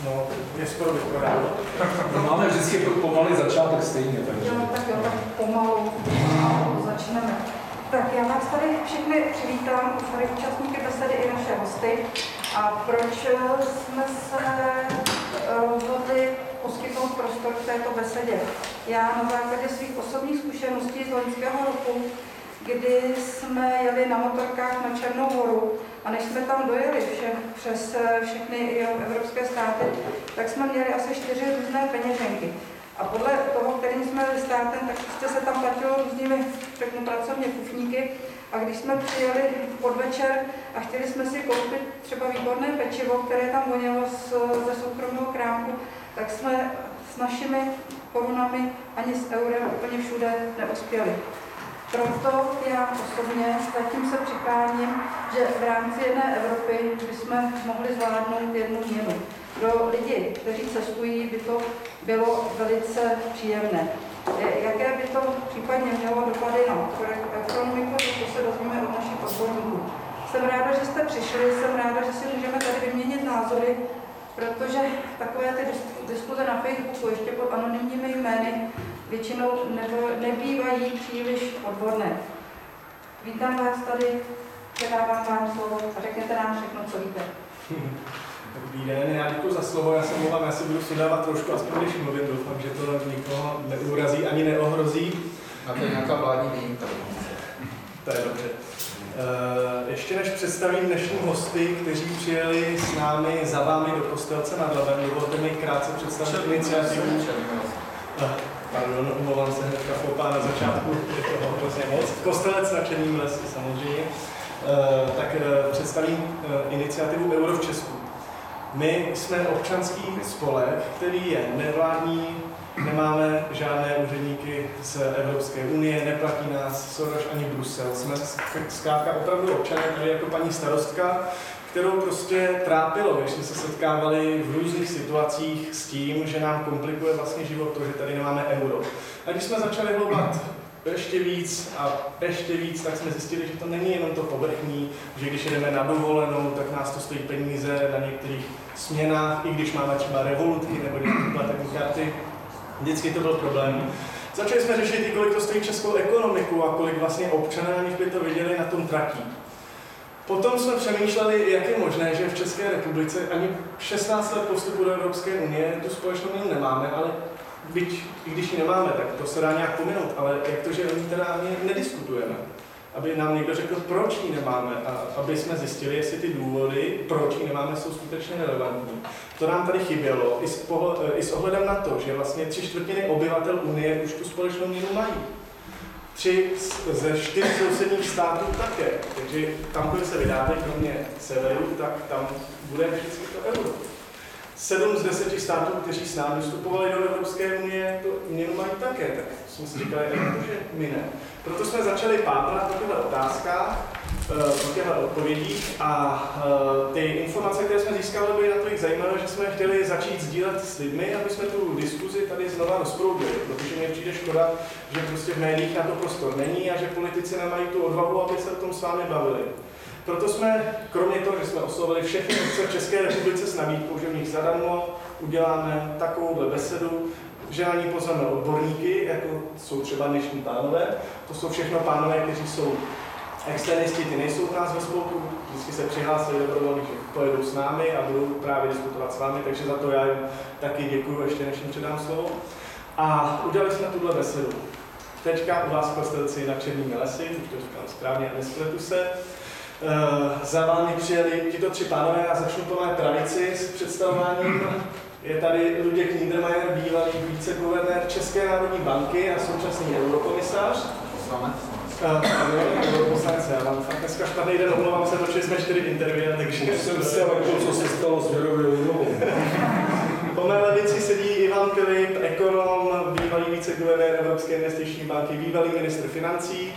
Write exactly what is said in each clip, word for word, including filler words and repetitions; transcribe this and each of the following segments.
No, je skoro vypadá. No, máme vždycky pomalý začátek stejně, takže... No, tak jo, tak pomalu, pomalu začneme. Tak já vás tady všechny přivítám, tady účastníky besedy i naše hosty. A proč jsme se rozhodli poskytnout prostor k této besedě? Já na základě svých osobních zkušeností z loňského roku, kdy jsme jeli na motorkách na Černou Horu a než jsme tam dojeli vše, přes všechny evropské státy, tak jsme měli asi čtyři různé peněženky. A podle toho, kterým jsme byli státem, tak prostě se tam platilo různými, řeknu pracovně, kufníky. A když jsme přijeli podvečer a chtěli jsme si koupit třeba výborné pečivo, které tam vonělo z, ze soukromého krámku, tak jsme s našimi korunami ani s eurem úplně všude neuspěli. Proto já osobně zatím se přikláním, že v rámci jedné Evropy bychom mohli zvládnout jednu měnu. Pro lidi, kteří cestují, by to bylo velice příjemné. Jaké by to případně mělo dopady na ekonomiku, to se dozvíme od našich odborníků. Jsem ráda, že jste přišli, jsem ráda, že si můžeme tady vyměnit názory, protože takové ty diskuze na Facebooku ještě pod anonymními jmény většinou nebývají příliš odborné. Vítám vás tady, předávám vám slovo a řekněte nám všechno, co víte. Dobrý den, já děkuji za slovo, já se mluvám, já si budu sudávat trošku, aspoň když mluvím, doufám, že to nikoho neurazí ani neohrozí. A to je nějaká vládní výjimka. To je dobře. Uh, ještě než představím dnešní hosty, kteří přijeli s námi za vámi do Kostelce nad Labem, dovolte mi krátce představit iniciativu. Uh, pardon, omlouvám se hnedka fopá na začátku, je toho hrozně moc. Kostelec na Černém lesi samozřejmě. Uh, tak uh, představím uh, iniciativu Euro v Česku. My jsme občanský spolek, který je nevládní, nemáme žádné úředníky z Evropské unie, neplatí nás Soros ani Brusel. Jsme zkrátka opravdu občané, tady jako paní starostka, kterou prostě trápilo, když jsme se setkávali v různých situacích s tím, že nám komplikuje vlastně život to, že tady nemáme euro. A když jsme začali hloubat ještě víc a ještě víc, tak jsme zjistili, že to není jenom to povrchní, že když jdeme na dovolenou, tak nás to stojí peníze na některých směnách, i když máme třeba revolutky nebo platební karty. Vždycky to byl problém. Začali jsme řešit i kolik to stojí českou ekonomiku a kolik vlastně občané, aniž by to viděli, na tom tratí. Potom jsme přemýšleli, jak je možné, že v České republice ani šestnáct let po vstupu do Evropské unie tu společnou měnu nemáme, ale byť, i když ji nemáme, tak to se dá nějak pominout, ale jak to, že o ní teda ani nediskutujeme. Aby nám někdo řekl, proč ji nemáme a aby jsme zjistili, jestli ty důvody, proč ji nemáme, jsou skutečně relevantní. To nám tady chybělo i s, pohled, i s ohledem na to, že vlastně tři čtvrtiny obyvatel Unie už tu společnou měnu mají. Tři ze čtyř sousedních států také. Takže kamkoliv se vydáte, kromě severu, tak tam bude vždycky to euro. Sedm z deseti států, kteří s námi vstupovali do Evropské unie, to měnu mají také. Tak jsme si říkali, že my ne. Proto jsme začali pátrat po těchto otázkách, po těchto odpovědích a ty informace, které jsme získali, byly natolik zajímavé, že jsme chtěli začít sdílet s lidmi, aby jsme tu diskuzi tady znova rozproudili, protože mně přijde škoda, že prostě v médiích na to prostor není a že politici nemají tu odvahu, aby se o tom s vámi bavili. Proto jsme, kromě toho, že jsme oslovili všechny obce v České republice s nabídkou, že v nich zadarmo uděláme takovouhle besedu, že na ní pozveme odborníky, jako jsou třeba dnešní pánové. To jsou všechno pánové, kteří jsou externisti, ty nejsou u nás ve spolku, vždycky se přihlásili dobrovolně, že pojedou s námi a budou právě diskutovat s vámi, takže za to já jim taky děkuju, ještě než jim předám slovo. A udělali jsme tuhle besedu. Teďka u vás v Kostelci na Černém lesi, už to říkám správně a nespletu se. Uh, za vámi přijeli tito tři pánové a začnu po mé tradici s představováním. Je tady Luděk Niedermayer, bývalý viceguvernér České národní banky a současný eurokomisař. Europoslanec, já mám fakt dneska špatný den, omlouvám se, protože jsme čtyři interview, takže jsem se jako, co se stalo s věrovou úrovou. Po mé levici sedí Ivan Filip, ekonom, bývalý viceguvernér Evropské investiční banky, bývalý ministr financí.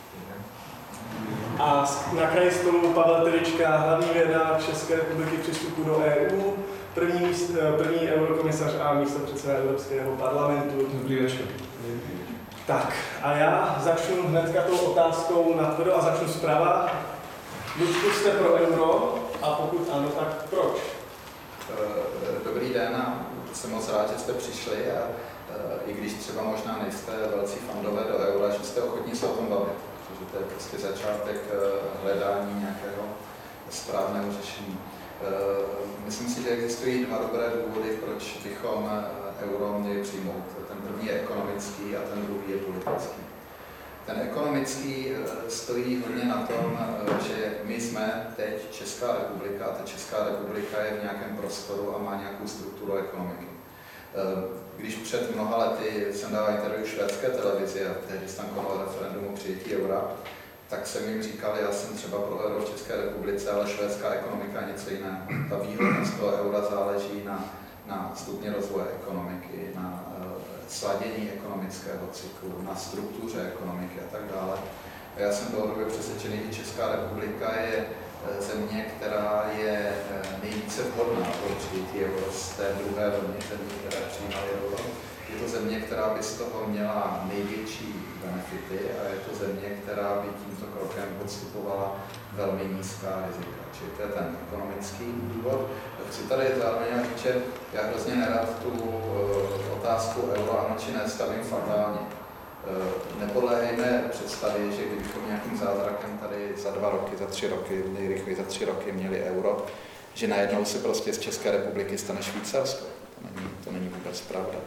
A na kraji stolu Pavel Telička, hlavní věda České republiky při vstupu do E U, první, míst, první eurokomisař a místopředseda Evropského parlamentu. Dobrý večer. Tak, a já začnu hnedka tou otázkou na tvrdo a začnu zprava. Luďku, jste pro euro a pokud ano, tak proč? Dobrý den a jsem moc rád, že jste přišli a i když třeba možná nejste velcí fandové do eura, že jste ochotní se o tom bavit, protože to je prostě začátek hledání nějakého správného řešení. Myslím si, že existují dva dobré důvody, proč bychom euro měli přijmout. Ten první je ekonomický a ten druhý je politický. Ten ekonomický stojí hodně na tom, že my jsme teď Česká republika a ta Česká republika je v nějakém prostoru a má nějakou strukturu ekonomiky. Když před mnoha lety jsem dával interview švédské televizi a tehdy jsem konal referendum o přijetí eura, tak jsem jim říkal, já jsem třeba pro euro v České republice, ale švédská ekonomika je něco jiného. Ta výhodnost toho eura záleží na, na stupni rozvoje ekonomiky, na uh, sladění ekonomického cyklu, na struktuře ekonomiky a tak dále. A já jsem dlouhodobě přesvědčený, že Česká republika je země, která je nejvíce vhodná pro přijetí euro z té druhé vlny zemí, které přijímají euro. Je to země, která by z toho měla největší benefity a je to země, která by tímto krokem podstupovala velmi nízká rizika. Čili to je ten ekonomický důvod. Chci tady zároveň říct, že já hrozně nerad tu otázku euro ano či ne stavím fatálně. Nepodléhejme představě, že kdybychom nějakým zázrakem tady za dva roky, za tři roky, nejrychleji za tři roky měli euro, že najednou se prostě z České republiky stane Švýcarsko. To není, to není vůbec pravda.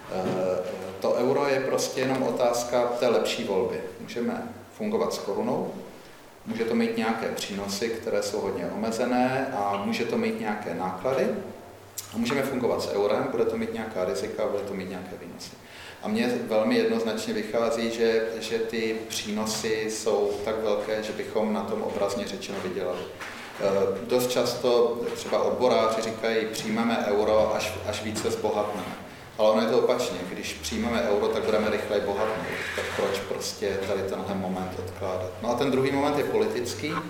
To euro je prostě jenom otázka té lepší volby. Můžeme fungovat s korunou, může to mít nějaké přínosy, které jsou hodně omezené a může to mít nějaké náklady a můžeme fungovat s eurem, bude to mít nějaká rizika, bude to mít nějaké výnosy. A mně velmi jednoznačně vychází, že, že ty přínosy jsou tak velké, že bychom na tom obrazně řečeno vydělali. E, dost často třeba odboráři říkají, přijmeme euro, až, až více zbohatneme. Ale ono je to opačně. Když přijmeme euro, tak budeme rychleji bohatnout. Tak proč prostě tady tenhle moment odkládat? No a ten druhý moment je politický. E,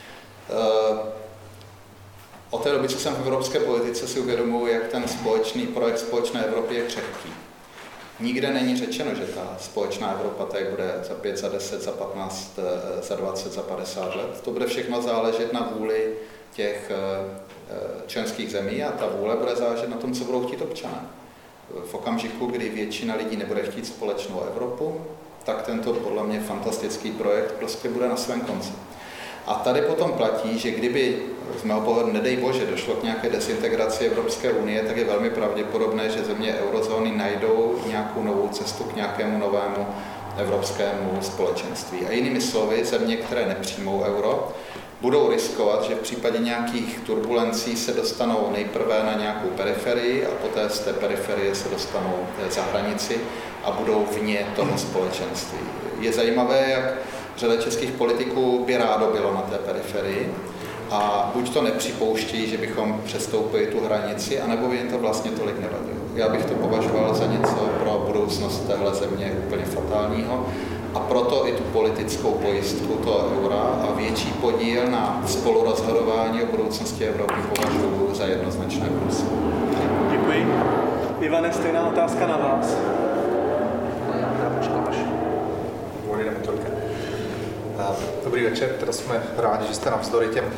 od té doby, co jsem v evropské politice, si uvědomuji, jak ten společný projekt společné Evropy je křehký. Nikde není řečeno, že ta společná Evropa tady bude za pět, za deset, za patnáct, za dvacet, za padesát let. To bude všechno záležet na vůli těch členských zemí a ta vůle bude záležet na tom, co budou chtít občané. V okamžiku, kdy většina lidí nebude chtít společnou Evropu, tak tento podle mě fantastický projekt prostě bude na svém konci. A tady potom platí, že kdyby z mého pohledu, nedej bože, došlo k nějaké desintegraci Evropské unie, tak je velmi pravděpodobné, že země eurozóny najdou nějakou novou cestu k nějakému novému evropskému společenství. A jinými slovy, země, které nepřijmou euro, budou riskovat, že v případě nějakých turbulencí se dostanou nejprve na nějakou periferii a poté z té periferie se dostanou za hranici a budou vně toho společenství. Je zajímavé, jak řada českých politiků by rádo bylo na té periferii a buď to nepřipouští, že bychom přestoupili tu hranici, anebo by jim to vlastně tolik nevadilo. Já bych to považoval za něco pro budoucnost téhle země úplně fatálního a proto i tu politickou pojistku toho eura a větší podíl na spolurozhodování o budoucnosti Evropy považuji za jednoznačné plus. Děkuji. Ivane, stejná otázka na vás. Já počkáš. Volí metodika. Dobrý večer, teda jsme rádi, že jste navzdory těm,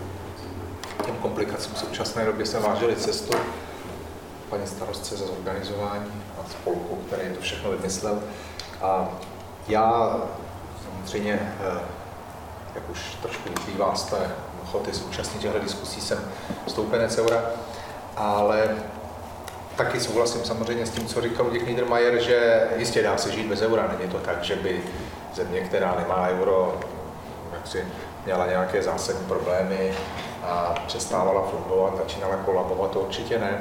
těm komplikacím v současné době se vážili cestu paní starostce za zorganizování a spolku, který to všechno vymyslel. A já samozřejmě, jak už trošku vyplývá z té ochoty současně těchto diskusí, jsem stoupenec eura, ale taky souhlasím samozřejmě s tím, co říkal Luděk Niedermayer, že jistě dá se žít bez eura. Není to tak, že by země, která nemá euro, jaksi měla nějaké zásadní problémy a přestávala fungovat, začínala kolabovat, to určitě ne.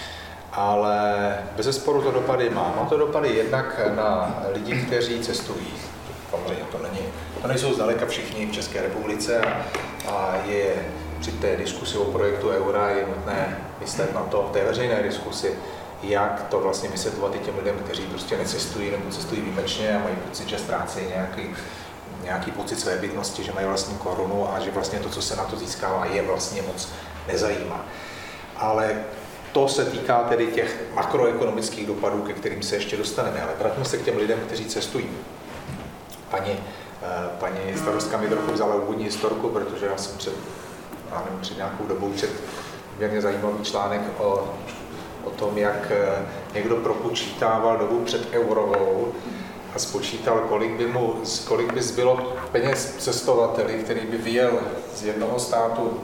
Ale bezesporu to dopady má. Má to dopady jednak na lidi, kteří cestují. Samozřejmě to není, to nejsou zdaleka všichni v České republice a je při té diskusi o projektu eura je nutné myslet na to v té veřejné diskusi, jak to vlastně vysvětlovat i těm lidem, kteří prostě necestují nebo cestují výjimečně a mají pocit, že ztrácejí nějaký, nějaký pocit své bytnosti, že mají vlastní korunu a že vlastně to, co se na to získává, je vlastně moc nezajímá. Ale to se týká tedy těch makroekonomických dopadů, ke kterým se ještě dostaneme. Ale vraťme se k těm lidem, kteří cestují. Paní, paní starostka mi trochu vzala úvodní historku, protože já jsem před, já nevím, před nějakou dobou čet poměrně zajímavý článek o o tom, jak někdo propočítával dobu před eurovou a spočítal, kolik by, mu, kolik by zbylo peněz cestovateli, který by vyjel z jednoho státu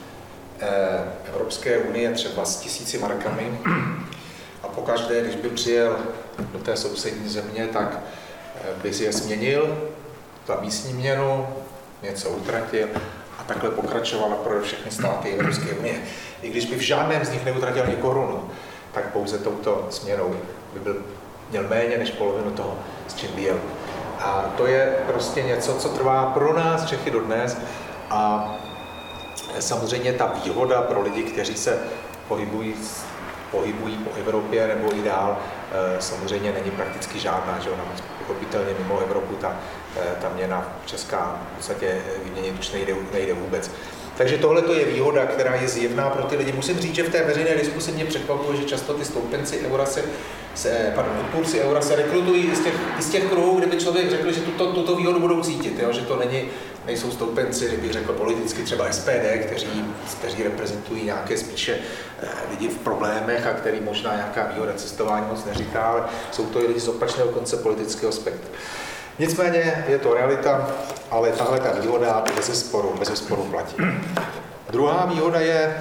Evropské unie třeba s tisíci markami a pokaždé, když by přijel do té sousední země, tak by si je směnil za místní měnu, něco utratil a takhle pokračoval pro všechny státy Evropské unie. I když by v žádném z nich neutratil ani korunu, tak pouze touto směnou by byl, měl méně než polovinu toho, s čím byl. A to je prostě něco, co trvá pro nás Čechy dodnes a samozřejmě ta výhoda pro lidi, kteří se pohybují, pohybují po Evropě nebo i dál, samozřejmě není prakticky žádná, že ona pochopitelně mimo Evropu ta, ta měna česká v podstatě vyměnit už nejde, nejde vůbec. Takže tohle to je výhoda, která je zjevná pro ty lidi. Musím říct, že v té veřejné diskusi mě překvapuje, že často ty stoupenci eura se, se pardon, odpůrci eura se rekrutují z těch, z těch kruhů, kde by člověk řekl, že tuto, tuto výhodu budou cítit, jo? Že to není, nejsou stoupenci, bych řekl politicky třeba S P D, kteří, kteří reprezentují nějaké spíše lidi v problémech a který možná nějaká výhoda cestování moc neříká, ale jsou to i lidi z opačného konce politického spektra. Nicméně je to realita, ale tahle ta výhoda bez sporu, bez sporu platí. Druhá výhoda je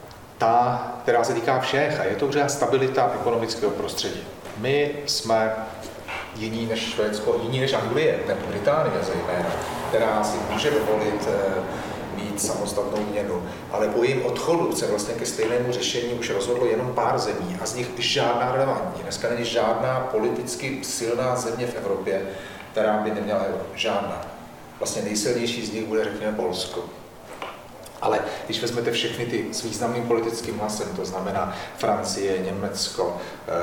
ta, která se týká všech, a je to třeba stabilita ekonomického prostředí. My jsme jiní než Švédsko, jiní než Anglie, nebo Británie zejména, která si může dovolit mít samostatnou měnu, ale po jejím odchodu se vlastně ke stejnému řešení už rozhodlo jenom pár zemí a z nich žádná relevantní. Dneska není žádná politicky silná země v Evropě, která by neměla euro. Žádná. Vlastně nejsilnější z nich bude, řekněme, Polsko. Ale když vezmete všechny ty s významným politickým hlasem, to znamená Francie, Německo,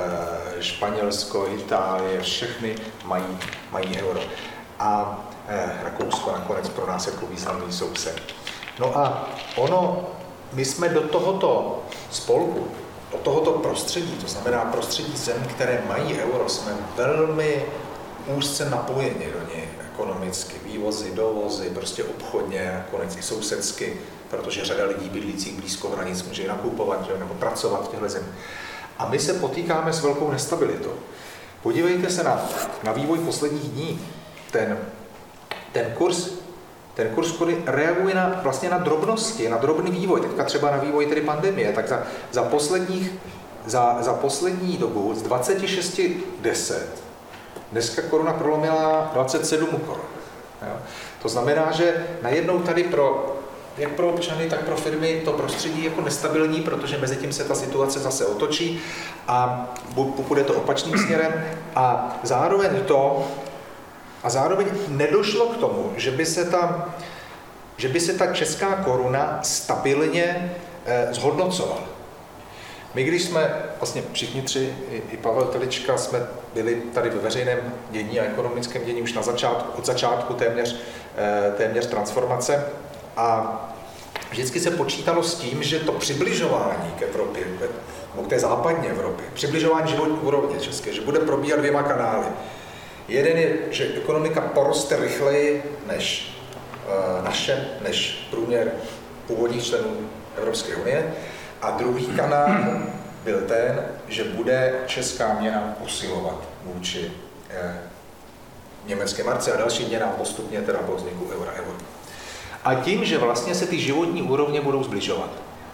Španělsko, Itálie, všechny mají, mají euro. A Rakousko nakonec pro nás jako významný soused. No a ono, my jsme do tohoto spolku, do tohoto prostředí, to znamená prostředí zemí, které mají euro, jsme velmi úzce napojeni do něj ekonomicky, vývozy, dovozy, prostě obchodně, nakonec i sousedsky, protože řada lidí bydlících blízko hranic může nakupovat, že, nebo pracovat v těchto zemích. A my se potýkáme s velkou nestabilitou. Podívejte se na, na vývoj posledních dní. Ten, ten kurz, ten kurz reaguje na, vlastně na drobnosti, na drobný vývoj, teďka třeba na vývoj tedy pandemie, tak za, za, posledních, za, za poslední dobu z dvacet šest deset dneska koruna prolomila dvacet sedm korun. To znamená, že najednou tady pro, jak pro občany, tak pro firmy to prostředí je jako nestabilní, protože mezi tím se ta situace zase otočí a půjde to opačným směrem a zároveň to, a zároveň nedošlo k tomu, že by se ta, že by se ta česká koruna stabilně eh, zhodnocovala. My, když jsme, vlastně všichni tři, i, i Pavel Telička, jsme byli tady ve veřejném dění a ekonomickém dění už na začátku, od začátku téměř, téměř transformace a vždycky se počítalo s tím, že to přibližování k Evropě, nebo k té západní Evropě, přibližování životní úrovně české, že bude probíhat dvěma kanály. Jeden je, že ekonomika poroste rychleji než e, naše, než průměr původních členů Evropské unie. A druhý kanál byl ten, že bude česká měna posilovat vůči eh, německé marce a další měnám postupně teda po vzniku eura euro. A tím, že vlastně se ty životní úrovně budou zbližovat.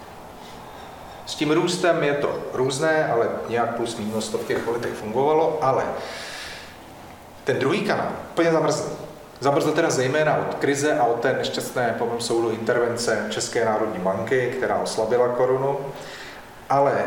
S tím růstem je to různé, ale nějak plus minus to v těch letech fungovalo, ale ten druhý kanál úplně zamrzl. Zamrzl teda zejména od krize a od té nešťastné, po mém soudu, intervence České národní banky, která oslabila korunu, ale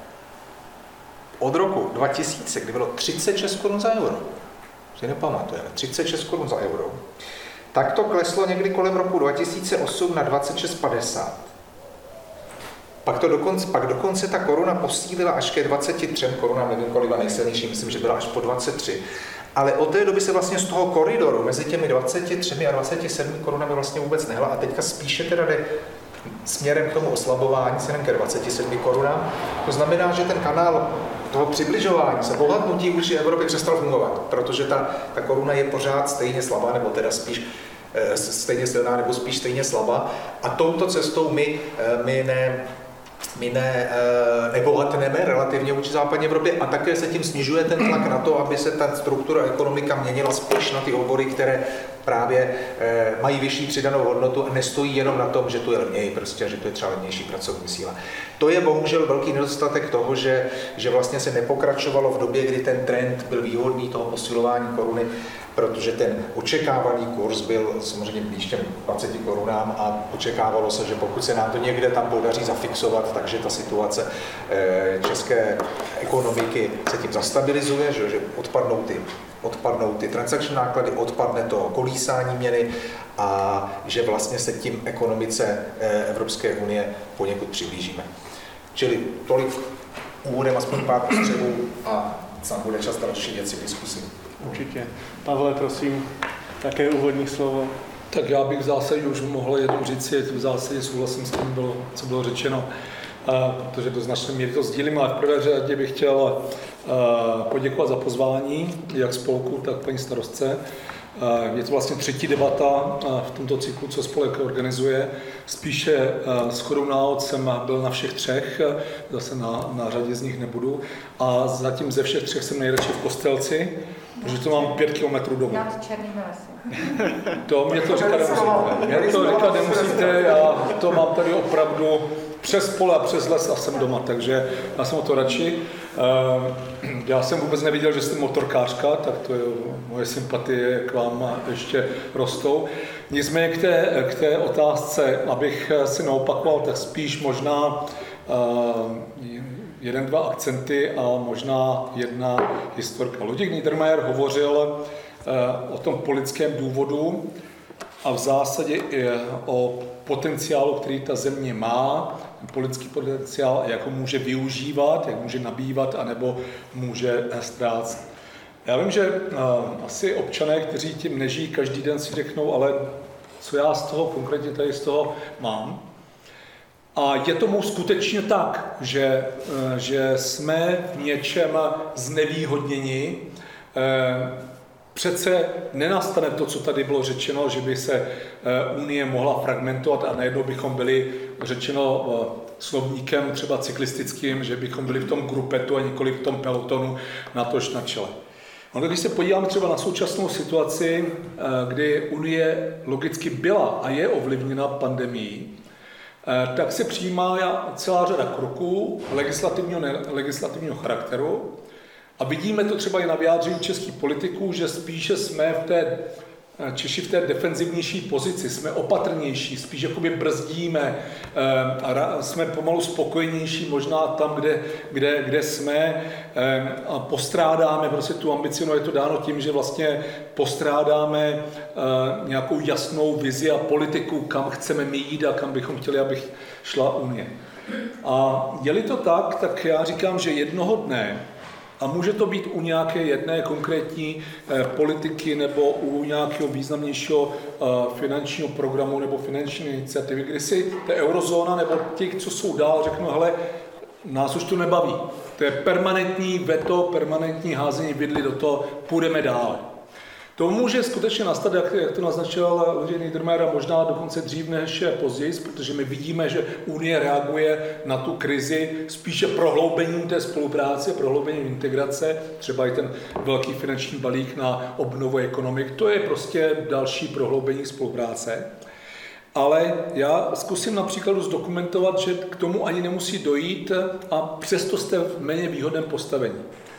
od roku dva tisíce, kdy bylo třicet šest korun za euro, si nepamatujeme, třicet šest korun za euro, tak to kleslo někdy kolem roku dva tisíce osm na dvacet šest padesát. Pak, to dokonce, pak dokonce ta koruna posílila až ke dvaceti třem korunám, nevím kolik byla nejsilnější, myslím, že byla až po dvacet tři. Ale od té doby se vlastně z toho koridoru mezi těmi dvaceti třemi a dvaceti sedmi korunami vlastně vůbec nehla a teďka spíše teda jde směrem k tomu oslabování, směrem ke dvaceti sedmi korunám. To znamená, že ten kanál toho přibližování se bohatnutí vůči Evropě přestal fungovat, protože ta, ta koruna je pořád stejně slabá, nebo teda spíš stejně silná, nebo spíš stejně slabá. A touto cestou my, my ne, my ne, nebohatneme relativně vůči západní Evropě a také se tím snižuje ten tlak na to, aby se ta struktura ekonomika měnila spíš na ty obory, které právě mají vyšší přidanou hodnotu a nestojí jenom na tom, že tu je levněji, prostě, že to je třeba levnější pracovní síla. To je bohužel velký nedostatek toho, že, že vlastně se nepokračovalo v době, kdy ten trend byl výhodný toho posilování koruny, protože ten očekávaný kurz byl samozřejmě blíž těm dvaceti korunám a očekávalo se, že pokud se nám to někde tam podaří zafixovat, takže ta situace české ekonomiky se tím zastabilizuje, že, že odpadnou ty odpadnou ty transakční náklady, odpadne to kolísání měny a že vlastně se tím ekonomice Evropské unie poněkud přiblížíme. Čili tolik úvodem, aspoň pár postřehů a sám bude čas další věci v diskusi. Určitě. Pavle, prosím, také úvodní slovo. Tak já bych v zásadě už mohl jenom říct, že v zásadě souhlasím s tím, bylo, co bylo řečeno, protože do značné míry to sdílím, ale v prvé řadě bych chtěl poděkovat za pozvání, jak spolku, tak paní starostce. Je to vlastně třetí debata v tomto cyklu, co spolek organizuje. Spíše shodou náhod jsem byl na všech třech, zase na, na řadě z nich nebudu. A zatím ze všech třech jsem nejradši v Kostelci, protože to mám pět kilometrů domů. Nad Černými lesy. To mě to říkat nemusíte. Mě to říkat nemusíte, já to mám tady opravdu přes pole a přes les a jsem doma, takže já jsem o to radši. Já jsem vůbec neviděl, že jste motorkářka, tak to je moje sympatie k vám ještě rostou. Nicméně k té, k té otázce, abych si neopakoval, tak spíš možná jeden, dva akcenty a možná jedna historka. Luděk Niedermayer hovořil o tom politickém důvodu a v zásadě i o potenciálu, který ta země má, politický potenciál, jak ho může využívat, jak může nabývat, anebo může ztrácet. Já vím, že asi občané, kteří tím nežijí každý den, si řeknou, ale co já z toho konkrétně tady z toho mám. A je tomu skutečně tak, že, že jsme v něčem znevýhodněni. Přece nenastane to, co tady bylo řečeno, že by se Unie mohla fragmentovat a najednou bychom byli, řečeno slovníkem třeba cyklistickým, že bychom byli v tom grupetu a nikoli v tom pelotonu, natož na čele. No, když se podíváme třeba na současnou situaci, kdy Unie logicky byla a je ovlivněna pandemií, tak se přijímá celá řada kroků legislativního, legislativního charakteru. A vidíme to třeba i na vyjádření českých politiků, že spíše jsme v té, Češi v té defenzivnější pozici, jsme opatrnější, spíš jakoby brzdíme a jsme pomalu spokojnější možná tam, kde, kde, kde jsme a postrádáme prostě tu ambici, no je to dáno tím, že vlastně postrádáme nějakou jasnou vizi a politiku, kam chceme my jít a kam bychom chtěli, aby šla Unie. A je-li to tak, tak já říkám, že jednoho dne, a může to být u nějaké jedné konkrétní eh, politiky nebo u nějakého významnějšího eh, finančního programu nebo finanční iniciativy, kdy si ta eurozóna nebo ti, co jsou dál, řeknou, hele, nás už to nebaví. To je permanentní veto, permanentní házení vidly do toho, půjdeme dále. To může skutečně nastat, jak, jak to naznačil Luděk Niedermayer, možná dokonce dřív než později, protože my vidíme, že Unie reaguje na tu krizi spíše prohloubením té spolupráce, prohloubením integrace, třeba i ten velký finanční balík na obnovu ekonomik, to je prostě další prohloubení spolupráce. Ale já zkusím například zdokumentovat, že k tomu ani nemusí dojít a přesto jste v méně výhodném postavení.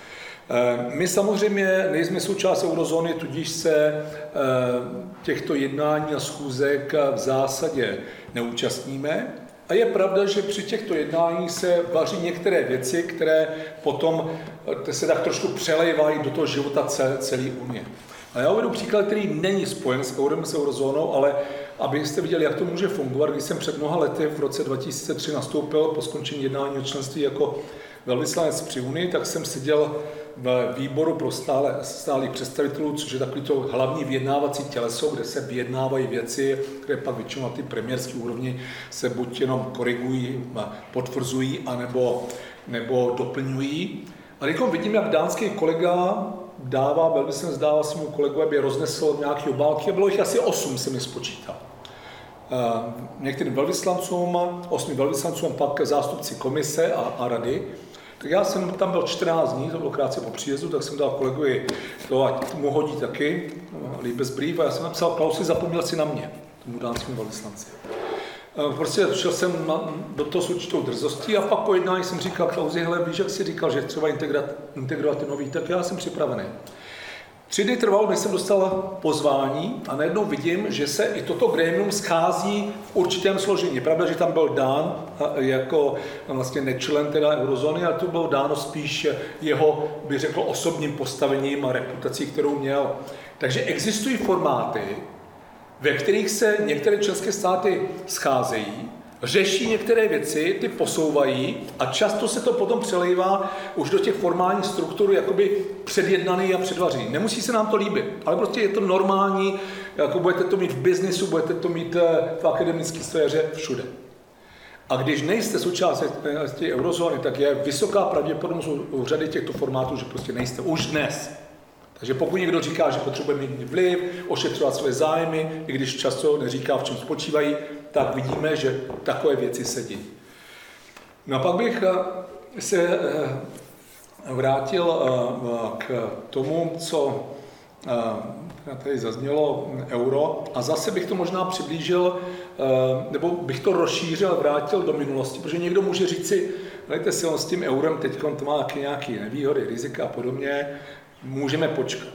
My samozřejmě nejsme součást eurozóny, tudíž se těchto jednání a schůzek v zásadě neúčastníme. A je pravda, že při těchto jednáních se vaří některé věci, které potom se tak trošku přelejvají do toho života celé Unie. A já uvedu příklad, který není spojen s eurem, s eurozónou, ale abyste viděli, jak to může fungovat. Když jsem před mnoha lety v roce dva tisíce tři nastoupil po skončení jednání o členství jako velvyslanec při Unii, tak jsem seděl v výboru pro stále, stálých představitelů, což je takový to hlavní vyjednávací těleso, kde se vyjednávají věci, které pak většinou na ty premiérské úrovni se buď jenom korigují, potvrzují, anebo, nebo doplňují. A když vidím, jak dánský kolega dává, velvyslanec dává svému kolegu, aby roznesl nějaké obálky, a bylo jich asi osm, se mi spočítal. některým velvyslancům, osmi velvyslancům, pak zástupci komise a, a rady. Tak já jsem tam byl čtrnáct dní, to bylo krátce po příjezdu, tak jsem dal kolegovi to, ať mu hodí taky, Liebesbrief, a já jsem napsal, Klausi, zapomněl si na mě, tomu dánskému velvyslanci. Prostě šel jsem na, do toho s určitou drzostí a pak po jednání jsem říkal, Klausi, hele, víš, jak jsi říkal, že třeba integrovat, integrovat ty nový, tak já jsem připravený. Tři dny trvalo, než jsem dostal pozvání a najednou vidím, že se i toto grémium schází v určitém složení. Pravda, že tam byl dán jako vlastně nečlen teda eurozóny, ale to bylo dáno spíš jeho, bych řekl, osobním postavením a reputací, kterou měl. Takže existují formáty, ve kterých se některé členské státy scházejí, řeší některé věci, ty posouvají a často se to potom přelejvá už do těch formálních struktur jakoby předjednaný a předvařený. Nemusí se nám to líbit, ale prostě je to normální, jako budete to mít v biznisu, budete to mít v akademické sféře, všude. A když nejste součástí té eurozóny, tak je vysoká pravděpodobnost u řady těchto formátů, že prostě nejste už dnes. Takže pokud někdo říká, že potřebuje mít vliv, ošetřovat své zájmy, i když často neříká, v čem spočívají, tak vidíme, že takové věci se dějí. No a pak bych se vrátil k tomu, co tady zaznělo, euro, a zase bych to možná přiblížil, nebo bych to rozšířil a vrátil do minulosti, protože někdo může říct si, hledajte si, on s tím eurem teď to má nějaké nevýhody, rizika a podobně, můžeme počkat.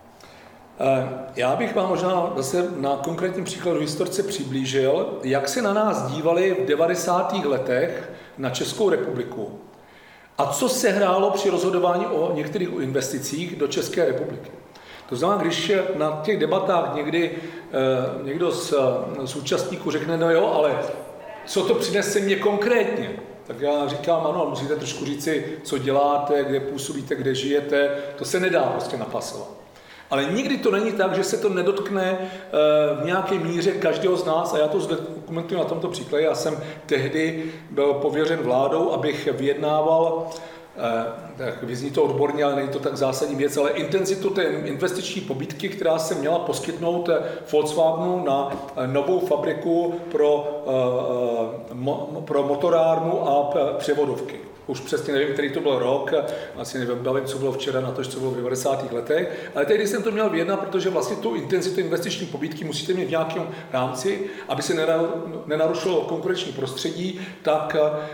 Já bych vám možná zase na konkrétním příkladu historce přiblížil, jak se na nás dívali v devadesátých letech na Českou republiku a co se hrálo při rozhodování o některých investicích do České republiky. To znamená, když na těch debatách někdy někdo z, z účastníků řekne, no jo, ale co to přinese mě konkrétně? Tak já říkám, ano, musíte trošku říci, co děláte, kde působíte, kde žijete, to se nedá prostě napasovat. Ale nikdy to není tak, že se to nedotkne v nějaké míře každého z nás, a já to dokumentuji na tomto příkladě. Já jsem tehdy byl pověřen vládou, abych vyjednával, tak vyzní to odborně, ale není to tak zásadní věc, ale intenzitu té investiční pobídky, která se měla poskytnout Volkswagenu na novou fabriku pro, pro motorárnu a převodovky. Už přesně nevím, který to byl rok, asi nevím, co bylo včera na to, co bylo v devadesátých letech, ale tehdy jsem to měl vyjednat, protože vlastně tu intenzitu investiční pobídky musíte mít v nějakém rámci, aby se nenarušilo konkurenční prostředí, tak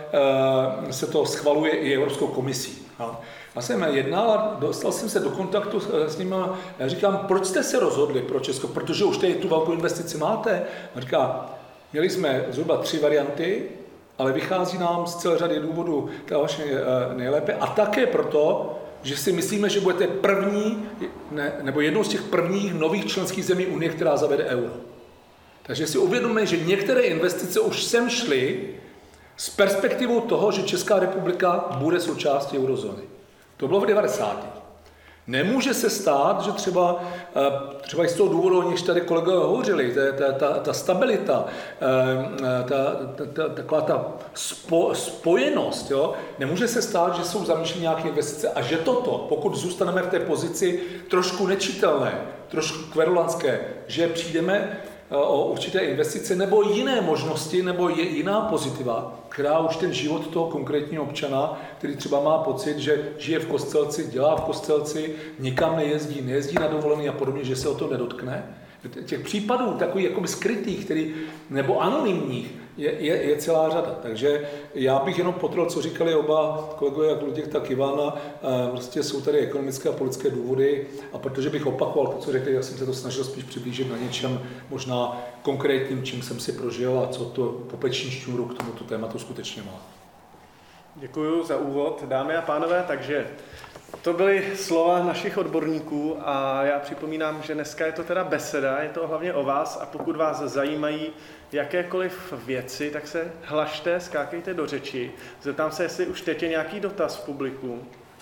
se to schvaluje i Evropskou komisí. Já jsem jednal a dostal jsem se do kontaktu s nimi a já říkám, proč jste se rozhodli pro Česko, protože už tady tu velkou investici máte? A říká, měli jsme zhruba tři varianty, ale vychází nám z celé řady důvodů ta vaše nejlépe a také proto, že si myslíme, že budete první, ne, nebo jednou z těch prvních nových členských zemí Unie, která zavede euro. Takže si uvědomíme, že některé investice už sem šly s perspektivou toho, že Česká republika bude součástí eurozóny. To bylo v devadesátých. Nemůže se stát, že třeba, třeba i z toho důvodu, o nichž tady kolegové hovořili, ta, ta, ta stabilita, ta, ta, taková ta spo, spojenost, jo? Nemůže se stát, že jsou zamýšleny nějaké investice a že toto, pokud zůstaneme v té pozici trošku nečitelné, trošku kverulantské, že přijdeme o určité investice nebo jiné možnosti, nebo je jiná pozitiva, která už ten život toho konkrétního občana, který třeba má pocit, že žije v Kostelci, dělá v Kostelci, nikam nejezdí, nejezdí na dovolený a podobně, že se o to nedotkne. Těch případů takových jakoby skrytých, který, nebo anonymních, je, je, je celá řada. Takže já bych jenom potrhl, co říkali oba kolegové, jak Luděk, tak Ivana, prostě jsou tady ekonomické a politické důvody a protože bych opakoval to, co řekli, já jsem se to snažil spíš přiblížit na něčem možná konkrétním, čím jsem si prožil a co to popeční šňůru k tomuto tématu skutečně má. Děkuji za úvod, dámy a pánové, takže to byly slova našich odborníků a já připomínám, že dneska je to teda beseda, je to hlavně o vás a pokud vás zajímají jakékoliv věci, tak se hlašte, skákejte do řeči. Zeptám se, jestli už teď je nějaký dotaz v publiku.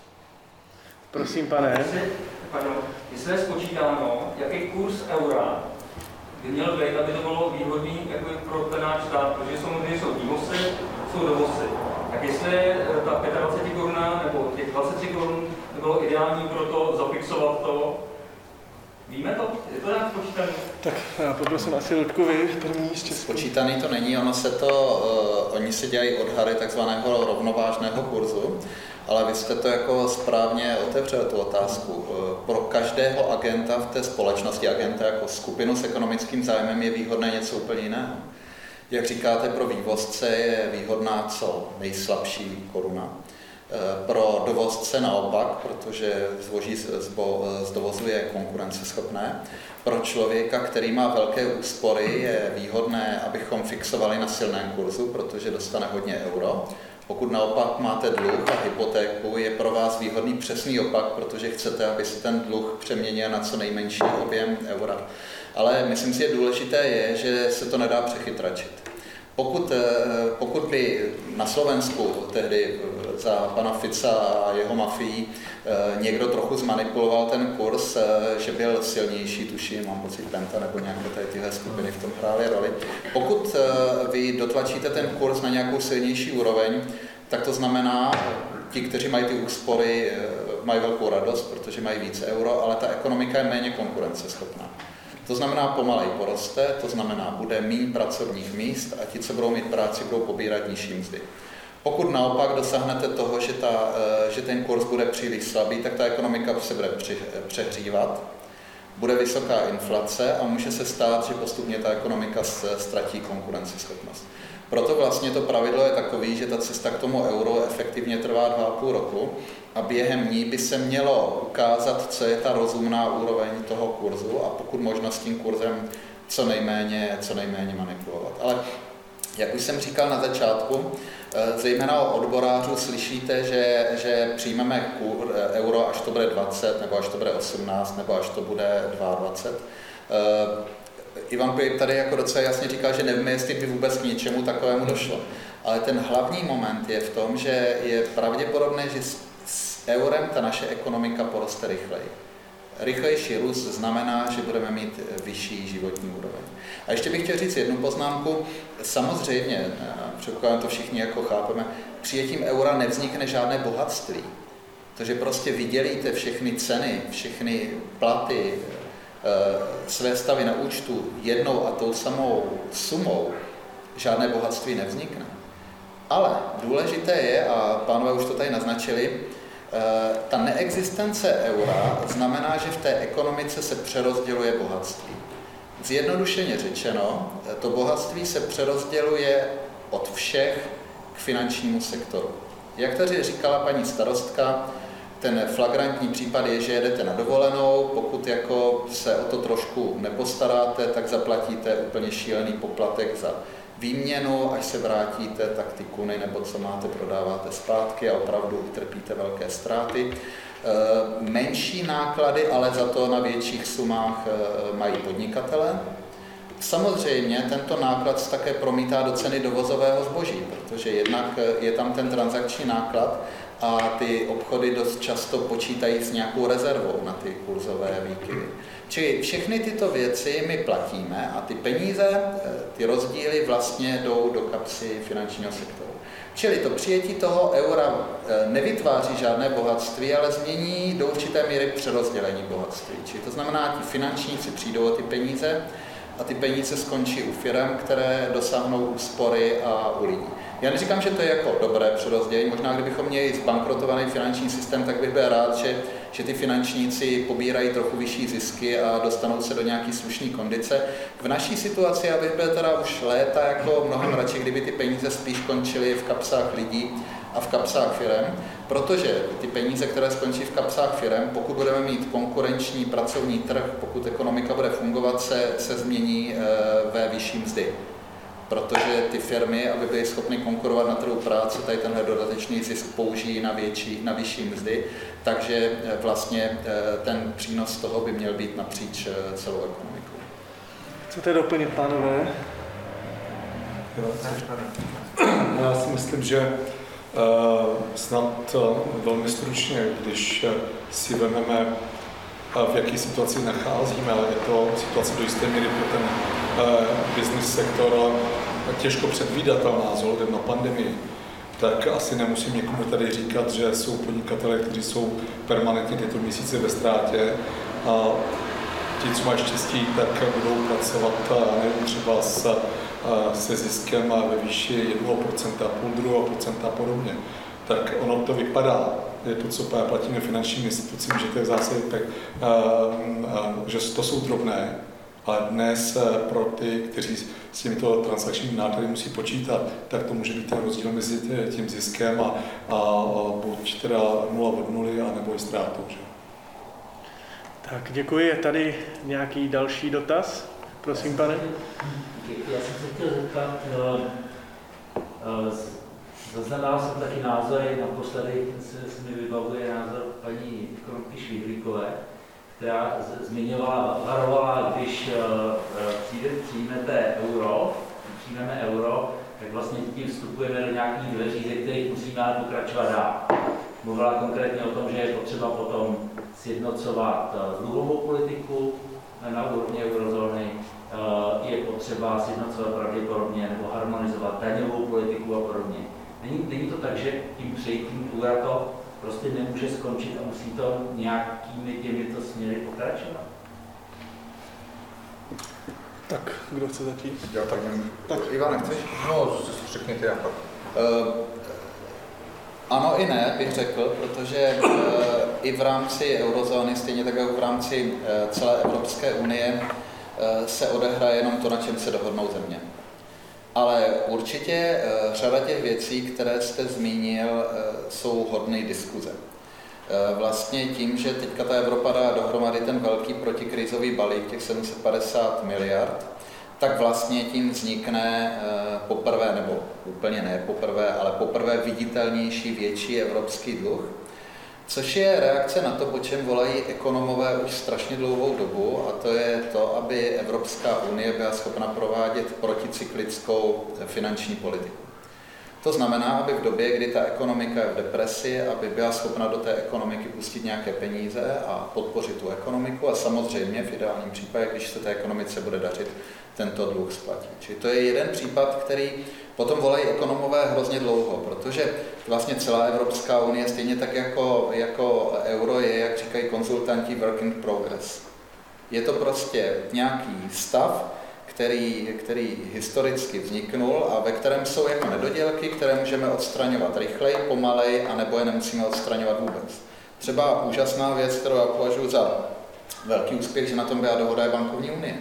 Prosím, pane. Pardon, jestli je spočítáno, jaký kurz eura by měl být, aby to bylo výhodný jako pro ten náš stát, protože samozřejmě jsou vývozy, jsou dovozy. Tak jestli ta dvacet pět koruna nebo těch dvacet tři korun bylo ideální pro to zafixovat to, víme to? Je to nějak spočítané? Tak já poprosím asi Ludku, vy první z Česku. Spočítaný to není, ono se to, uh, oni se dělají odhady takzvaného rovnovážného kurzu, ale vy jste to jako správně otevřel tu otázku. Uh, pro každého agenta v té společnosti, agenta jako skupinu s ekonomickým zájmem je výhodné něco úplně jiného. Jak říkáte, pro vývozce je výhodná co nejslabší koruna. Pro dovozce naopak, protože zboží z dovozu je konkurenceschopné. Pro člověka, který má velké úspory, je výhodné, abychom fixovali na silném kurzu, protože dostane hodně euro. Pokud naopak máte dluh a hypotéku, je pro vás výhodný přesný opak, protože chcete, aby se ten dluh přeměnil na co nejmenší objem eura. Ale myslím si, že důležité je, že se to nedá přechytračit. Pokud, pokud by na Slovensku tehdy za pana Fica a jeho mafii někdo trochu zmanipuloval ten kurz, že byl silnější, tuším, mám pocit Penta nebo nějaké tady tyhle skupiny v tom hrály roli. Pokud vy dotlačíte ten kurz na nějakou silnější úroveň, tak to znamená, ti, kteří mají ty úspory, mají velkou radost, protože mají více euro, ale ta ekonomika je méně konkurenceschopná. To znamená, pomalej poroste, to znamená, bude méně pracovních míst a ti, co budou mít práci, budou pobírat nižší mzdy. Pokud naopak dosáhnete toho, že, ta, že ten kurz bude příliš slabý, tak ta ekonomika se bude přehřívat, bude vysoká inflace a může se stát, že postupně ta ekonomika ztratí konkurenceschopnost. Proto vlastně to pravidlo je takový, že ta cesta k tomu euro efektivně trvá dva a půl roku a během ní by se mělo ukázat, co je ta rozumná úroveň toho kurzu a pokud možno s tím kurzem co nejméně, co nejméně manipulovat. Ale jak už jsem říkal na začátku, zejména od odborářů slyšíte, že, že přijmeme kur, euro, až to bude dvacet, nebo až to bude osmnáct, nebo až to bude dvacet dva. Ivan Pejp tady jako docela jasně říkal, že nevíme, jestli by vůbec k něčemu takovému došlo. Ale ten hlavní moment je v tom, že je pravděpodobné, že s eurem ta naše ekonomika poroste rychleji. Rychlejší růst znamená, že budeme mít vyšší životní úroveň. A ještě bych chtěl říct jednu poznámku. Samozřejmě, předpokládám to všichni jako chápeme, přijetím eura nevznikne žádné bohatství. Takže prostě vydělíte všechny ceny, všechny platy, své stavy na účtu jednou a tou samou sumou, žádné bohatství nevznikne. Ale důležité je, a pánové už to tady naznačili, ta neexistence eura znamená, že v té ekonomice se přerozděluje bohatství. Zjednodušeně řečeno, to bohatství se přerozděluje od všech k finančnímu sektoru. Jak tady říkala paní starostka, ten flagrantní případ je, že jedete na dovolenou, pokud jako se o to trošku nepostaráte, tak zaplatíte úplně šílený poplatek za výměnu, až se vrátíte, tak ty kuny nebo co máte, prodáváte zpátky a opravdu utrpíte velké ztráty. Menší náklady, ale za to na větších sumách mají podnikatele. Samozřejmě tento náklad se také promítá do ceny dovozového zboží, protože jednak je tam ten transakční náklad a ty obchody dost často počítají s nějakou rezervou na ty kurzové výkyvy. Čili všechny tyto věci my platíme a ty peníze, ty rozdíly vlastně jdou do kapsy finančního sektoru. Čili to přijetí toho eura nevytváří žádné bohatství, ale změní do určité míry přerozdělení bohatství. Čili to znamená, ti finančníci přijdou o ty peníze a ty peníze skončí u firem, které dosáhnou úspory a u lidí. Já neříkám, že to je jako dobré přerozdělení, možná kdybychom měli zbankrotovaný finanční systém, tak bych byl rád, že, že ty finančníci pobírají trochu vyšší zisky a dostanou se do nějaký slušné kondice. V naší situaci já bych byl teda už léta jako mnohem radši, kdyby ty peníze spíš končily v kapsách lidí a v kapsách firem, protože ty peníze, které skončí v kapsách firem, pokud budeme mít konkurenční pracovní trh, pokud ekonomika bude fungovat, se, se změní e, ve vyšší mzdy. Protože ty firmy, aby byly schopny konkurovat na trhu práce, tady tenhle dodatečný zisk použijí na, větší, na vyšší mzdy, takže vlastně ten přínos toho by měl být napříč celou ekonomikou. Chcete doplnit, pánové? Já si myslím, že uh, snad uh, velmi stručně, když uh, si vezmeme, uh, v jaké situaci nacházíme, ale je to situace do jisté míry pro ten uh, business sektor těžko předvídatelná s ohledem na pandemii, tak asi nemusím někomu tady říkat, že jsou podnikatelé, kteří jsou permanentně tyto měsíce ve ztrátě a ti, co mají štěstí, tak budou pracovat nevím, třeba s, se ziskem ve výši jednoho procenta, půl druhého procenta a podobně. Tak ono to vypadá, je to, co platíme finančním institucím, že to je v zásadě tak, že to jsou drobné, ale dnes pro ty, kteří s těmito transakčními náklady musí počítat, tak to může být ten rozdíl mezi tím ziskem a, a buď teda nula od nuly, anebo i ztrátou. Že? Tak děkuji. Je tady nějaký další dotaz? Prosím, pane. Já jsem se chtěl zeptat, zaznamenal jsem taky názory, naposledy se mi vybavuje názor paní ekonomky Švihlíkové, která zmiňovala, varovala, když přijde, přijmete euro, přijmeme euro, tak vlastně tím vstupujeme do nějakých dveří, ze kterých musíme pokračovat dál. Mluvila konkrétně o tom, že je potřeba potom sjednocovat dluhovou politiku na úrovni eurozóny, je potřeba sjednocovat pravděpodobně nebo harmonizovat daňovou politiku a podobně. Není, není to tak, že tím přejítím eura to prostě nemůže skončit a musí to nějakými těmito směry pokračovat? Tak, kdo chce začít? Já tak nemůžu. Tak. Ivane, chceš? No, řekněte jako. Uh, ano i ne, bych řekl, protože uh, i v rámci eurozóny, stejně tak jako v rámci uh, celé Evropské unie, uh, se odehraje jenom to, na čem se dohodnou země. Ale určitě uh, řada těch věcí, které jste zmínil, uh, jsou hodné diskuze. Uh, vlastně tím, že teďka ta Evropa dá dohromady ten velký protikrizový balík, těch sedm set padesát miliard, tak vlastně tím vznikne uh, poprvé, nebo úplně ne poprvé, ale poprvé viditelnější větší evropský dluh, což je reakce na to, po čem volají ekonomové už strašně dlouhou dobu, a to je to, aby Evropská unie byla schopna provádět proticyklickou finanční politiku. To znamená, aby v době, kdy ta ekonomika je v depresi, aby byla schopna do té ekonomiky pustit nějaké peníze a podpořit tu ekonomiku a samozřejmě v ideálním případě, když se té ekonomice bude dařit, tento dluh splatí. Čili to je jeden případ, který potom volají ekonomové hrozně dlouho, protože vlastně celá Evropská unie, stejně tak jako, jako euro, je, jak říkají konzultanti, work in progress. Je to prostě nějaký stav, který, který historicky vzniknul a ve kterém jsou jako nedodělky, které můžeme odstraňovat rychleji, pomaleji, anebo je nemusíme odstraňovat vůbec. Třeba úžasná věc, kterou já považuji za velký úspěch, že na tom byla dohoda, je bankovní unie.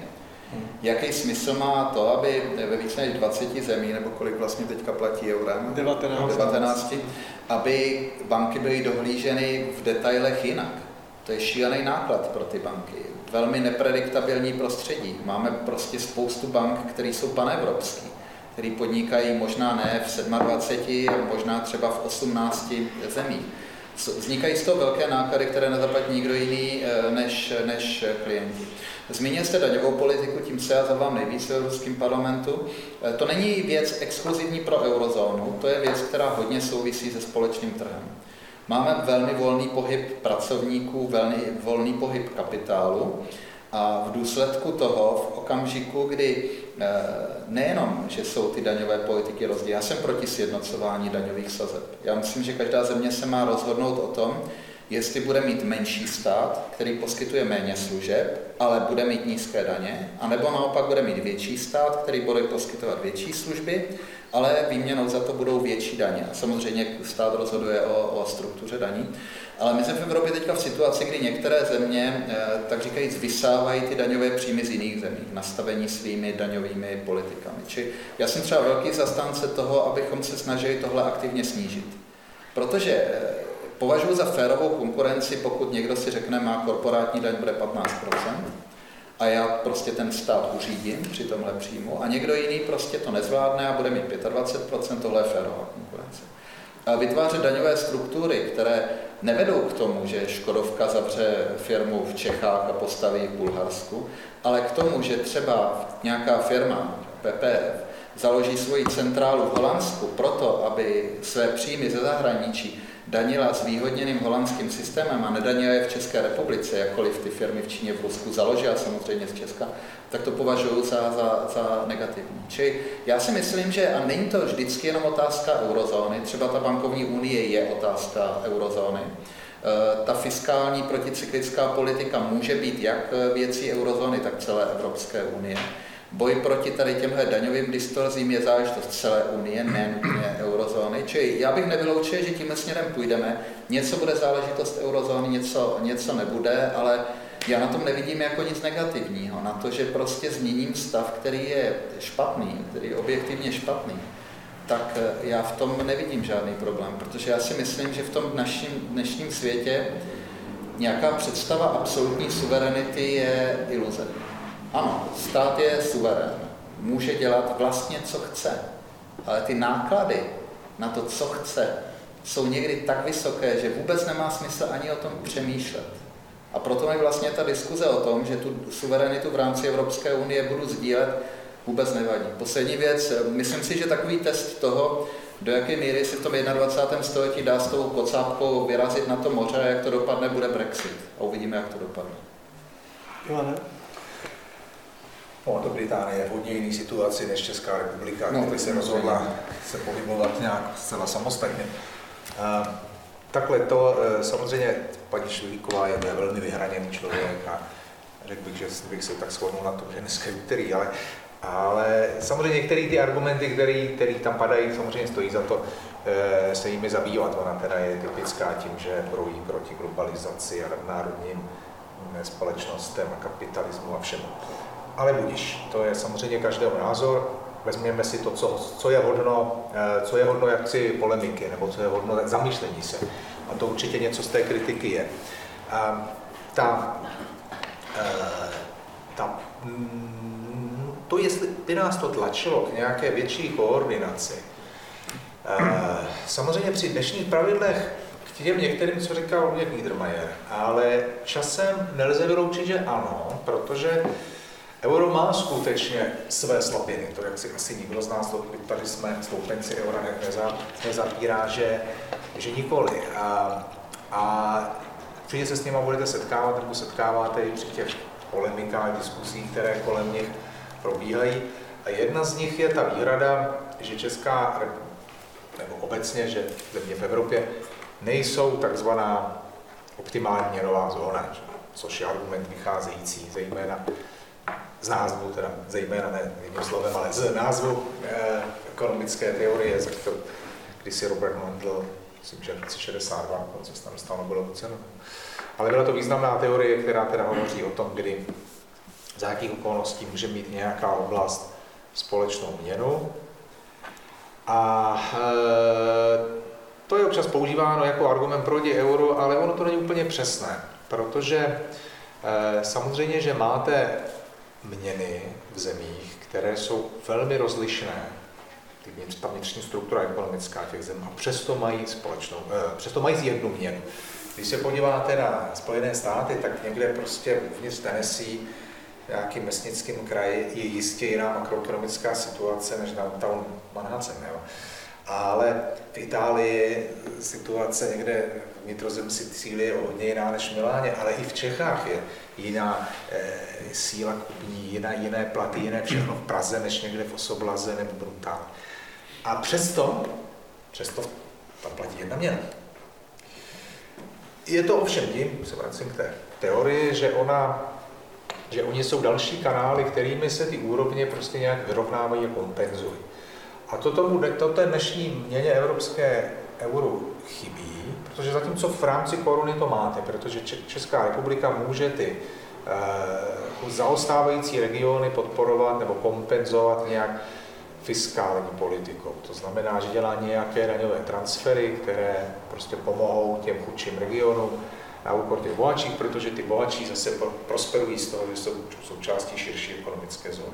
Jaký smysl má to, aby ve více než dvaceti zemí, nebo kolik vlastně teďka platí eurem? devatenácti, aby banky byly dohlíženy v detailech jinak. To je šílený náklad pro ty banky. Velmi neprediktabilní prostředí. Máme prostě spoustu bank, které jsou panevropský, které podnikají možná ne v dvaceti sedmi, možná třeba v osmnácti zemích. Vznikají z toho velké náklady, které nezaplatí nikdo jiný než, než klienti. Zmínil jste daňovou politiku, tím se já zavám nejvíc v Evropském parlamentu. To není věc exkluzivní pro eurozónu, to je věc, která hodně souvisí se společným trhem. Máme velmi volný pohyb pracovníků, velmi volný pohyb kapitálu a v důsledku toho, v okamžiku, kdy nejenom, že jsou ty daňové politiky rozdílné, já jsem proti sjednocování daňových sazeb. Já myslím, že každá země se má rozhodnout o tom, jestli bude mít menší stát, který poskytuje méně služeb, ale bude mít nízké daně, anebo naopak bude mít větší stát, který bude poskytovat větší služby, ale výměnou za to budou větší daně. A samozřejmě stát rozhoduje o, o struktuře daní. Ale my jsme v Evropě teďka v situaci, kdy některé země, tak říkajíc, vysávají ty daňové příjmy z jiných zemí, nastavení svými daňovými politikami. Či já jsem třeba velký zastánce toho, abychom se snažili tohle aktivně snížit. Protože považuji za férovou konkurenci, pokud někdo si řekne, má korporátní daň bude patnáct procent a já prostě ten stát uřídím při tomhle příjmu a někdo jiný prostě to nezvládne a bude mít dvacet pět procent, tohle je férová konkurence. A vytvářet daňové struktury, které nevedou k tomu, že Škodovka zavře firmu v Čechách a postaví v Bulharsku, ale k tomu, že třeba nějaká firma, P P F, založí svoji centrálu v Holandsku proto, aby své příjmy ze zahraničí danila s výhodněným holandským systémem a nedanila je v České republice, jakkoliv ty firmy v Číně, v Rusku založí a samozřejmě z Česka, tak to považuji za, za, za negativní. Čili já si myslím, že, a není to vždycky jenom otázka eurozóny, třeba ta bankovní unie je otázka eurozóny, ta fiskální proticyklická politika může být jak věcí eurozóny, tak celé Evropské unie. Boj proti tady těmhle daňovým distorzím je záležitost celé unie, ne nutně eurozóny. Čili já bych nevyloučil, že tímhle směrem půjdeme. Něco bude záležitost eurozóny, něco, něco nebude, ale já na tom nevidím jako nic negativního. Na to, že prostě změním stav, který je špatný, který je objektivně špatný, tak já v tom nevidím žádný problém, protože já si myslím, že v tom naším dnešním světě nějaká představa absolutní suverenity je iluze. Ano, stát je suverén, může dělat vlastně, co chce, ale ty náklady na to, co chce, jsou někdy tak vysoké, že vůbec nemá smysl ani o tom přemýšlet. A proto mi vlastně ta diskuze o tom, že tu suverenitu v rámci Evropské unie budu sdílet, vůbec nevadí. Poslední věc, myslím si, že takový test toho, do jaké míry si v tom dvacátém prvním století dá s tou kocápkou vyrazit na to moře a jak to dopadne, bude Brexit. A uvidíme, jak to dopadne. Ivane? No, to Británie je v hodně jiný situaci než Česká republika, no, která se rozhodla se pohybovat nějak zcela samostatně. Uh, takhle to, uh, samozřejmě paní Švihlíková je velmi vyhraněný člověk a řekl bych, že bych se tak shodnul na tom, že dneska je úterý, ale, ale samozřejmě některé ty argumenty, které tam padají, samozřejmě stojí za to uh, se jimi zabývat. Ona teda je typická tím, že brojí proti globalizaci a nadnárodním společnostem a kapitalismu a všemu. Ale budiš, to je samozřejmě každého názor. Vezměme si to, co, co je hodno, co je hodno jaksi polemiky, nebo co je hodno zamýšlení se. A to určitě něco z té kritiky je. A ta, ta, to, jestli by nás to tlačilo k nějaké větší koordinaci, samozřejmě při dnešních pravidlech k těm některým, co říkal Luděk Niedermayer, ale časem nelze vyloučit, že ano, protože euro má skutečně své slabiny, to jak si asi nikdo z nás, tady jsme stoupenci eura, nezapírá, že, že nikoli. A, a určitě se s nima budete setkávat, nebo setkáváte i při těch polemikách, diskuzích, které kolem nich probíhají. A jedna z nich je ta výhrada, že Česká, nebo obecně, že země v Evropě nejsou takzvaná optimální měnová zóna, což je argument vycházející zejména z názvu, teda zejména ne jedním slovem, ale z názvu eh, ekonomické teorie, za kterou kdysi Robert Mundell, myslím, že v roce šedesát dva, konce se tam dostal Nobelovu cenu. Ale byla to významná teorie, která teda hovoří o tom, kdy za jakých okolností může mít nějaká oblast společnou měnu. A e, to je občas používáno jako argument proti euro, ale ono to není úplně přesné, protože e, samozřejmě, že máte měny v zemích, které jsou velmi rozlišné, ta vnitřní struktura ekonomická těch zemí, a přesto mají společnou, e, přesto mají jednu měnu. Když se podíváte na Spojené státy, tak někde prostě uvnitř Tennessee, v nějakým vesnickém kraji, je jistě jiná makroekonomická situace než downtown Manhattan. Jo. Ale v Itálii situace někde vnitrozemí Sicílie je hodně jiná než v Miláně, ale i v Čechách je jiná e, síla kupní, jiná, jiné platy, jiné všechno v Praze než někde v Osoblaze nebo Bruntále. A přesto, přesto tam platí jedna měna. Je to ovšem tím, se vracím k té teorii, že ona, že oni jsou další kanály, kterými se ty úrovně prostě nějak vyrovnávají a kompenzují. A to tomu, to té dnešní měně evropské euru chybí, protože zatímco v rámci koruny to máte, protože Česká republika může ty e, zaostávající regiony podporovat nebo kompenzovat nějak fiskální politikou. To znamená, že dělá nějaké daňové transfery, které prostě pomohou těm chudším regionům na úkor těch bohatších, protože ty bohatší zase prosperují z toho, že jsou součástí širší ekonomické zóny.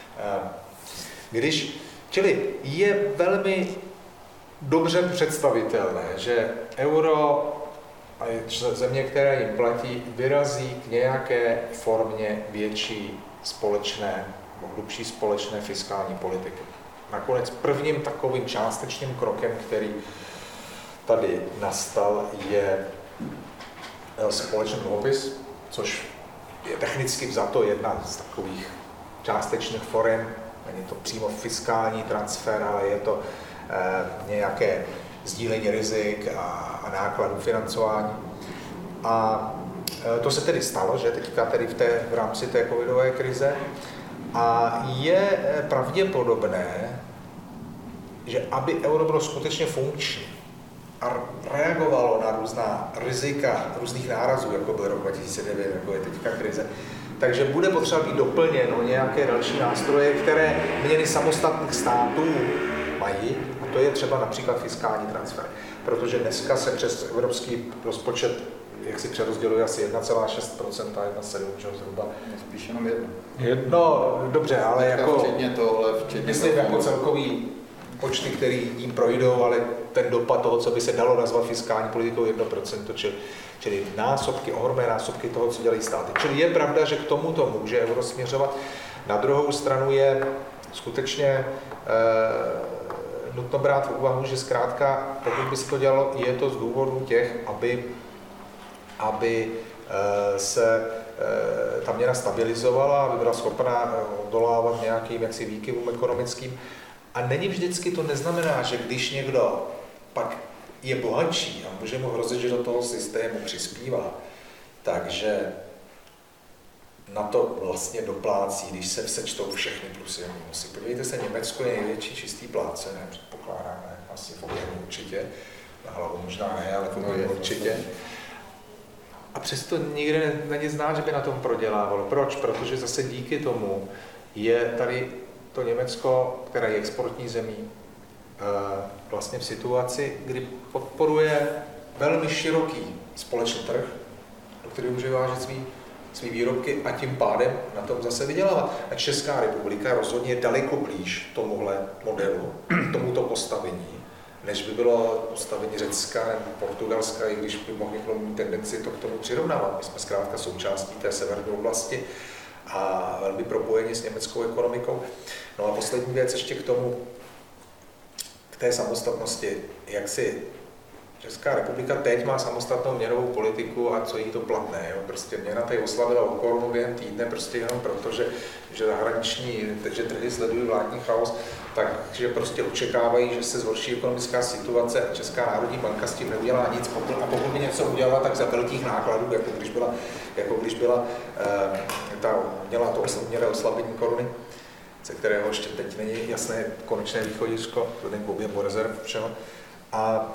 Když, čili je velmi dobře představitelné, že euro a země, které jim platí, vyrazí k nějaké formě větší společné nebo hlubší společné fiskální politiky. Nakonec prvním takovým částečným krokem, který tady nastal, je společný dluhopis, což je technicky vzato jedna z takových částečných forem. Není to přímo fiskální transfer, ale je to eh, nějaké sdílení rizik a, a nákladů financování. A eh, to se tedy stalo, že teďka tedy v, té, v rámci té covidové krize. A je eh, pravděpodobné, že aby euro bylo skutečně funkční a reagovalo na různá rizika, různých nárazů, jako byl rok dva tisíce devět, jako je teďka krize, takže bude potřeba být doplněno nějaké další nástroje, které měny samostatných států mají, a to je třeba například fiskální transfer. Protože dneska se přes evropský rozpočet jak si přerozděluje asi jedna celá šest procenta, jedna celá sedm procenta zhruba. Spíš jenom jedno. No dobře, ale Teďka jako, včetně tohle, včetně myslím toho jako celkový počty, které jim projdou, ale ten dopad toho, co by se dalo nazvat fiskální politikou jedno procento, čili, čili násobky, ohromné násobky toho, co dělají státy. Čili je pravda, že k tomu to může euro směřovat. Na druhou stranu je skutečně e, nutno brát v úvahu, že zkrátka, pokud by se to dělalo, je to z důvodu těch, aby, aby e, se e, ta měna stabilizovala, aby byla schopná odolávat nějakým jaksi výkyvům ekonomickým. A není vždycky, to neznamená, že když někdo pak je bohatší a může mu hrozit, že do toho systému přispívá, takže na to vlastně doplácí, když se sečtou všechny plusy a minusy. Podívejte se, Německo je největší čistý plátce, ne, předpokládám, ne, asi v objemu určitě, na hlavu možná ne, ale v objemu určitě. A přesto nikdy není znát, že by na tom prodělávalo. Proč? Protože zase díky tomu je tady to Německo, které je exportní zemí, vlastně v situaci, kdy podporuje velmi široký společný trh, do kterého může vážet svý, svý výrobky a tím pádem na tom zase vydělávat. A Česká republika rozhodně je daleko blíž tomuhle modelu, tomuto postavení, než by bylo postavení Řecka nebo Portugalska, i když by mohli mít tendenci to k tomu přirovnávat. My jsme zkrátka součástí té severní oblasti a velmi propojeni s německou ekonomikou. No a poslední věc ještě k tomu, k té samostatnosti, jak si Česká republika teď má samostatnou měnovou politiku a co jí to platné. Jo? Prostě měna tady oslabila o korunu během týdne, prostě jenom proto, že, že zahraniční, že trhy sledují vládní chaos, takže prostě očekávají, že se zhorší ekonomická situace a Česká národní banka s tím neudělá nic. A pokud by něco udělala, tak za velkých nákladů, jako když byla, jako když byla eh, ta, měla to měla oslabení koruny, ze kterého ještě teď není jasné konečné východisko, vzhledem k objemu rezerv všeho. A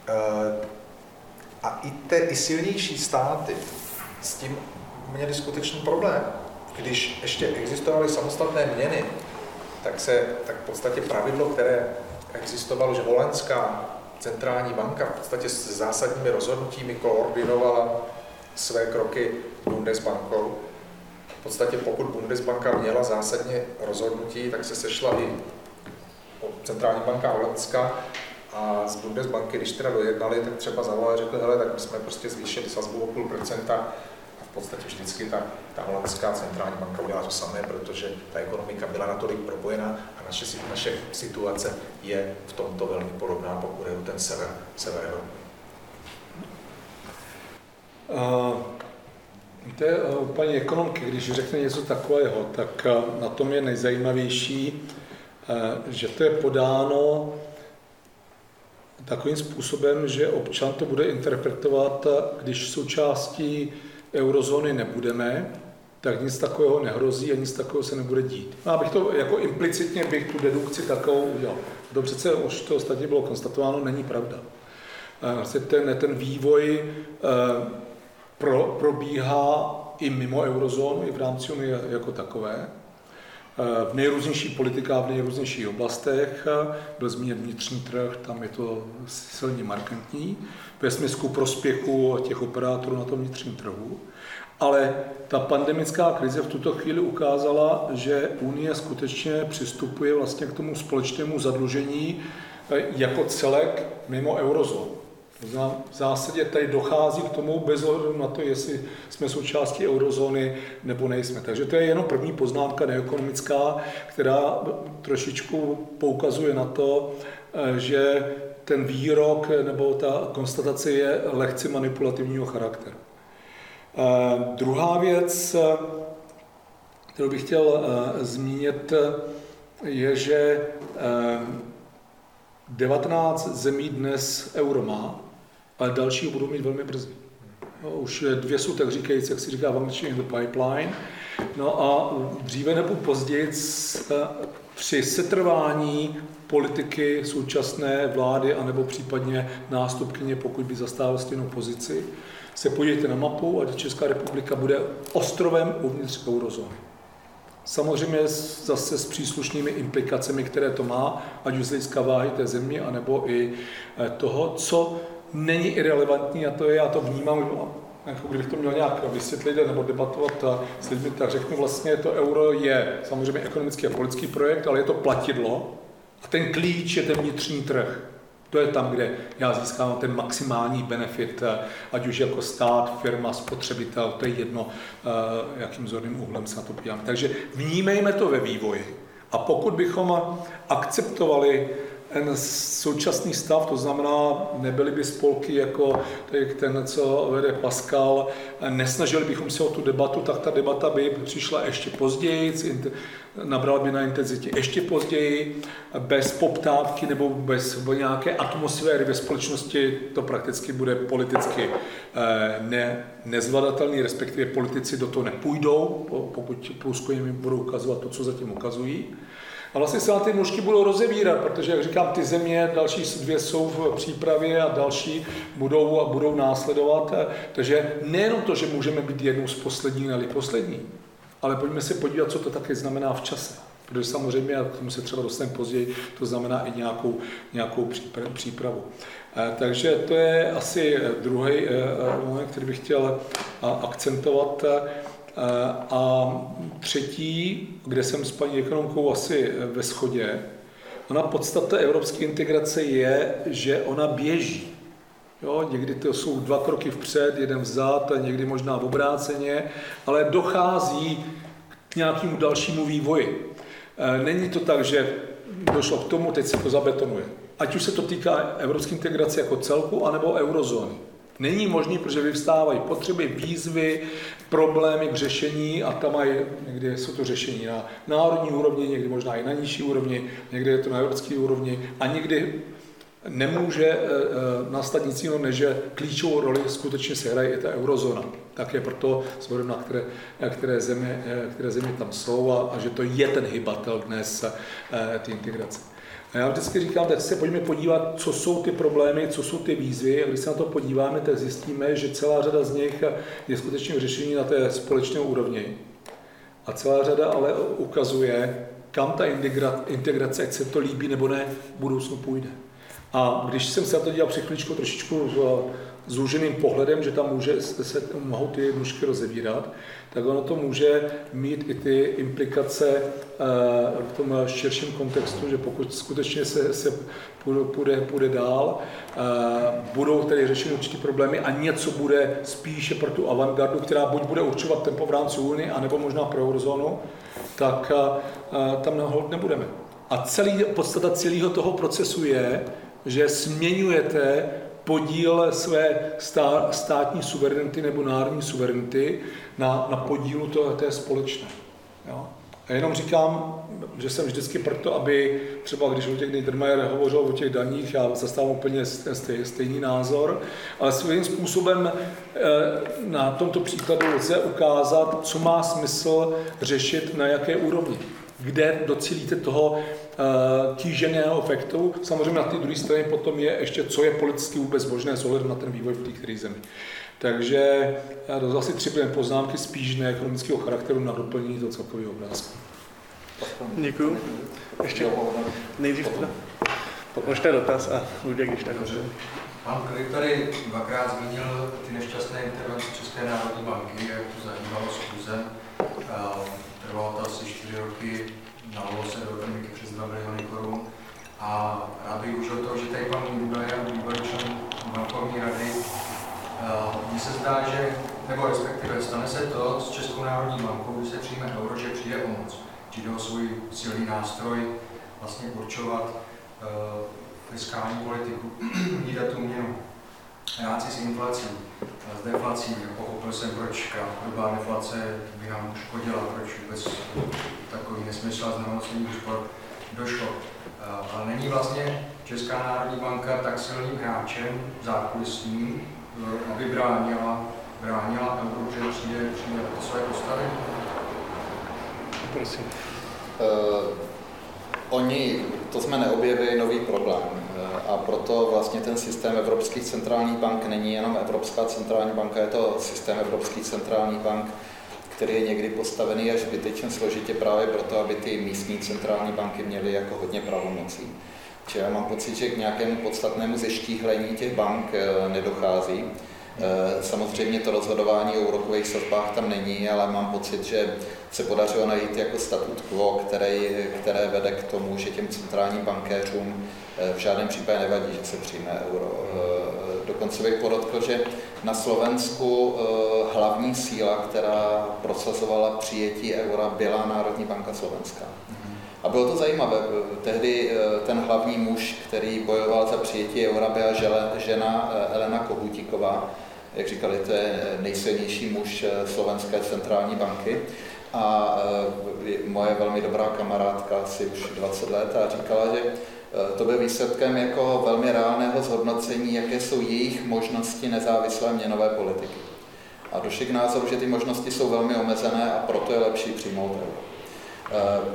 A i, te, i silnější státy s tím měli skutečný problém. Když ještě existovaly samostatné měny, tak se tak v podstatě pravidlo, které existovalo, že holandská centrální banka v podstatě s zásadními rozhodnutími koordinovala své kroky Bundesbankou. V podstatě pokud Bundesbanka měla zásadně rozhodnutí, tak se sešla i centrální banka holandská. A z Bundesbanky, když teda dojednali, tak třeba zavolali a řekli, hele, tak my jsme prostě zvýšili sazbu o půl procenta a v podstatě vždycky ta, ta holandská centrální banka udělala to samé, protože ta ekonomika byla natolik propojená a naše, naše situace je v tomto velmi podobná, pokud je ten sever, sever Evropy. Uh, víte, uh, paní ekonomky, když řekne něco takového, tak uh, na tom je nejzajímavější, uh, že to je podáno takovým způsobem, že občan to bude interpretovat, když součástí eurozóny nebudeme, tak nic takového nehrozí a nic takového se nebude dít. No, abych to jako implicitně bych tu dedukci takovou udělal. To přece už to ostatně bylo konstatováno, není pravda. Ten, ten vývoj pro, probíhá i mimo eurozónu, i v rámci unie jako takové. V nejrůznějších politikách, v nejrůznějších oblastech, byl zmíněn vnitřní trh, tam je to silně markantní, ve smyslu prospěchu těch operátorů na tom vnitřním trhu. Ale ta pandemická krize v tuto chvíli ukázala, že Unie skutečně přistupuje vlastně k tomu společnému zadlužení jako celek mimo eurozónu. V zásadě tady dochází k tomu bez ohledu na to, jestli jsme součástí eurozóny nebo nejsme. Takže to je jenom první poznámka neekonomická, která trošičku poukazuje na to, že ten výrok nebo ta konstatace je lehce manipulativního charakteru. Druhá věc, kterou bych chtěl zmínit, je, že devatenáct zemí dnes euro má, ale další budou mít velmi brzy. No, už dvě jsou tak říkající, jak si říká v angličtině, in the pipeline. No a dříve nebo později při setrvání politiky současné vlády anebo případně nástupkyně, pokud by zastávala stejnou pozici, se podívejte na mapu a Česká republika bude ostrovem uvnitř eurozóny. Samozřejmě zase s příslušnými implikacemi, které to má, ať už z hlediska váhy té země, anebo i toho, co není irrelevantní, a to je, já to vnímám, jako kdybych to měl nějak vysvětlit nebo debatovat s lidmi, tak řeknu vlastně, to euro je samozřejmě ekonomický a politický projekt, ale je to platidlo a ten klíč je ten vnitřní trh. To je tam, kde já získávám ten maximální benefit, ať už jako stát, firma, spotřebitel, to je jedno, jakým zorným úhlem se na to podíváme. Takže vnímejme to ve vývoji. A pokud bychom akceptovali ten současný stav, to znamená, nebyly by spolky jako ten, co vede Pascal, nesnažili bychom se o tu debatu, tak ta debata by přišla ještě později, nabrala by na intenzitě ještě později, bez poptávky nebo bez nějaké atmosféry ve společnosti to prakticky bude politicky ne, nezvladatelný, respektive politici do toho nepůjdou, pokud průzkumy budou ukazovat to, co zatím ukazují. A vlastně se na ty nůžky budou rozevírat, protože, jak říkám, ty země, další dvě jsou v přípravě a další budou, a budou následovat. Takže nejenom to, že můžeme být jednou z posledních, nebo poslední, ale pojďme se podívat, co to také znamená v čase. Protože samozřejmě, a k tomu se třeba dostaneme později, to znamená i nějakou, nějakou přípravu. Takže to je asi druhý moment, který bych chtěl akcentovat. A třetí, kde jsem s paní ekonomkou asi ve shodě, ona podstata evropské integrace je, že ona běží. Jo, někdy to jsou dva kroky vpřed, jeden vzad, někdy možná v obráceně, ale dochází k nějakému dalšímu vývoji. Není to tak, že došlo k tomu, teď se to zabetonuje. Ať už se to týká evropské integrace jako celku, anebo eurozóny. Není možný, protože vyvstávají potřeby, výzvy, problémy k řešení a tam mají, někdy jsou to řešení na národní úrovni, někdy možná i na nižší úrovni, někdy je to na evropské úrovni a někdy nemůže nastat nic jiného, než že klíčovou roli skutečně se hraje i ta eurozóna. Tak je proto vzhledem na které, které, země, které země tam jsou a, a že to je ten hybatel dnes ty integrace. A já vždycky říkám, tak se pojďme podívat, co jsou ty problémy, co jsou ty výzvy. A když se na to podíváme, tak zjistíme, že celá řada z nich je skutečně řešení na té společné úrovni. A celá řada ale ukazuje, kam ta integrace, ať se to líbí nebo ne, v budoucnu půjde. A když jsem se na to dělal před chvíličkou trošičku zúženým pohledem, že tam může, se mohou ty nůžky rozevírat, tak ono to může mít i ty implikace v tom širším kontextu, že pokud skutečně se, se půjde, půjde dál, budou tedy řešeny určitý problémy a něco bude spíše pro tu avantgardu, která buď bude určovat tempo v rámci Unie, anebo možná pro eurozónu, tak tam nahoru nebudeme. A celý, podstata celého toho procesu je, že směňujete podíl své státní suverenity nebo národní suverenity na, na podílu toho, té společné. Jo? A jenom říkám, že jsem vždycky proto, aby třeba když Luděk Niedermayer hovořil o těch daních, já zastávám úplně stej, stejný názor, ale svým způsobem na tomto příkladu lze ukázat, co má smysl řešit na jaké úrovni, kde docílíte toho tíženého efektu. Samozřejmě na té druhé straně potom je ještě, co je politicky vůbec možné s ohledem na ten vývoj v té které zemi. Takže to jsou asi tři poznámky spíš neekonomického charakteru na doplnění toho celkového obrázku. Děkuji. Ještě nejdřív teda. Možná dotaz a Luděk, když tak hoře. Pan Klik tady dvakrát zmínil ty nešťastné intervence České národní banky, jak to zajímalo s kuzem. Trvalo to asi čtyři roky, nalilo se do ekonomiky přes dva biliony korun. A rád bych užil toho, že tady pan Dudajer, bývalý člen bankovní rady, mně se zdá, že, nebo respektive stane se to s Českou národní bankou, když se přijme euro, že přijde o moc. Přijde o svůj silný nástroj vlastně určovat fiskální politiku, jídat tu měnu. Já si s inflací, s deflací, pochopil jsem, proč krátkodobá deflace by nám uškodila, proč vůbec takový nesmysl a znehodnocení úspor došlo. Ale není vlastně Česká národní banka tak silným hráčem zákulisním, aby bránila, bránila euro, že přijde, přijde to své postavení? Prosím. Uh, oni, to jsme neobjevili nový problém a proto vlastně ten systém Evropských centrálních bank není jenom Evropská centrální banka, je to systém Evropských centrálních bank, který je někdy postavený až zbytečně složitě právě proto, aby ty místní centrální banky měly jako hodně pravomocí. Čili já mám pocit, že k nějakému podstatnému zeštíhlení těch bank nedochází. Samozřejmě to rozhodování o úrokových sazbách tam není, ale mám pocit, že se podařilo najít jako statut quo, který, které vede k tomu, že těm centrálním bankéřům v žádném případě nevadí, že se přijme euro. Dokonce bych podotkl, že na Slovensku hlavní síla, která prosazovala přijetí eura, byla Národní banka Slovenska. A bylo to zajímavé. Tehdy ten hlavní muž, který bojoval za přijetí eura, byla žena Elena Kohoutíková. Jak říkali, to je nejsilnější muž Slovenské centrální banky. A moje velmi dobrá kamarádka, asi už dvacet let, a říkala, že to byl výsledkem jako velmi reálného zhodnocení, jaké jsou jejich možnosti nezávislé měnové politiky. A došli k názoru, že ty možnosti jsou velmi omezené a proto je lepší přijmout euro.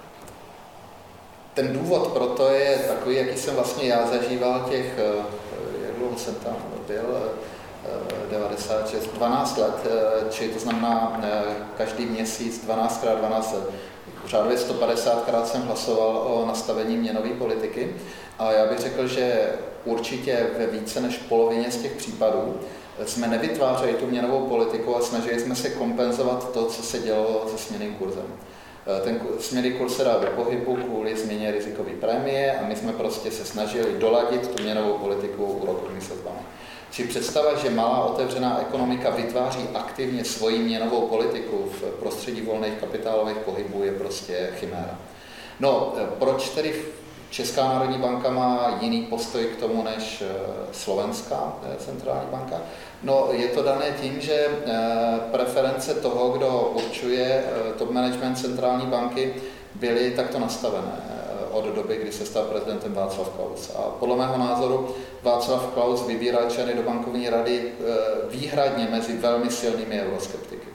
Ten důvod pro to je takový, jaký jsem vlastně já zažíval těch, jak dlouho jsem tam byl, devadesát šest, dvanáct let, čili to znamená každý měsíc dvanáctkrát dvanáct let. Řádově sto padesátkrát jsem hlasoval o nastavení měnové politiky a já bych řekl, že určitě ve více než polovině z těch případů jsme nevytvářeli tu měnovou politiku a snažili jsme se kompenzovat to, co se dělo se směnným kurzem. Ten směnný kurz se dá do pohybu kvůli změně rizikové prémie a my jsme prostě se snažili doladit tu měnovou politiku úrokovými sazbami. Či představa, že malá otevřená ekonomika vytváří aktivně svoji měnovou politiku v prostředí volných kapitálových pohybů, je prostě chiméra. No, proč tedy Česká národní banka má jiný postoj k tomu než Slovenská centrální banka? No, je to dané tím, že preference toho, kdo určuje top management centrální banky, byly takto nastavené od doby, kdy se stal prezidentem Václav Klaus. A podle mého názoru Václav Klaus vybíral členy do bankovní rady výhradně mezi velmi silnými euroskeptiky.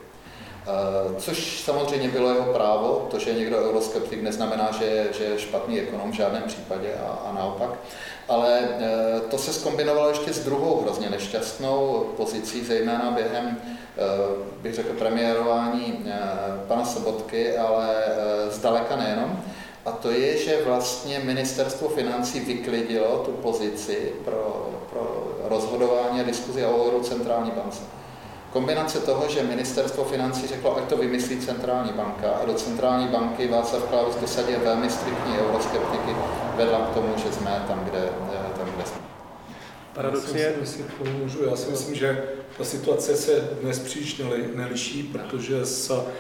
Což samozřejmě bylo jeho právo, to, že je někdo euroskeptik, neznamená, že, že je špatný ekonom v žádném případě a, a naopak. Ale to se zkombinovalo ještě s druhou hrozně nešťastnou pozicí, zejména během, bych řekl, premiérování pana Sobotky, ale zdaleka nejenom. A to je, že vlastně ministerstvo financí vyklidilo tu pozici pro, pro rozhodování a diskuzi o euro centrální bance. Kombinace toho, že ministerstvo financí řeklo, ať to vymyslí centrální banka a do centrální banky Václav Klaus dosadil velmi striktní euroskeptiky, vedla k tomu, že jsme tam, kde, tam, kde jsme. Paradoxně, jestli můžu, já si myslím, že ta situace se dnes příliš neliší, protože s uh,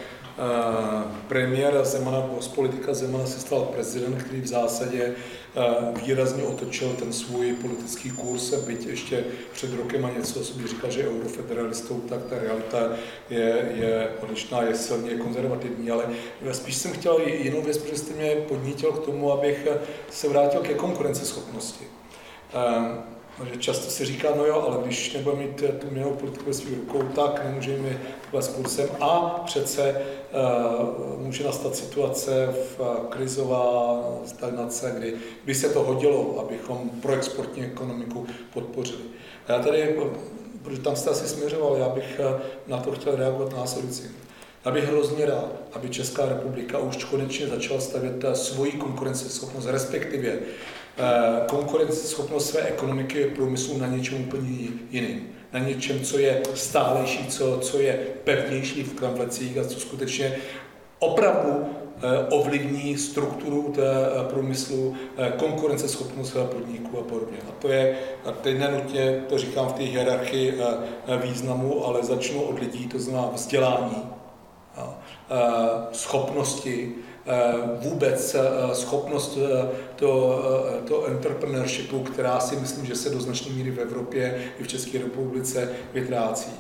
premiéra Zemana, z politika Zemana se stal prezident, který v zásadě uh, výrazně otočil ten svůj politický kurz, byť ještě před rokem a něco, co bych říkal, že je eurofederalistou, tak ta realita je, je odlišná, je silně konzervativní, ale spíš jsem chtěl jinou věc, protože jste mě podnítil k tomu, abych se vrátil ke konkurenceschopnosti. Uh, že často se říká, no jo, ale když nebudeme mít tu měnovou politiku ve svých rukou, tak nemůžeme být s kursem a přece uh, může nastat situace v uh, krizová stagnace, kdy by se to hodilo, abychom pro exportní ekonomiku podpořili. A já tady, protože tam jste asi směřoval, já bych uh, na to chtěl reagovat následující. Já bych hrozně rád, aby Česká republika už konečně začala stavět svoji konkurenceschopnost, respektive konkurenceschopnost své ekonomiky průmyslu na něčem úplně jiným. Na něčem, co je stálejší, co, co je pevnější v kramflecích a co skutečně opravdu ovlivní strukturu té průmyslu, konkurenceschopnost podniků a podobně. A to je, a teď nenutně to říkám v té hierarchii významu, ale začnu od lidí, to znamená vzdělání, schopnosti, vůbec schopnost to, to entrepreneurshipu, která si myslím, že se do značné míry v Evropě i v České republice vytrácí.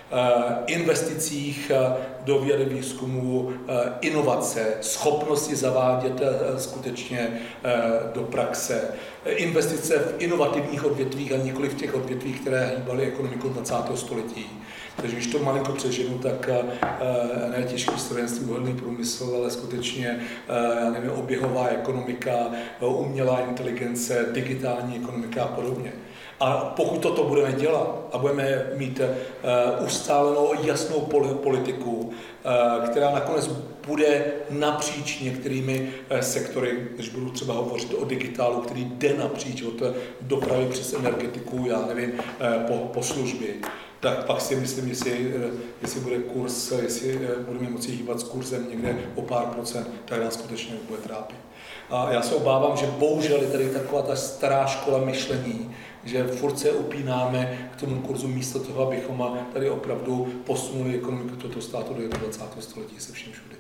Investicích do vědy výzkumu, inovace, schopnosti zavádět skutečně do praxe, investice v inovativních odvětvích a nikoli v těch odvětvích, které hýbaly ekonomikou dvacátého století. Takže když to malinko přeženu, tak ne těžký strojenství, uhelný průmysl, ale skutečně já nevím, oběhová ekonomika, umělá inteligence, digitální ekonomika a podobně. A pokud toto budeme dělat a budeme mít uh, ustálenou jasnou politiku, uh, která nakonec bude napříč některými uh, sektory, když budu třeba hovořit o digitálu, který jde napříč od dopravy přes energetiku, já nevím, uh, po, po služby, tak pak si myslím, jestli, jestli bude kurz, jestli budeme moci hýbat s kurzem někde o pár procent, tak nás skutečně bude trápit. A já se obávám, že bohužel je tady taková ta stará škola myšlení, že furt se upínáme k tomu kurzu místo toho, abychom tady opravdu posunuli ekonomiku tohoto státu do dvacátého století se vším všude.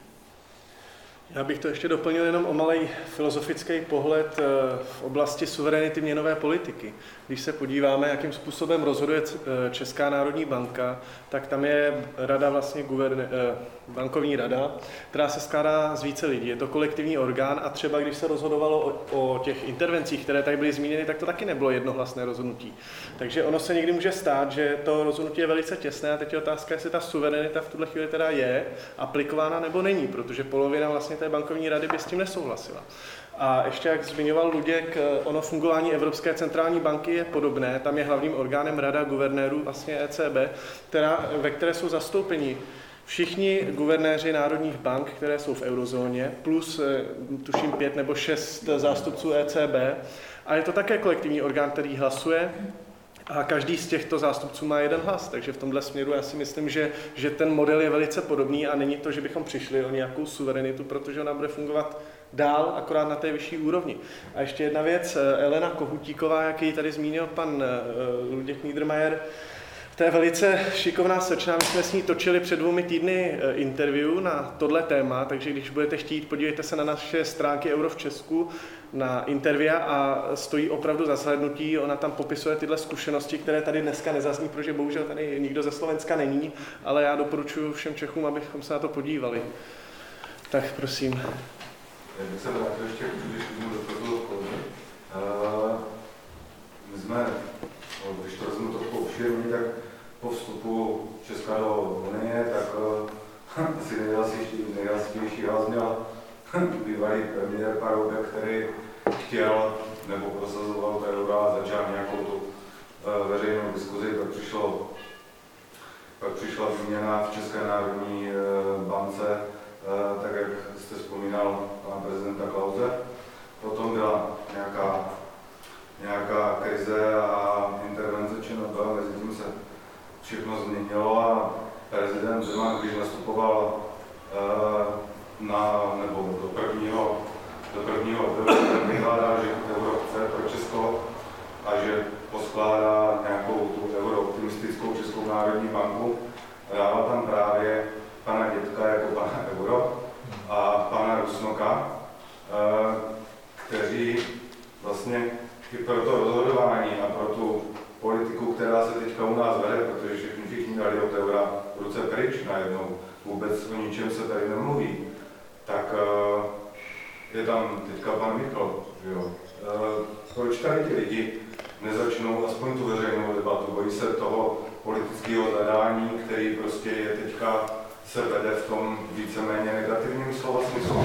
Já bych to ještě doplnil jenom o malý filozofický pohled v oblasti suverenity měnové politiky. Když se podíváme, jakým způsobem rozhoduje Česká národní banka, tak tam je rada vlastně guverne, bankovní rada, která se skládá z více lidí. Je to kolektivní orgán a třeba když se rozhodovalo o, o těch intervencích, které tady byly zmíněny, tak to taky nebylo jednohlasné rozhodnutí. Takže ono se někdy může stát, že to rozhodnutí je velice těsné a teď je otázka, jestli ta suverenita v tuhle chvíli teda je aplikována nebo není, protože polovina vlastně té bankovní rady by s tím nesouhlasila. A ještě, jak zmiňoval Luděk, ono fungování Evropské centrální banky je podobné. Tam je hlavním orgánem rada guvernérů, vlastně E C B, která, ve které jsou zastoupeni všichni guvernéři národních bank, které jsou v eurozóně, plus tuším pět nebo šest zástupců E C B. A je to také kolektivní orgán, který hlasuje. A každý z těchto zástupců má jeden hlas, takže v tomhle směru já si myslím, že, že ten model je velice podobný a není to, že bychom přišli o nějakou suverenitu, protože ona bude fungovat dál, akorát na té vyšší úrovni. A ještě jedna věc, Elena Kohutíková, jak ji tady zmínil pan Luděk Niedermayer, to je velice šikovná slečna, my jsme s ní točili před dvoumi týdny interview na tohle téma, takže když budete chtít, podívejte se na naše stránky Euro v Česku, na intervia a stojí opravdu za shlédnutí. Ona tam popisuje tyhle zkušenosti, které tady dneska nezazní, protože bohužel tady nikdo ze Slovenska není, ale já doporučuji všem Čechům, abychom se na to podívali. Tak prosím. Já bych se vrátil ještě, když jsme do toho kolegy. My jsme, když to vezmu trochu obširně, tak po vstupu Česka do Unie, tak asi nejhlasnější hlas měl bývalý premiér Paroubek, který chtěl nebo prosazoval to euro a začal nějakou tu veřejnou diskuzi, pak přišlo pak přišla výměna v České národní bance, tak jak jste vzpomínal pana prezidenta Klause. Potom byla nějaká, nějaká krize a intervence ČNB, mezi tím se všechno změnilo a prezident Zeman, když nastupoval na, nebo do prvního, do prvního období, vyhládá, že euro chce pro Česko a že poskládá nějakou tu eurooptimistickou Českou národní banku. Dával tam právě pana Dětka jako pana euro a pana Rusnoka, kteří vlastně i pro to rozhodování a pro tu politiku, která se teďka u nás vede, protože všichni, všichni dali od eura v ruce pryč najednou, vůbec o ničem se tady nemluví, tak je tam teďka pan Mikl, jo. Proč tady ti lidi nezačnou aspoň tu veřejnou debatu, bojí se toho politického zadání, který prostě je teďka se vede v tom víceméně negativním slova smyslu.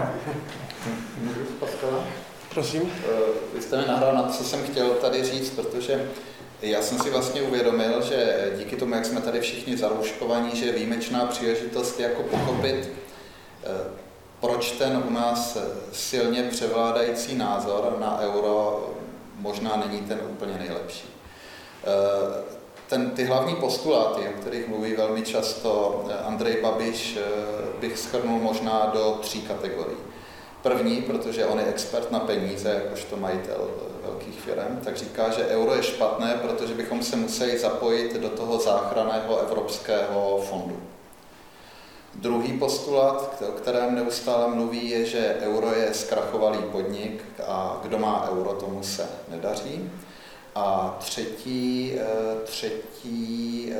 Prosím. Vy jste mi nahrál na to, co jsem chtěl tady říct, protože já jsem si vlastně uvědomil, že díky tomu, jak jsme tady všichni zarouškovaní, že je výjimečná příležitost jako pochopit, proč ten u nás silně převládající názor na euro možná není ten úplně nejlepší. Ten, ty hlavní postuláty, o kterých mluví velmi často Andrej Babiš, bych shrnul možná do tří kategorií. První, protože on je expert na peníze, jakožto majitel velkých firm, tak říká, že euro je špatné, protože bychom se museli zapojit do toho záchranného evropského fondu. Druhý postulát, o kterém neustále mluví, je, že euro je zkrachovalý podnik a kdo má euro, tomu se nedaří. A třetí, třetí,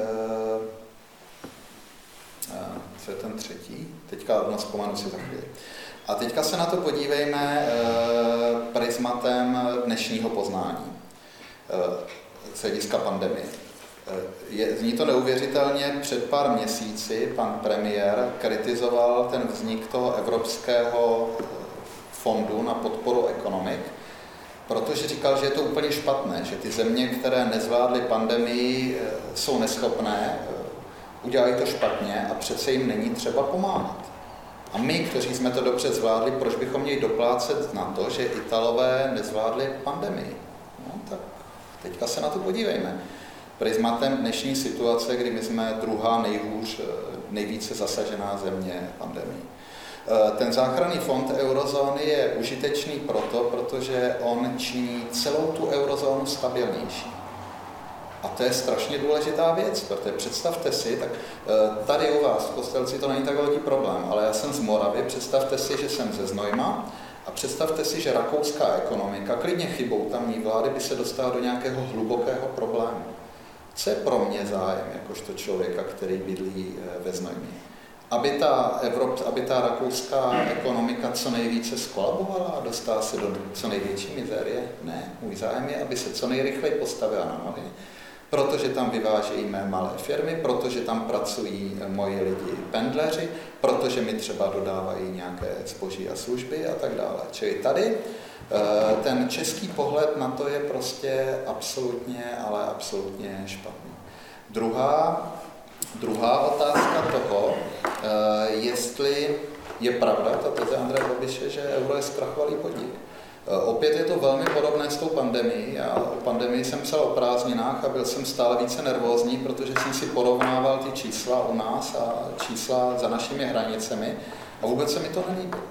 co je ten třetí? Teďka no, vzpomenu si za chvíli. A teďka se na to podívejme prismatem dnešního poznání z hlediska pandemie. Je, zní to neuvěřitelně, před pár měsíci pan premiér kritizoval ten vznik toho Evropského fondu na podporu ekonomik, protože říkal, že je to úplně špatné, že ty země, které nezvládly pandemii, jsou neschopné, udělají to špatně a přece jim není třeba pomáhat. A my, kteří jsme to dobře zvládli, proč bychom měli doplácet na to, že Italové nezvládli pandemii? No, tak teďka se na to podívejme. Prismatem dnešní situace, kdy my jsme druhá nejhůř, nejvíce zasažená země pandemii. Ten záchranný fond eurozóny je užitečný proto, protože on činí celou tu eurozónu stabilnější. A to je strašně důležitá věc, protože představte si, tak tady u vás v Kostelci to není tak velký problém, ale já jsem z Moravy, představte si, že jsem ze Znojma a představte si, že rakouská ekonomika, klidně chybou tamní vlády, by se dostala do nějakého hlubokého problému. Co je pro mě zájem, jakožto člověka, který bydlí ve Znojmě? Aby ta, Evrop, aby ta rakouská ekonomika co nejvíce skolabovala a dostala se do co největší mizérie? Ne, můj zájem je, aby se co nejrychleji postavila na nohy, protože tam vyvážejí mé malé firmy, protože tam pracují moji lidi pendleři, protože mi třeba dodávají nějaké zboží a služby a tak dále. Čili tady ten český pohled na to je prostě absolutně, ale absolutně špatný. Druhá, druhá otázka toho, jestli je pravda ta teze Andreje Babiše, že euro je zkrachovalý podnik. Opět je to velmi podobné s tou pandemií. Já o pandemii jsem psal o prázdninách a byl jsem stále více nervózní, protože jsem si porovnával ty čísla u nás a čísla za našimi hranicemi a vůbec se mi to nelíbilo.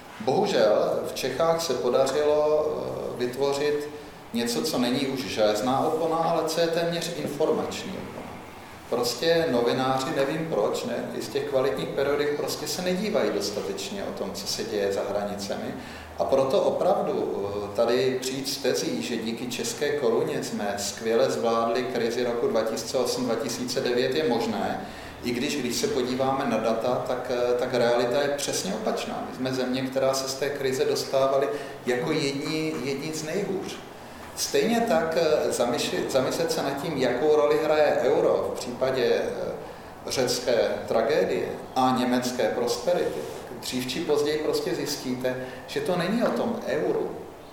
Bohužel v Čechách se podařilo vytvořit něco, co není už železná opona, ale co je téměř informační opona. Prostě novináři, nevím proč, ne, i z těch kvalitních periodik prostě se nedívají dostatečně o tom, co se děje za hranicemi. A proto opravdu tady přijít s tezí, že díky české koruně jsme skvěle zvládli krizi roku dva tisíce osm dva tisíce devět, je možné, i když, když se podíváme na data, tak, tak realita je přesně opačná. My jsme země, která se z té krize dostávaly jako jedni, jedni z nejhůř. Stejně tak zamyslet, zamyslet se nad tím, jakou roli hraje euro v případě řecké tragédie a německé prosperity. Dřív či později prostě zjistíte, že to není o tom euru.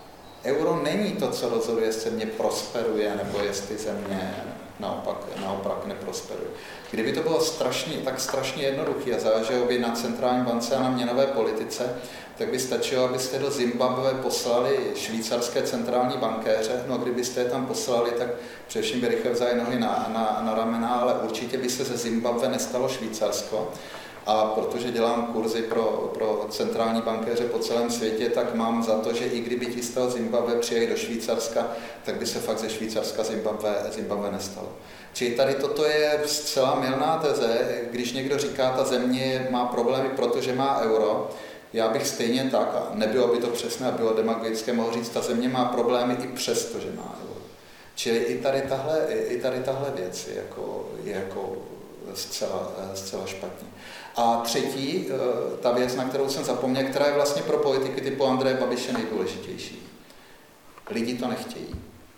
Euro není to, co rozhoduje, jestli země prosperuje, nebo jestli země naopak, naopak neprosperuje. Kdyby to bylo strašně, tak strašně jednoduché a záleželo by na centrální bance a na měnové politice, tak by stačilo, abyste do Zimbabwe poslali švýcarské centrální bankéře, no a kdybyste je tam poslali, tak především by rychle vzali nohy na, na, na ramena, ale určitě by se ze Zimbabwe nestalo Švýcarsko. A protože dělám kurzy pro, pro centrální bankéře po celém světě, tak mám za to, že i kdyby ti z toho Zimbabwe přijeli do Švýcarska, tak by se fakt ze Švýcarska Zimbabwe, Zimbabwe nestalo. Čili tady toto je zcela mylná teze, když někdo říká, ta země má problémy, protože má euro, já bych stejně tak, a nebylo by to přesné a bylo demagogické, mohl říct, ta země má problémy i přesto, že má euro. Čili i tady tahle, i tady tahle věc je jako, je jako zcela, zcela špatně. A třetí, ta věc, na kterou jsem zapomněl, která je vlastně pro politiky typu Andreje Babiše nejdůležitější. Lidi to nechtějí.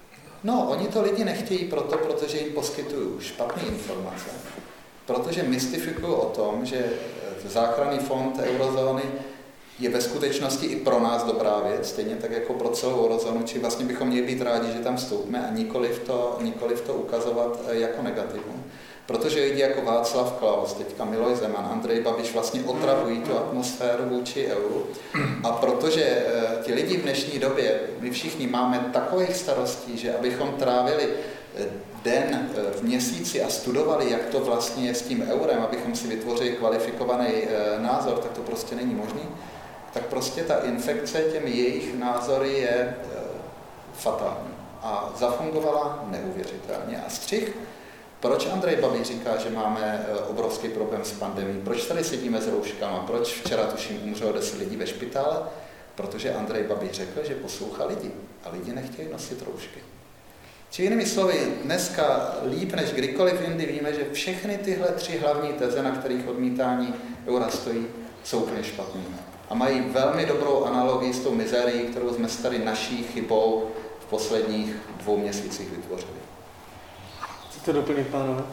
No, oni to lidi nechtějí proto, protože jim poskytují špatné informace. Protože mystifikují o tom, že záchranný fond eurozóny je ve skutečnosti i pro nás dobrá věc, stejně tak jako pro celou eurozónu, či vlastně bychom měli být rádi, že tam vstoupíme a nikoliv to, nikoliv to ukazovat jako negativum. Protože lidi jako Václav Klaus, teďka Miloš Zeman, Andrej Babiš vlastně otravují tu atmosféru vůči euru. A protože ti lidi v dnešní době, my všichni máme takových starostí, že abychom trávili den v měsíci a studovali, jak to vlastně je s tím eurem, abychom si vytvořili kvalifikovaný názor, tak to prostě není možné, tak prostě ta infekce těmi jejich názory je fatální. A zafungovala neuvěřitelně. A střih Proč Andrej Babiš říká, že máme obrovský problém s pandemií? Proč tady sedíme s rouškama? Proč včera tuším umřelo deset lidí ve špitále? Protože Andrej Babiš řekl, že poslouchá lidi a lidi nechtějí nosit roušky. Či jinými slovy, dneska líp než kdykoliv jindy víme, že všechny tyhle tři hlavní teze, na kterých odmítání eura stojí, jsou úplně špatné. A mají velmi dobrou analogii s tou mizérií, kterou jsme tady naší chybou v posledních dvou měsících vytvořili. Chcete doplnit, pánové?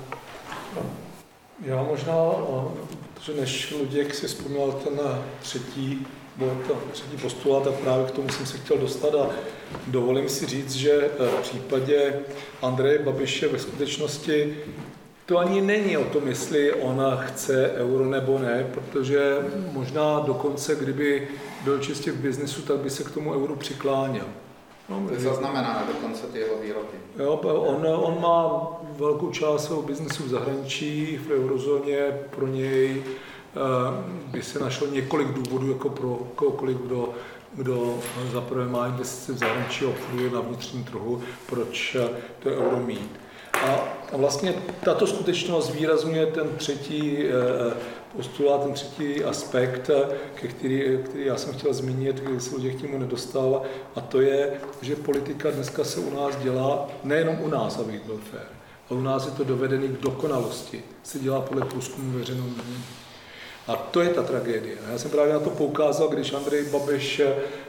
Já možná, protože než Luděk si vzpomněl ten třetí, ten třetí postulát, a právě k tomu jsem se chtěl dostat a dovolím si říct, že v případě Andreje Babiše ve skutečnosti to ani není o tom, jestli ona chce euro nebo ne, protože možná dokonce, kdyby byl čistě v biznesu, tak by se k tomu euru přikláněl. No, to je zaznamenáno dokonce ty jeho výroky. Jo, on, on má velkou část svého biznesu v zahraničí, v eurozóně, pro něj by se našlo několik důvodů, jako pro kohokoliv, kdo, kdo zaprvé má investice v zahraničí a obchoduje na vnitřním trhu, proč to euro mít. A, a vlastně tato skutečnost výrazňuje ten třetí postulát, ten třetí aspekt, ke který, který já jsem chtěl zmínit, když se Luděk k němu nedostal, a to je, že politika dneska se u nás dělá, nejenom u nás, abych byl fér, ale u nás je to dovedený k dokonalosti, se dělá podle průzkumu veřejného mínění. A to je ta tragédie. Já jsem právě na to poukázal, když Andrej Babiš uh,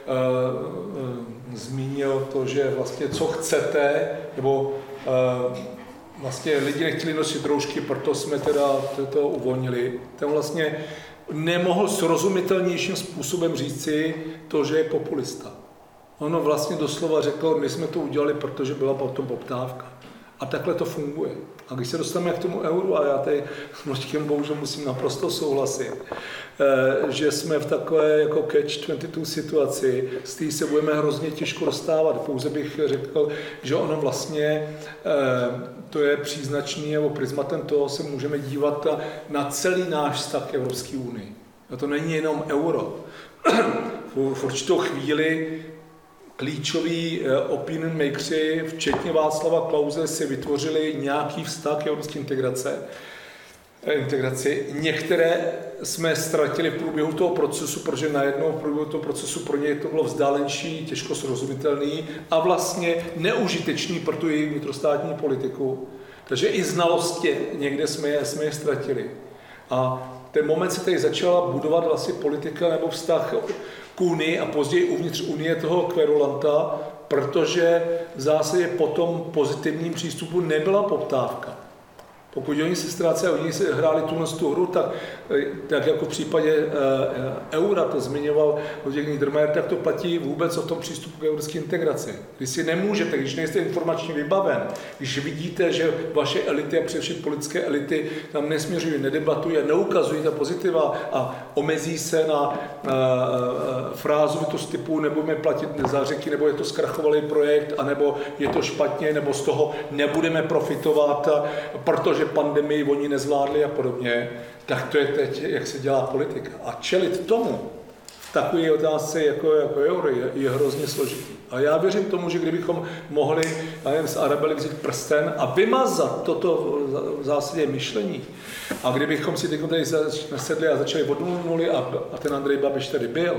uh, zmínil to, že vlastně co chcete, nebo uh, vlastně lidi nechtěli nosit roušky, proto jsme teda to uvolnili. Ten vlastně nemohl srozumitelnějším způsobem říci to, že je populista. On vlastně doslova řekl, my jsme to udělali, protože byla potom poptávka. A takhle to funguje. A když se dostaneme k tomu euru, a já tady s Luďkem bohužel musím naprosto souhlasit, že jsme v takové jako catch dvacet dva situaci, z té se budeme hrozně těžko dostávat. Pouze bych řekl, že ono vlastně, to je příznačný, nebo prismatem toho se můžeme dívat na celý náš vztah k Evropské unii. A to není jenom euro. V určitou chvíli klíčoví opinion makersi, včetně Václava Klause, si vytvořili nějaký vztah k evropské integrace. integraci. Některé jsme ztratili v průběhu toho procesu, protože najednou v průběhu toho procesu pro ně to bylo vzdálenší, těžko srozumitelný a vlastně neužitečný pro tu její vnitrostátní politiku. Takže i znalosti někde jsme je, jsme je ztratili. A ten moment se tady začala budovat vlastně politika nebo vztah k Unii a později uvnitř Unie toho kverulanta, protože v zásadě po tom pozitivním přístupu nebyla poptávka. Pokud oni se ztrácejí, oni se hráli tu hru, tak, tak jako v případě e, eura, to zmiňoval Luděk Niedermayer, tak to platí vůbec o tom přístupu k evropské integraci. Když si nemůžete, když nejste informačně vybaven, když vidíte, že vaše elity a především politické elity tam nesměřují, nedebatují a neukazují ta pozitiva a omezí se na e, e, frázovitost typu nebudeme platit za řeky, nebo je to zkrachovalý projekt, anebo je to špatně, nebo z toho nebudeme profitovat, protože pandemii oni nezvládli a podobně, tak to je teď, jak se dělá politika. A čelit tomu v takové otázce jako, jako euro je, je hrozně složitý. A já věřím tomu, že kdybychom mohli nevím, z Arabely vzít prsten a vymazat toto v zásadě myšlení, a kdybychom si teď tady nasedli a začali od nuly a, a ten Andrej Babiš tady byl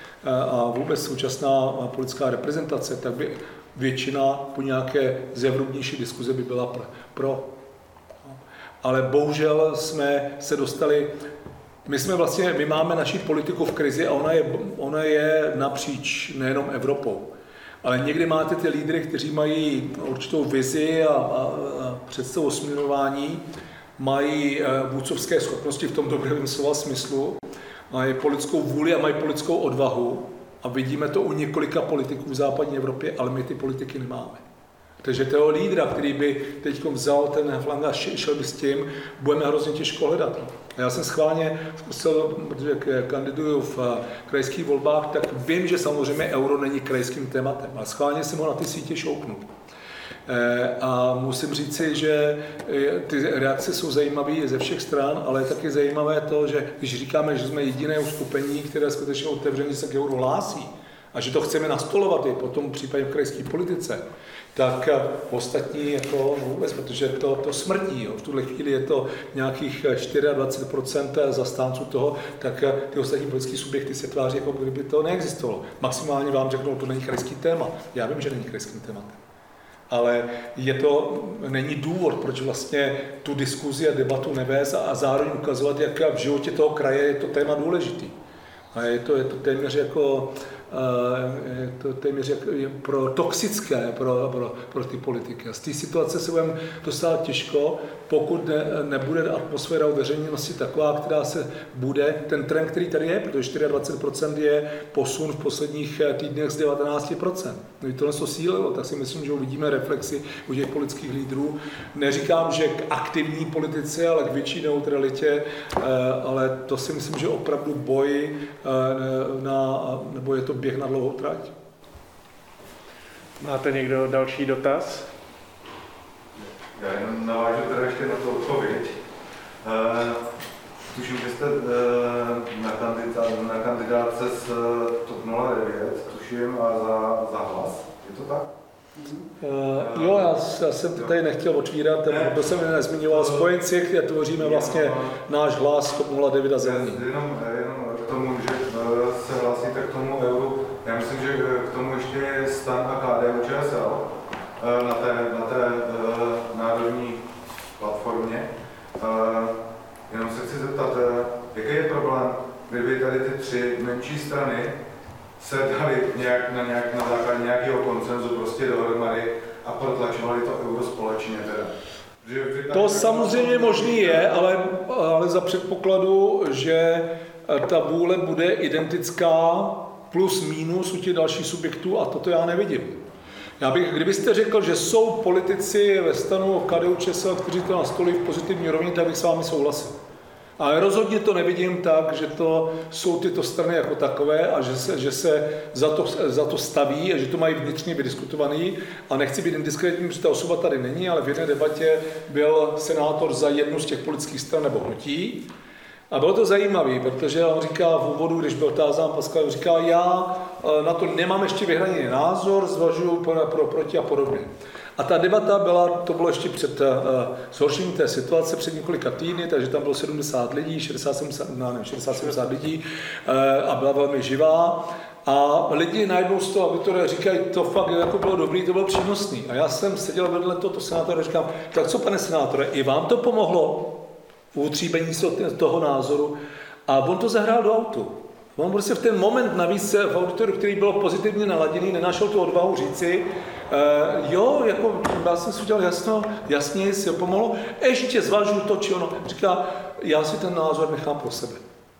a vůbec současná politická reprezentace, tak by většina po nějaké zevrubnější diskuze by byla pro. Ale bohužel jsme se dostali, my jsme vlastně, my máme naši politiku v krizi a ona je, ona je napříč nejenom Evropou. Ale někdy máte ty lídry, kteří mají určitou vizi a, a, a představu směrování, mají vůdcovské schopnosti v tom dobrém slova smyslu, mají politickou vůli a mají politickou odvahu a vidíme to u několika politiků v západní Evropě, ale my ty politiky nemáme. Takže toho lídra, který by teď vzal ten flank a šel by s tím, budeme hrozně těžko hledat. Já jsem schválně zkusil, protože kandiduju v krajských volbách, tak vím, že samozřejmě euro není krajským tématem, ale schválně jsem ho na ty sítě šoupnul. A musím říci, že ty reakce jsou zajímavé ze všech stran, ale je taky zajímavé to, že když říkáme, že jsme jediné uskupení, které skutečně otevřeně se k euro hlásí, a že to chceme nastolovat i potom případně v krajské politice, tak ostatní jako vůbec, protože to, to smrdí. Jo. V tuhle chvíli je to nějakých dvacet čtyři procent zastánců toho, tak ty ostatní politické subjekty se tváří, jako kdyby to neexistovalo. Maximálně vám řeknou, to není krajský téma. Já vím, že není krajským tématem. Ale je to, není důvod, proč vlastně tu diskuzi a debatu nevést a zároveň ukazovat, jak v životě toho kraje je to téma důležitý. A je to, je to téměř jako je to téměř jako pro toxické pro, pro, pro ty politiky. A z té situace se budeme dostat těžko, pokud ne, nebude atmosféra u veřejnosti taková, která se bude, ten trend, který tady je, protože dvacet čtyři procent je posun v posledních týdnech z devatenáct procent. Kdyby tohle to sílilo, tak si myslím, že uvidíme reflexy u těch politických lídrů. Neříkám, že k aktivní politice, ale k větší neutralitě, ale to si myslím, že opravdu boj na, nebo je to běh na dlouhou trať. Máte někdo další dotaz? Já jenom navážu teda ještě na to odpověď. Uh, tuším, že jste uh, na, kandidá, na kandidátce z TOP nula devět, tuším, a za, za Hlas. Je to tak? Uh, jo, já, já jsem to tady nechtěl otvírat, ne. To jsem nezmiňoval spojenci, které tvoříme vlastně náš Hlas, TOP nula devět a Zelený. Jenom, jenom k tomu, že se hlásíte k tomu euru, já myslím, že k tomu ještě je STAN a K D U Č S L na té, na té uh, národní platformě. Uh, jenom se chci zeptat, uh, jaký je problém, kdyby tady ty tři menší strany se dali nějak na, nějak, na základě nějakého konsenzu prostě dohromady a protlačovali to euro společně teda. To samozřejmě možný je, ale, ale za předpokladu, že ta vůle bude identická plus minus u těch dalších subjektů a toto já nevidím. Já bych, kdybyste řekl, že jsou politici ve stanu K D U Č S L, kteří to nastolí v pozitivní rovině, tak bych s vámi souhlasil. Ale rozhodně to nevidím tak, že to jsou tyto strany jako takové a že se, že se za, to, za to staví a že to mají vnitřně vydiskutovaný. A nechci být indiskrétní, protože ta osoba tady není, ale v jedné debatě byl senátor za jednu z těch politických stran nebo hnutí. A bylo to zajímavé, protože on říká v úvodu, když byl tázán Pascal, říká, já na to nemám ještě vyhraněný názor, zvažuju pro, pro, proti a podobně. A ta debata byla, to bylo ještě před uh, zhoršením té situace před několika týdny, takže tam bylo sedmdesát lidí, šedesát sedmdesát lidí uh, a byla velmi živá. A lidi najednou z toho auditoria říkají, to fakt jako bylo dobrý, to bylo přínosný. A já jsem seděl vedle tohoto senátora a říkám, tak co, pane senátore, i vám to pomohlo v utříbení toho názoru? A on to zahrál do autu. On prostě v ten moment navíc v auditoriu, který byl pozitivně naladěný, nenašel tu odvahu říci, uh, jo, jako já jsem si udělal jasno, jasně, si ho pomohlo, ještě zvažuju to, či ono. Říká, já si ten názor nechám pro sebe.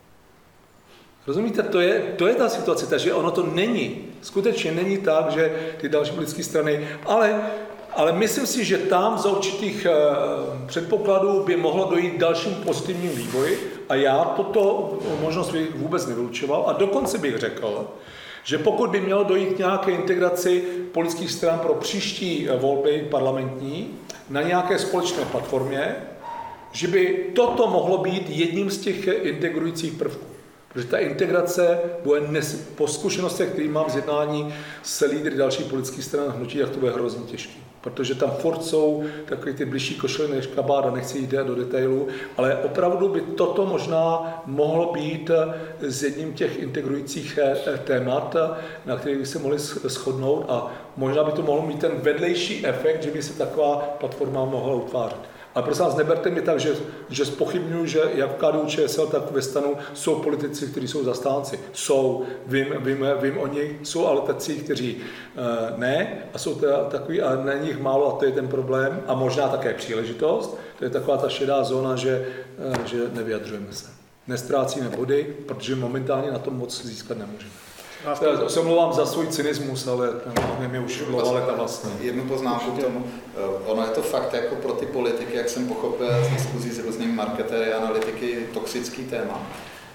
Rozumíte, to je, to je ta situace, takže ono to není, skutečně není tak, že ty další politické strany, ale, ale myslím si, že tam za určitých uh, předpokladů by mohlo dojít k dalším pozitivním vývoji a já toto možnost bych vůbec nevylučoval a dokonce bych řekl, že pokud by mělo dojít k nějaké integraci politických stran pro příští volby parlamentní na nějaké společné platformě, že by toto mohlo být jedním z těch integrujících prvků. Protože ta integrace bude nes, po zkušenostech, který mám z jednání s lídry dalších politických stran hnutí, tak to bude hrozně těžký. Protože tam furt jsou takový ty bližší košily než kabát a nechci jít do detailů, ale opravdu by toto možná mohlo být z jedním těch integrujících témat, na kterých by se mohli shodnout a možná by to mohlo mít ten vedlejší efekt, že by se taková platforma mohla utvářet. Ale prosím vás, neberte mě tak, že, že zpochybnuju, že jak v K D U Č S L, tak ve stanu jsou politici, kteří jsou zastánci. Jsou, vím, vím, vím o nich, jsou ale tací, kteří uh, ne, a jsou teda takový, a na nich málo, a to je ten problém, a možná také příležitost. To je taková ta šedá zóna, že, uh, že nevyjadřujeme se. Nestrácíme body, protože momentálně na tom moc získat nemůžeme. Já se omlouvám za svůj cynismus, ale mě už dlouhá leta vlastně. Jednu poznámku k tomu. Ono je to fakt jako pro ty politiky, jak jsem pochopil z diskuzí s různými marketéry a analytiky, toxický téma.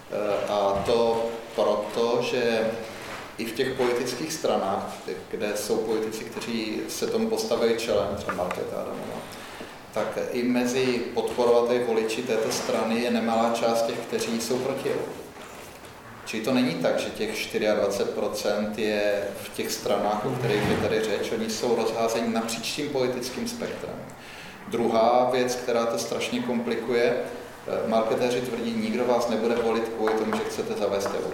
A to proto, že i v těch politických stranách, kde jsou politici, kteří se tomu postaví čelem, třeba Markéta Adamová, tak i mezi podporovateli voliči této strany je nemalá část těch, kteří jsou proti euru. Čili to není tak, že těch dvacet čtyři procent je v těch stranách, o kterých je tady řeč, oni jsou rozházeni napříč tím politickým spektrem. Druhá věc, která to strašně komplikuje, marketéři tvrdí, nikdo vás nebude volit kvůli tomu, že chcete zavést euro.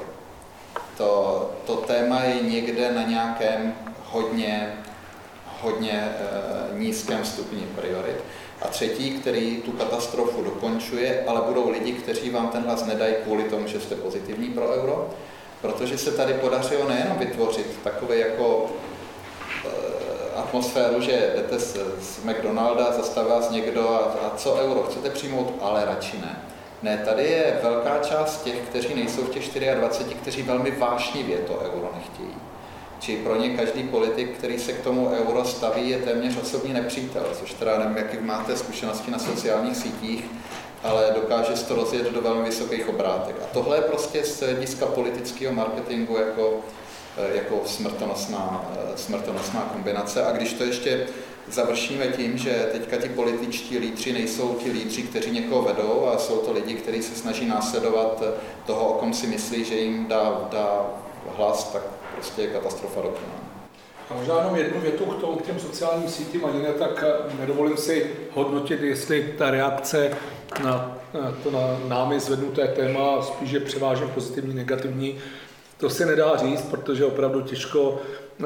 To, to téma je někde na nějakém hodně, hodně e, nízkém stupni priorit. A třetí, který tu katastrofu dokončuje, ale budou lidi, kteří vám ten hlas nedají kvůli tomu, že jste pozitivní pro euro, protože se tady podařilo nejenom vytvořit takové jako e, atmosféru, že jdete z, z McDonalda, zastaví vás někdo a, a co euro chcete přijmout, ale radši ne. Ne, tady je velká část těch, kteří nejsou v těch dvaceti čtyři, kteří velmi vášnivě to euro nechtějí. Či pro ně každý politik, který se k tomu euro staví, je téměř osobní nepřítel, což teda nevím, jaký máte zkušenosti na sociálních sítích, ale dokáže se to rozjet do velmi vysokých obrátek. A tohle je prostě z hlediska politického marketingu jako, jako smrtonosná, smrtonosná kombinace. A když to ještě završíme tím, že teďka ti političtí lídři nejsou ti lídři, kteří někoho vedou, a jsou to lidi, kteří se snaží následovat toho, o kom si myslí, že jim dá, dá hlas, tak prostě je katastrofa dokonaná. A možná jenom jednu větu k tomu, k těm sociálním sítím, ani ne, tak nedovolím si hodnotit, jestli ta reakce na to na námi zvednuté téma spíš je převážně pozitivní, negativní. To se nedá říct, protože opravdu těžko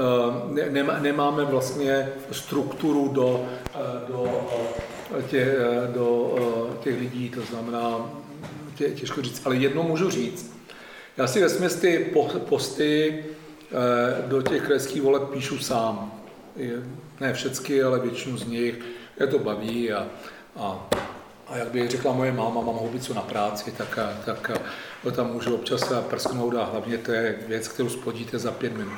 ne, nemáme vlastně strukturu do, do, tě, do těch lidí, to znamená tě, těžko říct, ale jedno můžu říct. Já si vesměs ty posty do těch krajských voleb píšu sám. Ne všechny, ale většinu z nich. Je to baví a, a, a jak by řekla moje máma, mám houbicu na práci, tak, tak to tam můžu občas prsknout a hlavně to je věc, kterou splodíte za pět minut.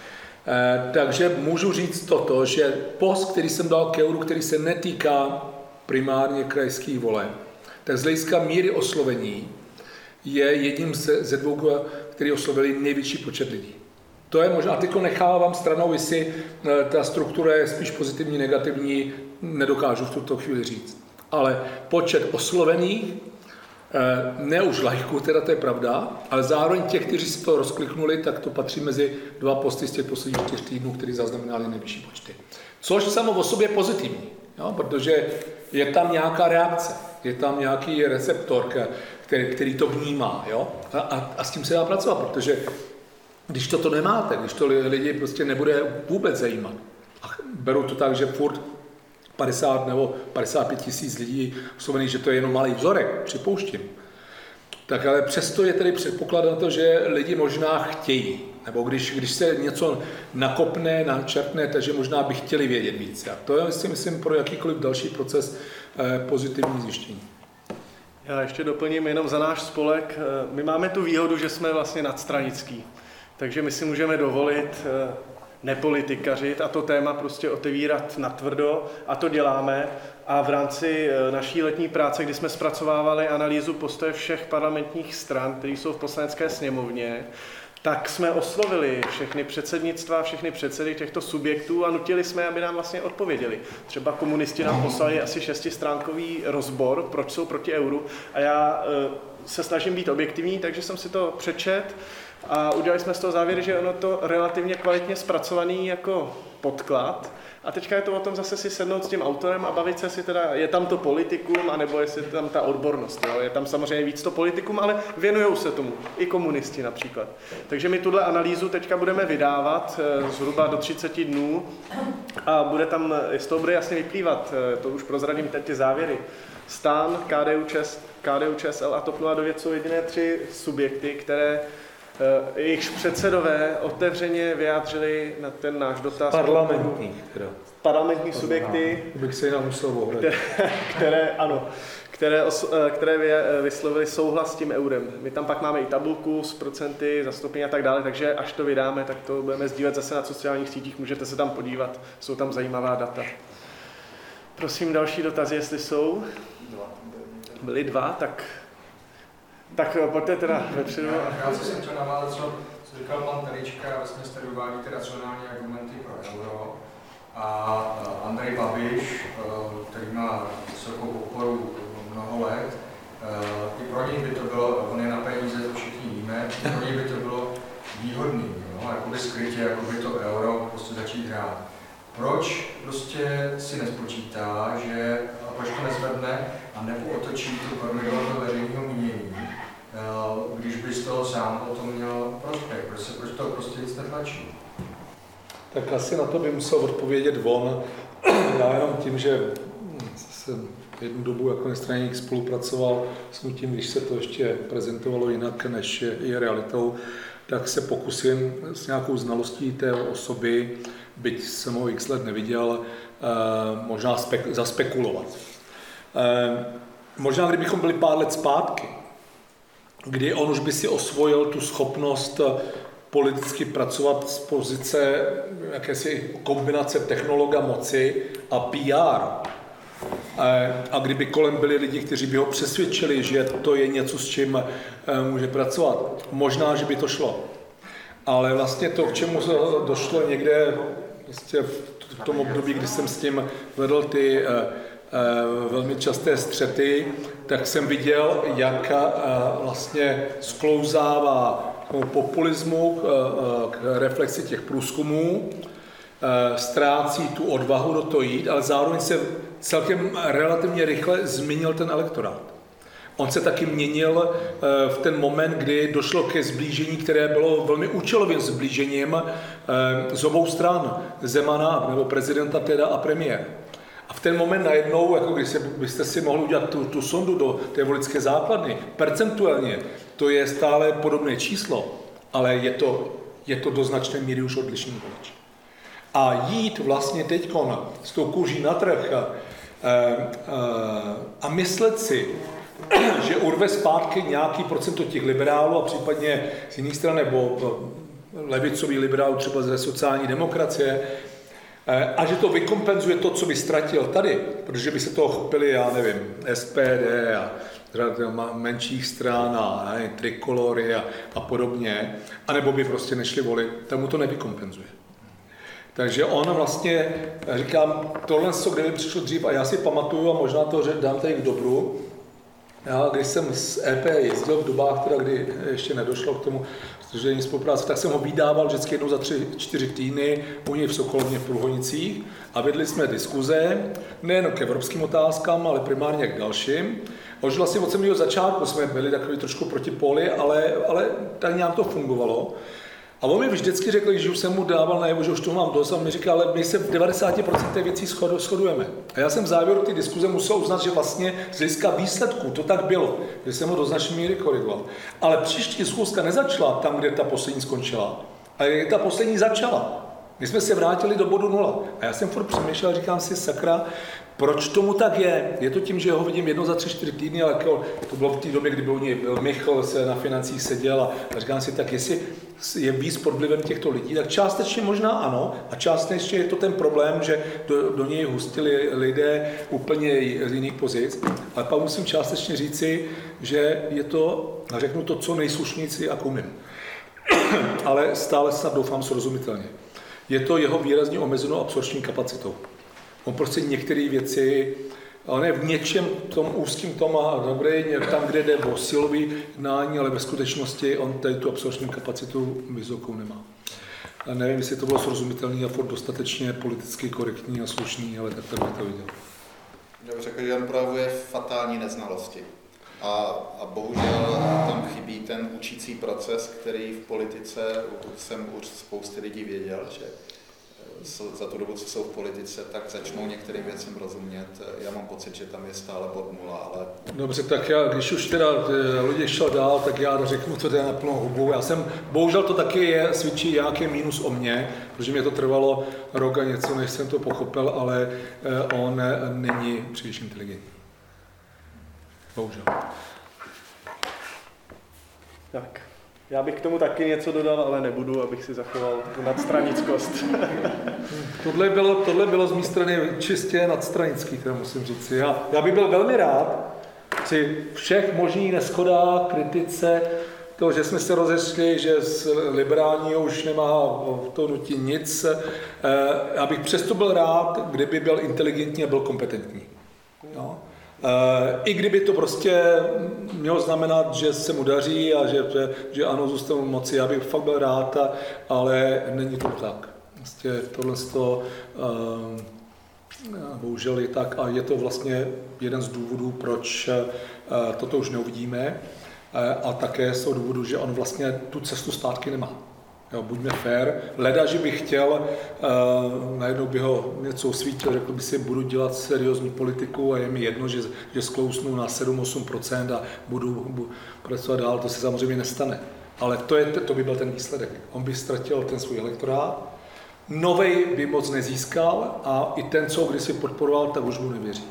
E, takže můžu říct toto, že post, který jsem dal k euru, který se netýká primárně krajských voleb, tak z hlediska míry oslovení je jedním ze, ze dvou, který oslovili největší počet lidí. To je možná, a teď nechávám stranou, jestli ta struktura je spíš pozitivní, negativní, nedokážu v tuto chvíli říct. Ale počet oslovených, ne už lajků, teda to je pravda, ale zároveň těch, kteří si to rozkliknuli, tak to patří mezi dva posty z těch posledních čtyř týdnů, který zaznamenali nejvyšší počty. Což samo o sobě je pozitivní, jo? Protože je tam nějaká reakce, je tam nějaký receptor, který, který to vnímá, jo? A, a, a s tím se dá pracovat, protože když toto nemáte, když to lidi prostě nebude vůbec zajímat, a beru to tak, že furt padesát nebo padesát pět tisíc lidí oslovených, že to je jenom malý vzorek, připouštím, tak ale přesto je tedy předpoklad na to, že lidi možná chtějí, nebo když, když se něco nakopne, načrtne, takže možná by chtěli vědět víc. A to je, si myslím, pro jakýkoliv další proces eh, pozitivní zjištění. Já ještě doplním jenom za náš spolek. My máme tu výhodu, že jsme vlastně nadstranický. Takže my si můžeme dovolit nepolitikařit a to téma prostě otevírat natvrdo a to děláme. A v rámci naší letní práce, kdy jsme zpracovávali analýzu postoje všech parlamentních stran, které jsou v poslanecké sněmovně, tak jsme oslovili všechny předsednictva, všechny předsedy těchto subjektů a nutili jsme, aby nám vlastně odpověděli. Třeba komunisti nám poslali asi šestistránkový rozbor, proč jsou proti euru a já se snažím být objektivní, takže jsem si to přečet a udělali jsme z toho závěr, že ono to relativně kvalitně zpracovaný jako podklad. A teďka je to o tom zase si sednout s tím autorem a bavit se si teda, je tam to politikum, anebo jestli tam ta odbornost. Jo? Je tam samozřejmě víc to politikum, ale věnujou se tomu. I komunisti například. Takže my tuhle analýzu teďka budeme vydávat zhruba do třicet dnů a bude tam, z toho bude jasně vyplývat, to už prozradím teď ty závěry. STAN, KDU, KDU ČSL a TOP nula devět jsou jediné tři subjekty, které jejichž předsedové otevřeně vyjádřili na ten náš dotaz. Parlamentní. Parlamentní subjekty, bych se jenom musel které, které, ano, které, os, které vyslovili souhlas s tím eurem. My tam pak máme i tabulku s procenty, zastoupení a tak dále, takže až to vydáme, tak to budeme sdílet zase na sociálních sítích, můžete se tam podívat, jsou tam zajímavá data. Prosím další dotazy, jestli jsou. Byly dva, tak... Tak pojďte teda vepředu. Já jsem chtěl navázat, co, co říkal pan Telička, vlastně jste uvádíte racionální argumenty pro euro. A Andrej Babiš, který má vysokou podporu mnoho let, i pro něj by to bylo, on je na peníze, to všichni víme, pro něj by to světě jako by to euro prostě začít hrát. Proč prostě si nespočítá, že a proč to nezvedne a nebo otočí to kormidlo do veřejného mínění, když by z toho sám o tom měl prospěch, proč se proč to prostě nic netlačí? Tak asi na to by musel odpovědět on. Já jenom tím, že jsem jednu dobu jako nestraník spolupracoval s ním, když se to ještě prezentovalo jinak, než je, je realitou, tak se pokusím s nějakou znalostí té osoby, byť jsem ho x let neviděl, možná spek- zaspekulovat. Možná, kdybychom byli pár let zpátky, kdy on už by si osvojil tu schopnost politicky pracovat z pozice jakési kombinace technologa moci a P R. A kdyby kolem byli lidi, kteří by ho přesvědčili, že to je něco, s čím může pracovat, možná, že by to šlo. Ale vlastně to, k čemu došlo někde vlastně v tom období, kdy jsem s tím vedl ty velmi časté střety, tak jsem viděl, jak vlastně sklouzává populismu k reflexi těch průzkumů, ztrácí tu odvahu do toho jít, ale zároveň se celkem relativně rychle změnil ten elektorát. On se taky měnil v ten moment, kdy došlo ke zblížení, které bylo velmi účelovým zblížením z obou stran, Zemana nebo prezidenta teda a premiéra. A v ten moment najednou, jako když byste si mohli udělat tu, tu sondu do té voličské základny, percentuálně, to je stále podobné číslo, ale je to, je to do značné míry už odlišný volič. A jít vlastně teďkon s tou kůží na trh a, a, a myslet si, že urve zpátky nějaký procento těch liberálů a případně z jiných stran nebo levicových liberálů třeba ze sociální demokracie, a že to vykompenzuje to, co by ztratil tady, protože by se toho chopili, já nevím, S P D a menších stran a nevím, trikolory a, a podobně, anebo by prostě nešli volit, tak mu to nevykompenzuje. Takže on vlastně, říkám, tohle, co kde by přišlo dřív, a já si pamatuju, a možná to dám tady k dobru, já, když jsem s E P jezdil v dobách, teda, kdy ještě nedošlo k tomu združení spolupráce, tak jsem ho vydával vždycky jednou za tři, čtyři týdny u něj v Sokolovně v Průhonicích a vedli jsme diskuze, nejen k evropským otázkám, ale primárně k dalším. A už vlastně od samého začátku jsme byli takový trošku proti poli, ale, ale tak nějak to fungovalo. A on mi vždycky řekl, když už jsem mu dával najevo, že už to mám dost, a mi říkal, ale my se v devadesáti procentech věcí shodujeme. A já jsem v závěru té diskuze musel uznat, že vlastně z hlediska výsledků to tak bylo, že jsem ho do značné míry korigoval. Ale příští schůzka nezačala tam, kde ta poslední skončila, ale ta poslední začala. My jsme se vrátili do bodu nula. A já jsem furt přemýšlel, říkám si, sakra, proč tomu tak je? Je to tím, že ho vidím jedno za tři, čtyři týdny, ale to bylo v té době, kdy byl, byl Michl, se na financích seděl a, a říkám si, tak jestli je víc pod vlivem těchto lidí, tak částečně možná ano a částečně je to ten problém, že do, do něj hustili lidé úplně z jiných pozic, ale pak musím částečně říci, že je to, řeknu to, co nejslušnější, jak umím. Ale stále snad doufám srozumitelně. Je to jeho výrazně omezenou absorpční kapacitou. On prostě některé věci, ale ne v něčem tom úzkým tom a dobrý, tam, kde jde o silový jednání, ale ve skutečnosti on tady tu absorpční kapacitu vysokou nemá. A nevím, jestli to bylo srozumitelné a furt dostatečně politicky korektní a slušný, ale tak bych to viděl. Já bych řekl, že on projevuje fatální neznalosti. A, a bohužel tam chybí ten učící proces, který v politice, jsem už spousty lidí věděl, že za tu dobu, co jsou v politice, tak začnou některým věcem rozumět. Já mám pocit, že tam je stále bod nula, ale... Dobře, tak já, když už teda lidi šel dál, tak já řeknu to teda na plnou hubu. Já jsem, bohužel to taky je, svědčí nějaký mínus o mně, protože mě to trvalo rok a něco, než jsem to pochopil, ale on není příliš inteligentní. Bohužel. Tak. Já bych k tomu taky něco dodal, ale nebudu, abych si zachoval nadstranickost. tohle, bylo, tohle bylo z mé strany čistě nadstranický, teda musím říct. Já, já bych byl velmi rád při všech možných neschodách, kritice, to, že jsme se rozešli, že z liberálního už nemá v to nutí nic. Já bych přesto byl rád, kdyby byl inteligentní a byl kompetentní. No. I kdyby to prostě mělo znamenat, že se mu daří a že, že, že ano, zůstanu moci, já bych fakt byl rád, ale není to tak. Vlastně tohle to, bohužel je tak a je to vlastně jeden z důvodů, proč toto už neuvidíme a také z toho důvodu, že on vlastně tu cestu zpátky nemá. Jo, buďme fair. Leda, že bych chtěl, uh, najednou by ho něco osvítil, řekl by si, budu dělat seriózní politiku a je mi jedno, že, že sklousnu na sedm až osm procent a budu, budu pracovat dál, to se samozřejmě nestane. Ale to, je, to by byl ten výsledek. On by ztratil ten svůj elektorát, novej by moc nezískal a i ten, co kdysi podporoval, tak už mu nevěří.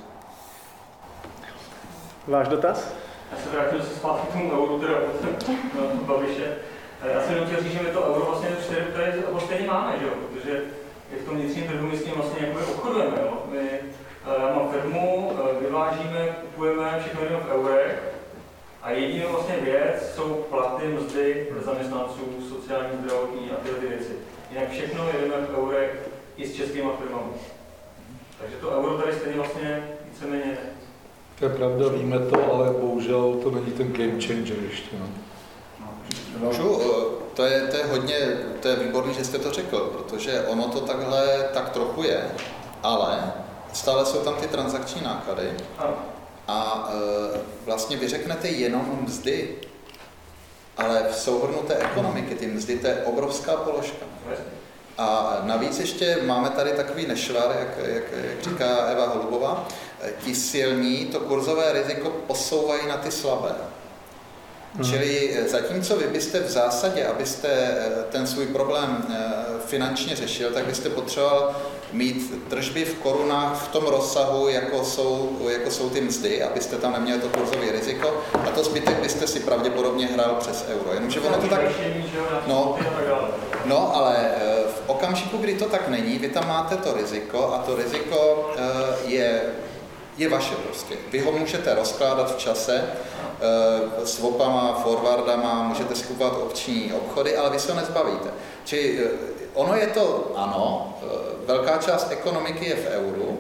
Váš dotaz? Já se vrátil se zpátky k tomu euru, teda od Babiše. Já jsem jenom chtěl říct, že my to euro vlastně čtyři tady stejně máme, že jo? Protože i v tom vnitřním trhu my s tím vlastně jakoby obchodujeme. Jo? My já mám firmu, vyvážíme, kupujeme všechno jenom v eurech a jedinou vlastně věc jsou platy, mzdy zaměstnanců, sociální, zdravotní a tyhle ty věci. Jinak všechno jedeme v eurech i s českýma firmami. Takže to euro tady stejně vlastně víceméně. To je pravda, víme to, ale bohužel to není ten game changer ještě. No. Můžu, to je, to je hodně, to je výborný, že jste to řekl, protože ono to takhle tak trochu je, ale stále jsou tam ty transakční náklady a e, vlastně vy řeknete jenom mzdy, ale v souhrnu té ekonomiky, ty mzdy, to je obrovská položka. A navíc ještě máme tady takový nešvar, jak, jak, jak říká Eva Holubová, ti silní to kurzové riziko posouvají na ty slabé. Hmm. Čili zatímco vy byste v zásadě, abyste ten svůj problém finančně řešil, tak byste potřeboval mít tržby v korunách v tom rozsahu, jako jsou, jako jsou ty mzdy, abyste tam neměli to kurzové riziko, a to zbytek byste si pravděpodobně hrál přes euro. Jenomže ono to tak... No, no, ale v okamžiku, kdy to tak není, vy tam máte to riziko a to riziko je, je vaše prostě. Vy ho můžete rozkládat v čase, swapama, forwardama, můžete skupovat opční obchody, ale vy se ho nezbavíte. Čili ono je to, ano, velká část ekonomiky je v euru,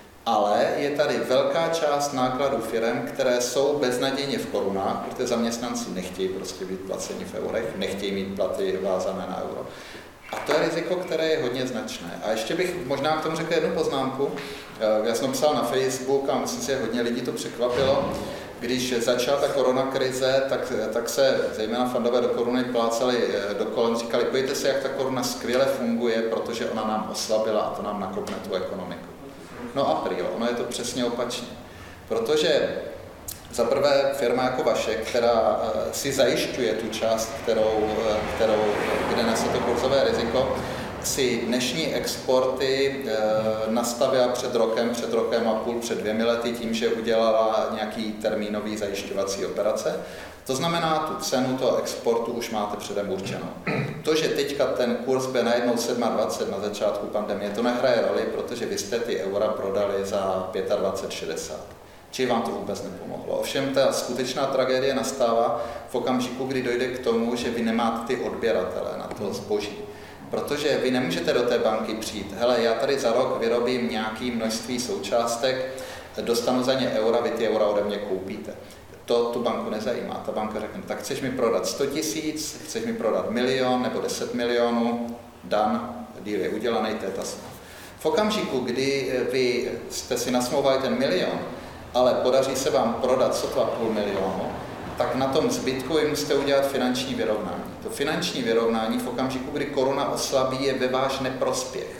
ale je tady velká část nákladů firem, které jsou beznadějně v korunách, protože zaměstnanci nechtějí prostě být placeni v eurech, nechtějí mít platy vázané na euro. A to je riziko, které je hodně značné. A ještě bych možná k tomu řekl jednu poznámku. Já jsem psal na Facebook a myslím si, že hodně lidí to překvapilo. Když začala ta koronakrize, tak, tak se zejména fandové do koruny plácali do kolen, říkali, pojďte se, jak ta koruna skvěle funguje, protože ona nám oslabila a to nám nakopne tu ekonomiku. No a prýl, ono je to přesně opačně. Protože za prvé firma jako vaše, která si zajišťuje tu část, kterou, kterou, kde nese to kurzové riziko, si dnešní exporty e, nastavila před rokem, před rokem a půl, před dvěmi lety tím, že udělala nějaký termínový zajišťovací operace. To znamená, tu cenu toho exportu už máte předem určenou. To, že teďka ten kurz byl najednou dvacet sedm na začátku pandemie, to nehraje roli, protože vy jste ty eura prodali za dvacet pět šedesát. Čili vám to vůbec nepomohlo. Ovšem ta skutečná tragédie nastává v okamžiku, kdy dojde k tomu, že vy nemáte ty odběratele na to zboží. Protože vy nemůžete do té banky přijít, hele, já tady za rok vyrobím nějaké množství součástek, dostanu za ně eura, vy ty eura ode mě koupíte. To tu banku nezajímá. Ta banka řekne, tak chceš mi prodat sto tisíc, chceš mi prodat milion nebo deset milionů, dan, deal je udělaný, to je ta smlouva. V okamžiku, kdy vy jste si nasmlouvali ten milion, ale podaří se vám prodat sotva půl milionu, tak na tom zbytku jim musíte udělat finanční vyrovnání. To finanční vyrovnání v okamžiku, kdy koruna oslabí, je ve váš neprospěch.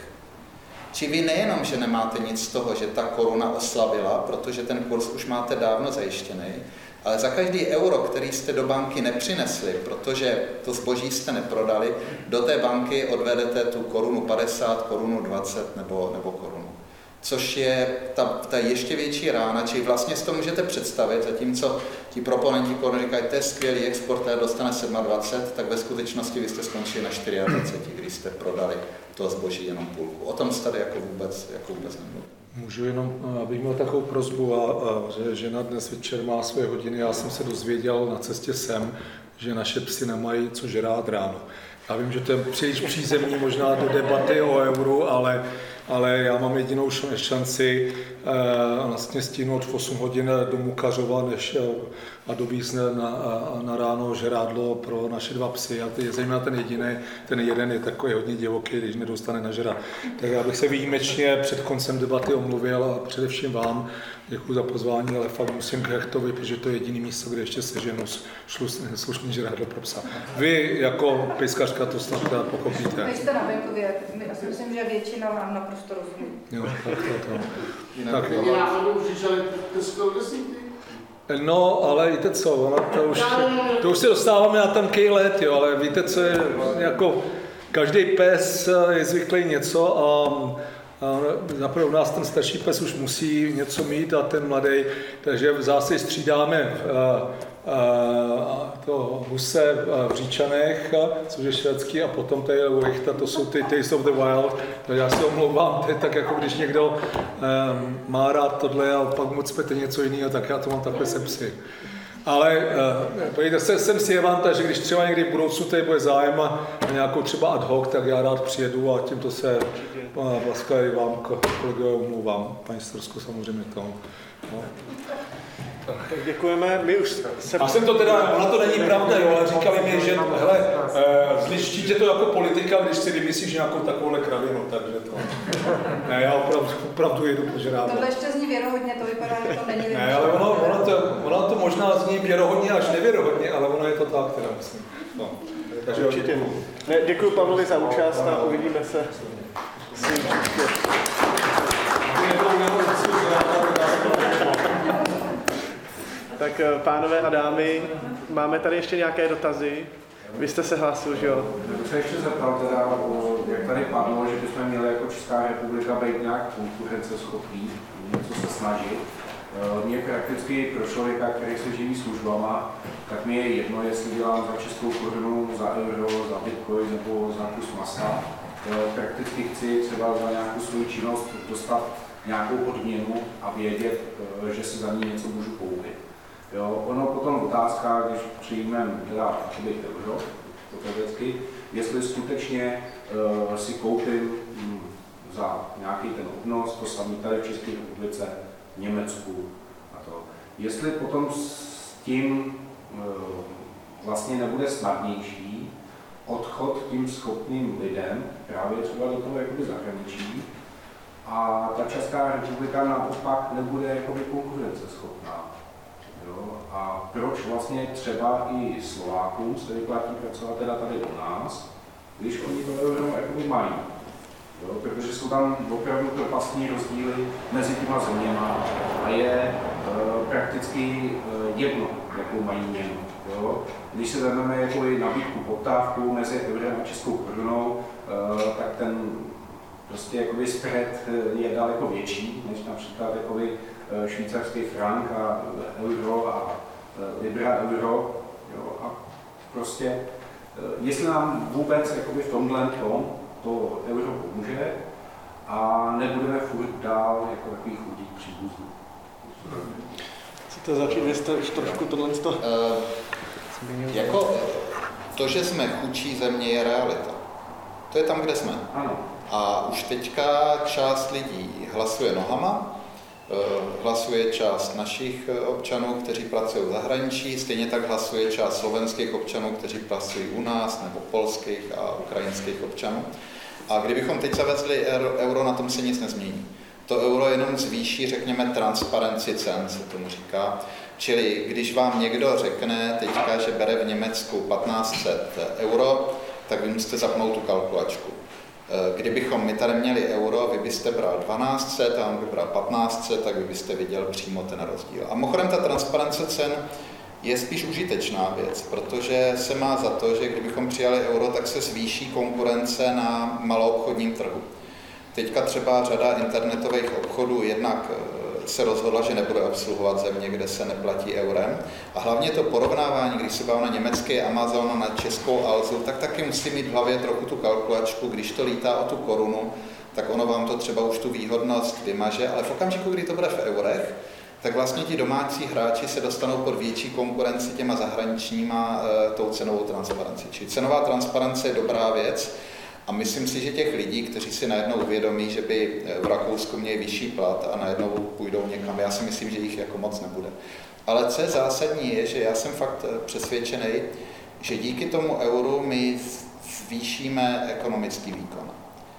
Či vy nejenom, že nemáte nic z toho, že ta koruna oslabila, protože ten kurz už máte dávno zajištěný, ale za každý euro, který jste do banky nepřinesli, protože to zboží jste neprodali, do té banky odvedete tu korunu padesát, korunu dvacet nebo, nebo korunu. Což je ta, ta ještě větší rána, či vlastně si to můžete představit, zatímco ti proponenti koruny říkají, to je skvělý exportér, dostane dvacet sedm, tak ve skutečnosti vy jste skončili na dvacet čtyři, když jste prodali to zboží jenom půlku. O tom se tady jako vůbec, jako vůbec nemluví. Můžu jenom, abych měl takovou prosbu, a, a, že žena dnes večer má své hodiny, já jsem se dozvěděl na cestě sem, že naše psy nemají co žrát ráno. Já vím, že to je příliš přízemní možná do debaty o euru, ale, ale já mám jedinou šanci uh, vlastně stihnout v osm hodin do Mukařova než, uh, a dovízt na, na, na ráno žrádlo pro naše dva psy. A ty, zejména ten jediný, ten jeden je takový hodně divoký, když nedostane na žrát. Tak já bych se výjimečně před koncem debaty omluvil a především vám děkuji za pozvání, ale fakt musím k Hechtovi, protože to je jediné místo, kde ještě seženu slušný žrádlo pro psa. Vy jako pejskařka to snad pochopíte. Vy jste na venkově, já si myslím, že většina vám naprosto rozumí. Jo, tak to, to. Tak, Mě náhodou přišel Tesco desíti. No, ale víte co, ono to už, to už se dostáváme na tenký let, jo, ale víte co je, jako každý pes je zvyklý něco a, a zaprvé u nás ten starší pes už musí něco mít a ten mladý, takže v zásadě střídáme to huse v Říčanech, což je švédský, a potom tady u Hechta, to jsou ty Taste of the Wild, takže já si omlouvám, to je tak jako když někdo um, má rád tohle a pak moc pěte něco jiného, tak já to mám takhle se psy. Ale uh, pojďte se, jsem si jevanta, že když třeba někdy v budoucnu tady bude zájem na nějakou třeba ad hoc, tak já rád přijedu a tímto se uh, vlastně vám, kolegové, omlouvám, paní Strsko samozřejmě tomu. No. Tak děkujeme, my už se... A jsem to teda, ona to není pravda, jo, ale říkali mi, že hele, zlištíte to jako politika, když si vymyslíš nějakou takovouhle kravinu, takže to... Ne, já opravdu, opravdu jedu po žrádlo. Tohle ještě zní věrohodně, to vypadá, že to není věrohodně. Ne, ale ono, ono, to, ono to možná zní věrohodně až nevěrohodně, ale ono je to tak, teda myslím. No. Takže určitě. Ne, děkuji Pavlovi za účast a uvidíme se s ním příště. Tak pánové a dámy, máme tady ještě nějaké dotazy. Vy jste se hlásil, že jo? Já bych se ještě zeptal teda, jak tady padlo, že bychom měli jako Česká republika být nějak konkurenceschopný, něco se snažit. Mně prakticky pro člověka, který se živí službama, tak mi je jedno, jestli dělám za českou korunu, za euro, za bitcoin nebo za kus masa. Prakticky chci třeba za nějakou svou činnost dostat nějakou odměnu a vědět, že si za ní něco můžu koupit. Jo, ono potom otázka, když přijmeme teda euro, vždycky, jestli skutečně uh, si koupím um, za nějaký ten obnos, to samé tady v České republice, v Německu a to. Jestli potom s tím uh, vlastně nebude snadnější odchod tím schopným lidem, právě třeba do toho jakoby zahraničí, a ta Česká republika naopak nebude jakoby konkurenceschopná. Jo? A proč vlastně třeba i Slovákům se vyplatí pracovat teda tady u nás, když oni to euro jakoby mají. Jo? Protože jsou tam opravdu propastní rozdíly mezi těma zeměma a je e, prakticky e, jedno, jakou mají měnu. Jo? Když se vezmeme jako nabídku poptávku mezi eurem a českou korunou, e, tak ten prostě jakoby spread je daleko větší, než například jakoby švýcarský frank a euro a libra euro. Jo, a prostě, jestli nám vůbec jakoby v tomhle tom to euro pomůže a nebudeme furt dál jako takový chudí příbuzní. Chcete začít vy trošku tohle z toho? Uh, jako to, že jsme chudší země, je realita. To je tam, kde jsme. Ano. A už teďka část lidí hlasuje nohama, hlasuje část našich občanů, kteří pracují v zahraničí, stejně tak hlasuje část slovenských občanů, kteří pracují u nás, nebo polských a ukrajinských občanů. A kdybychom teď zavezli euro, na tom se nic nezmění. To euro jenom zvýší, řekněme, transparenci cen, se tomu říká. Čili když vám někdo řekne teďka, že bere v Německu patnáct set euro, tak vy musíte zapnout tu kalkulačku. Kdybychom my tady měli euro, vy byste bral dvanáct set a on by bral patnáct set, tak vy byste viděl přímo ten rozdíl. A mimochodem ta transparence cen je spíš užitečná věc, protože se má za to, že kdybychom přijali euro, tak se zvýší konkurence na maloobchodním trhu. Teďka třeba řada internetových obchodů jednak se rozhodla, že nebude obsluhovat země, kde se neplatí eurem. A hlavně to porovnávání, když se bavím na německý Amazon, na českou Alzu, tak taky musí mít v hlavě trochu tu kalkulačku. Když to lítá o tu korunu, tak ono vám to třeba už tu výhodnost vymaže, ale v okamžiku, kdy to bude v eurech, tak vlastně ti domácí hráči se dostanou pod větší konkurenci těma zahraničníma e, tou cenovou transparencí. Čili cenová transparence je dobrá věc a myslím si, že těch lidí, kteří si najednou uvědomí, že by v Rakousku měli vyšší plat a najednou půjdou někam, já si myslím, že jich jako moc nebude. Ale co je zásadní je, že já jsem fakt přesvědčený, že díky tomu euru my zvýšíme ekonomický výkon.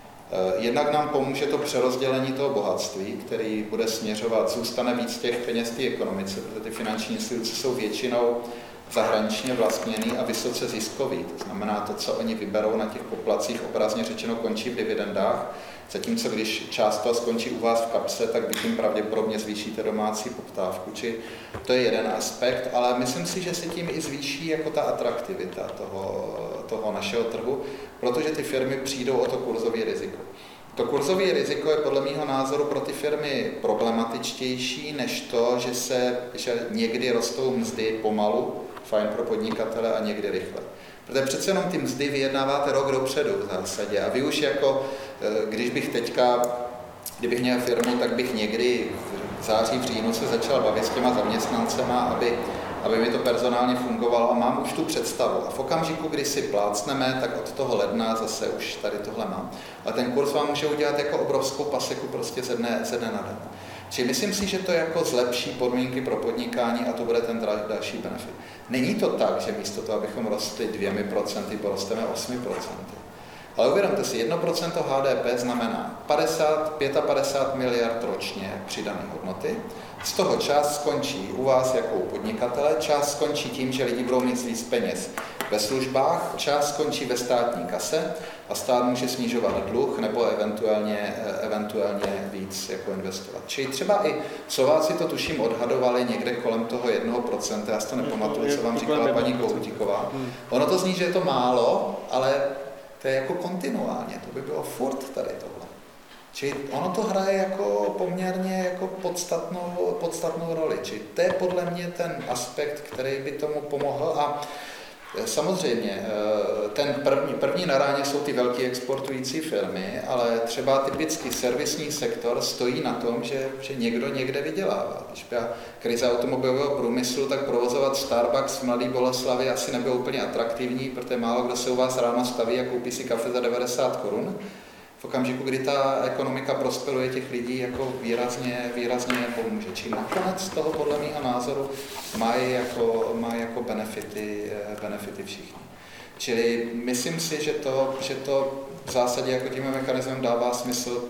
Jednak nám pomůže to přerozdělení toho bohatství, který bude směřovat, zůstane víc těch peněz té ekonomice, protože ty finanční instituce jsou většinou zahraničně vlastněný a vysoce ziskový. To znamená, to, co oni vyberou na těch poplatcích, obrazně řečeno končí v dividendách, zatímco když část toho skončí u vás v kapse, tak vy tím pravděpodobně zvýšíte domácí poptávku. Či to je jeden aspekt, ale myslím si, že se tím i zvýší jako ta atraktivita toho, toho našeho trhu, protože ty firmy přijdou o to kurzové riziko. To kurzové riziko je podle mého názoru pro ty firmy problematičtější než to, že se že někdy rostou mzdy pomalu, fajn pro podnikatele, a někdy rychle. Protože přece jenom ty mzdy vyjednáváte rok dopředu v zásadě a vy už jako, když bych teďka, kdybych měl firmu, tak bych někdy v září, v říjnu se začal bavit s těma zaměstnancema, aby, aby mi to personálně fungovalo a mám už tu představu. A v okamžiku, kdy si plácneme, tak od toho ledna zase už tady tohle mám. A ten kurz vám může udělat jako obrovskou paseku prostě ze dne, ze dne na den. Čili myslím si, že to jako zlepší podmínky pro podnikání a to bude ten další benefit. Není to tak, že místo toho, abychom rostli dvěmi procenty, porosteme osmi procenty. Ale uvědomte si, jedno procento H D P znamená padesát, padesát pět miliard ročně přidané hodnoty. Z toho část skončí u vás jako u podnikatele, část skončí tím, že lidi budou mít víc peněz ve službách, část skončí ve státní kase a stát může snižovat dluh nebo eventuálně, eventuálně víc jako investovat. Čili třeba i Slováci to tuším odhadovali někde kolem toho jednoho procenta, já si to nepamatuju, co vám říkala paní Kohoutíková. Ono to zní, že je to málo, ale to je jako kontinuálně, to by bylo furt tady tohle. Čili ono to hraje jako poměrně jako podstatnou, podstatnou roli. Čili to je podle mě ten aspekt, který by tomu pomohl. A samozřejmě, ten první, první na ráně jsou ty velké exportující firmy, ale třeba typický servisní sektor stojí na tom, že, že někdo někde vydělává. Když byla krize automobilového průmyslu, tak provozovat Starbucks v Mladé Boleslavi asi nebylo úplně atraktivní, protože málo kdo se u vás ráno staví a koupí si kafe za devadesát korun. V okamžiku, kdy ta ekonomika prosperuje, těch lidí jako výrazně, výrazně pomůže. Čili nakonec toho podle mého názoru mají jako, mají jako benefity, benefity všichni. Čili myslím si, že to, že to v zásadě jako tím mechanismem dává smysl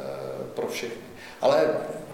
pro všechny. Ale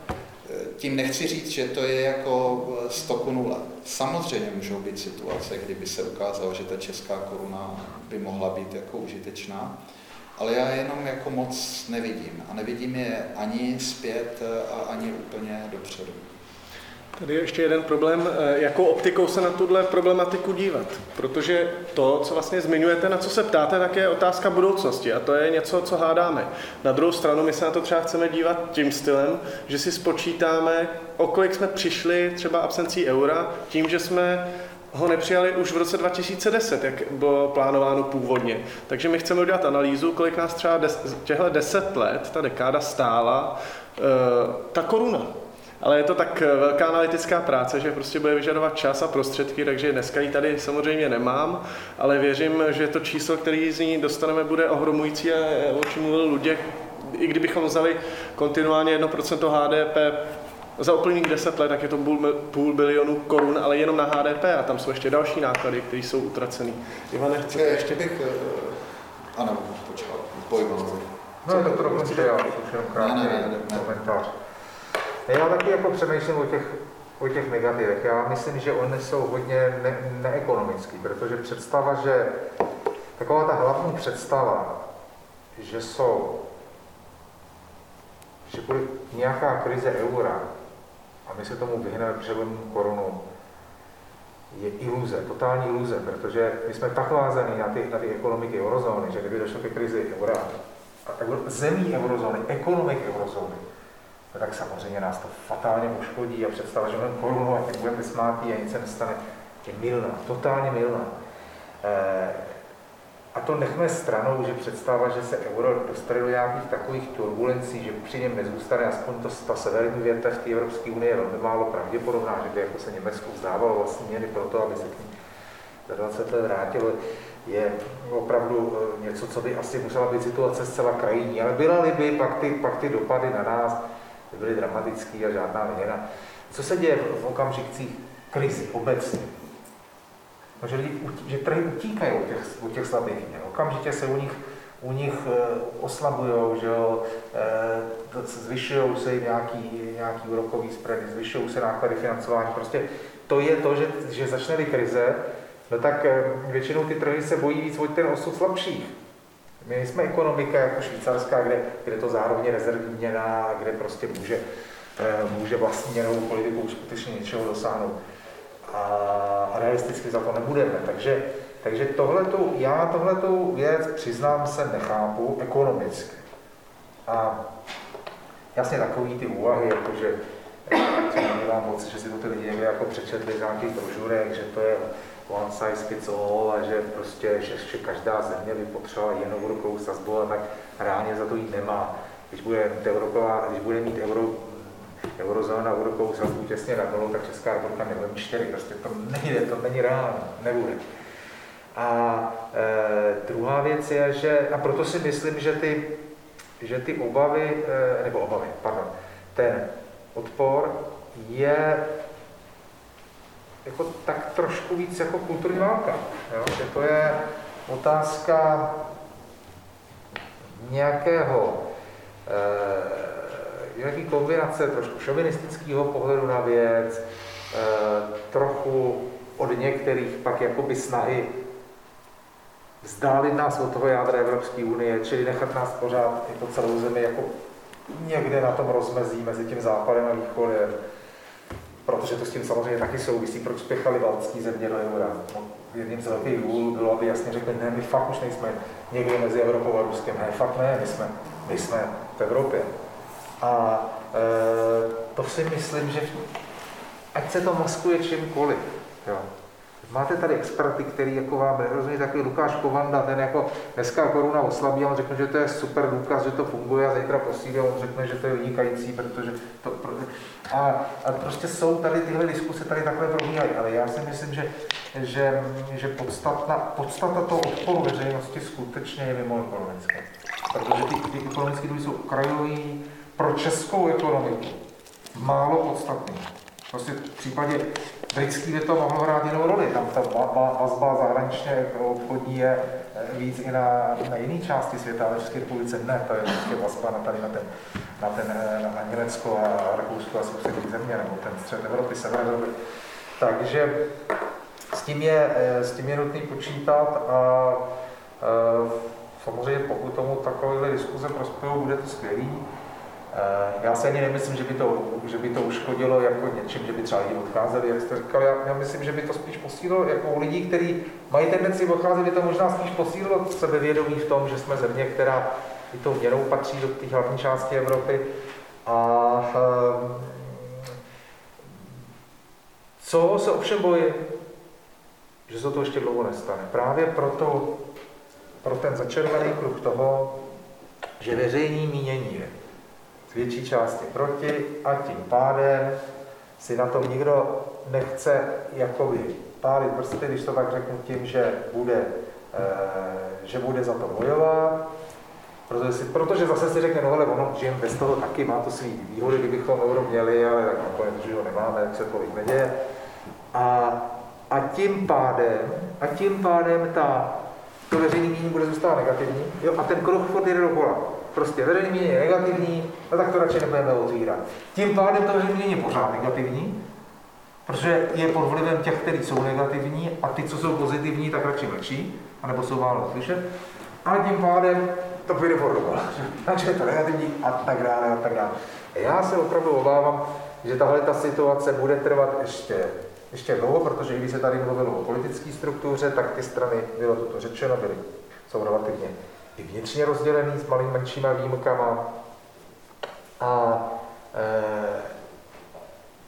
tím nechci říct, že to je jako sto ku nula. Samozřejmě můžou být situace, kdyby se ukázalo, že ta česká koruna by mohla být jako užitečná. Ale já jenom jako moc nevidím. A nevidím je ani zpět a ani úplně dopředu. Tady je ještě jeden problém, jakou optikou se na tuhle problematiku dívat. Protože to, co vlastně zmiňujete, na co se ptáte, tak je otázka budoucnosti. A to je něco, co hádáme. Na druhou stranu my se na to třeba chceme dívat tím stylem, že si spočítáme, o kolik jsme přišli třeba absencí eura, tím, že jsme ho nepřijali už v roce dva tisíce deset, jak bylo plánováno původně. Takže my chceme udělat analýzu, kolik nás třeba des, těchto deset let, ta dekáda stála, e, ta koruna. Ale je to tak velká analytická práce, že prostě bude vyžadovat čas a prostředky, takže dneska ji tady samozřejmě nemám, ale věřím, že to číslo, který z ní dostaneme, bude ohromující a o čem mluvil Luděk, i kdybychom vzali kontinuálně jedno procento H D P za úplných deset let, tak je to půl, půl bilionu korun, ale jenom na H D P a tam jsou ještě další náklady, které jsou utracený. Ivane, chcete ještě? bych... Ano, počkal, pojďme. No, to trochu přijal, už jenom krátký komentář. Já taky jako přemýšlím o těch, o těch negativech. Já myslím, že oni jsou hodně ne, neekonomický, protože představa, že taková ta hlavní představa, že jsou, že bude nějaká krize eura a my se tomu vyhneme převodnou korunu, je iluze, totální iluze, protože my jsme tak vázaní na ty, na ty ekonomiky eurozóny, že kdyby došlo ke krizi eura a zemí eurozóny, ekonomik eurozóny, tak samozřejmě nás to fatálně poškodí a představa, že máme korunu a teď budeme smátí a nic se nestane, je mylná, totálně mylná. A to nechme stranou, že představa, že se euro dostane do nějakých takových turbulencí, že při něm nezůstane aspoň to, ta severní větev té Evropské unie je velmi málo pravděpodobná, že by jako se Německu vzdávalo vlastní měny proto, aby se k ní za dvacet let vrátilo, je opravdu něco, co by asi musela být situace zcela krajní. Ale byla-li by, pak ty, pak ty dopady na nás by byly dramatický a žádná měna. Co se děje v okamžicích krizi obecně? No, že, lidi, že trhy utíkají od těch, od těch slabých měn. Okamžitě se u nich, u nich oslabujou, že jo, zvyšují se jim nějaký, nějaký úrokový spready, zvyšují se náklady financování. Prostě to je to, že, že začne krize, no tak většinou ty trhy se bojí víc od ten osud slabších. My nejsme ekonomika jako švýcarská, kde, kde to zároveň rezervní měna, kde prostě může, může vlastní měnovou politikou skutečně něčeho dosáhnout. A realisticky za to nebudeme. Takže, takže tohletu, já tohletu věc, přiznám se, nechápu ekonomicky. A jasně takový ty úvahy, jakože mám pocit, že si to ty lidi někde jako přečetli z nějakých brožurek, že to je one size fits all a že prostě, že, že každá země by potřebovala jinou úrokovou sazbu a tak reálně za to jít nemá. Když bude mít, Evropová, když bude mít euro, eurozóna úrokovou sazbu těsně nad nulou, tak Česká republika nebude mít čtyři. Prostě to nejde, to není reálné, nebude. A e, druhá věc je, že, a proto si myslím, že ty, že ty obavy, e, nebo obavy, pardon, ten odpor je jako tak trošku víc jako kulturní válka. Jo? Že to je otázka nějakého e, nějaký kombinace trošku šovinistického pohledu na věc, e, trochu od některých pak jakoby snahy vzdálit nás od toho jádra Evropské unie, čili nechat nás pořád jako celou zemi jako někde na tom rozmezí mezi tím západem a východem, protože to s tím samozřejmě taky souvisí, proč spěchali baltský země do eura. No, jedním z velkých důvodů bylo, aby jasně řekli, ne, my fakt už nejsme někde mezi Evropou a Ruskem, ne, fakt ne, my jsme, my jsme v Evropě. A e, to si myslím, že ať se to maskuje čímkoliv, jo. Máte tady experty, který jako vám nerozumí, takový Lukáš Kovanda, ten jako dneska koruna oslabí a on řekne, že to je super důkaz, že to funguje a zítra posílí a on řekne, že to je vynikající, protože to... A, a prostě jsou tady tyhle diskuse, tady takhle probíhají, ale já si myslím, že, že, že podstatna, podstata toho odporu veřejnosti skutečně je mimo ekonomické. Protože ty, ty ekonomické důvody jsou okrajový pro českou ekonomiku málo podstatný. Prostě v případě britský by to mohlo hrát jinou roli. Tam ta vazba zahraničně obchodní je víc i na, na jiné části světa, ale v České republice ne, to je prostě vazba na tady na, ten, na, ten, na Německo a Rakousko a sousední země, nebo ten střed Evropy, sever Evropy. Takže s tím je, s tím je nutný počítat a, a samozřejmě pokud tomu takovéhle diskuze prospějou, bude to skvělý. Já si ani nemyslím, že by to, že by to uškodilo jako něčím, že by třeba lidi odcházeli, jak jste říkal. Já, já myslím, že by to spíš posílilo jako u lidí, kteří mají tendenci odcházet, by to možná spíš posílilo sebevědomí v tom, že jsme země, která i tou měrou patří do té hlavní části Evropy. A um, co se ovšem bojím, že se to ještě dlouho nestane. Právě proto, pro ten začervený kruh toho, že veřejný mínění je z větší části proti a tím pádem si na tom nikdo nechce jakoby pálit prsty, když to tak řeknu, tím, že bude, e, že bude za to bojovat, protože, si, protože zase si řekne, no hele, ono, žijeme bez toho taky, má to svý výhody, kdybychom euro měli, ale tak nakonec, že ho nemáme, tak se tolik neděje. A, a tím pádem, a tím pádem ta, to veřejný mínění bude zůstávat negativní, jo, a ten kruh furt jde dokola. Prostě veřejný mínění je negativní, no tak to radši nebudeme otvírat. Tím pádem to veřejný mínění je pořád negativní, protože je pod vlivem těch, kteří jsou negativní a ty, co jsou pozitivní, tak radši mlčí, anebo jsou málo slyšet. A tím pádem to půjde furt dokola. Takže je to negativní a tak dále a tak dále. Já se opravdu obávám, že tahle ta situace bude trvat ještě, ještě dlouho, protože když se tady mluvilo o politické struktuře, tak ty strany, bylo toto řečeno, byly, jsou relativně i vnitřně rozdělený s malými menšíma výjimkama. A e,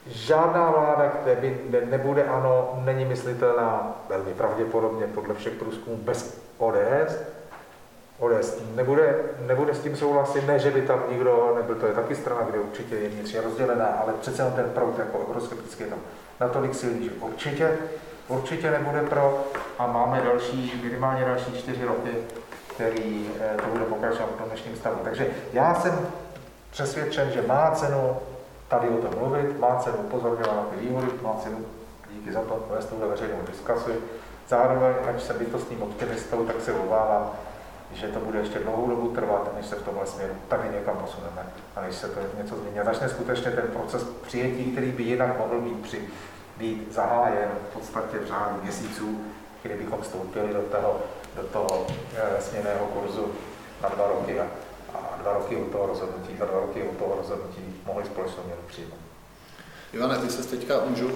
žádná vláda, kde by nebude ANO, není myslitelná velmi pravděpodobně podle všech průzkumů bez O D S. O D S nebude, nebude s tím souhlasit, ne, že by tam nikdo nebyl, to je taky strana, kde určitě je vnitřně rozdělená, ale přece on ten proud jako euroskeptický je tam natolik silný, že určitě, určitě nebude pro a máme další, minimálně další čtyři roky, který to bude pokračovat v dnešním stavu. Takže já jsem přesvědčen, že má cenu tady o tom mluvit, má cenu upozorňovat na ty výhody, má cenu díky za to vést tuhle veřejnou diskusi. Zároveň, ať jsem bytostným optimistou, tak se obávám, že to bude ještě dlouhou dobu trvat, než se v tomhle směru tady někam posuneme a než se to něco změní. A začne skutečně ten proces přijetí, který by jinak mohl být, při, být zahájen v podstatě v řádu měsíců, kdy bychom vstoupili do toho, do toho e, směnného kurzu na dva roky a, a dva roky od toho rozhodnutí, za dva roky od toho rozhodnutí mohli společnou měnu přijmout. Ivane, ty se teďka můžu,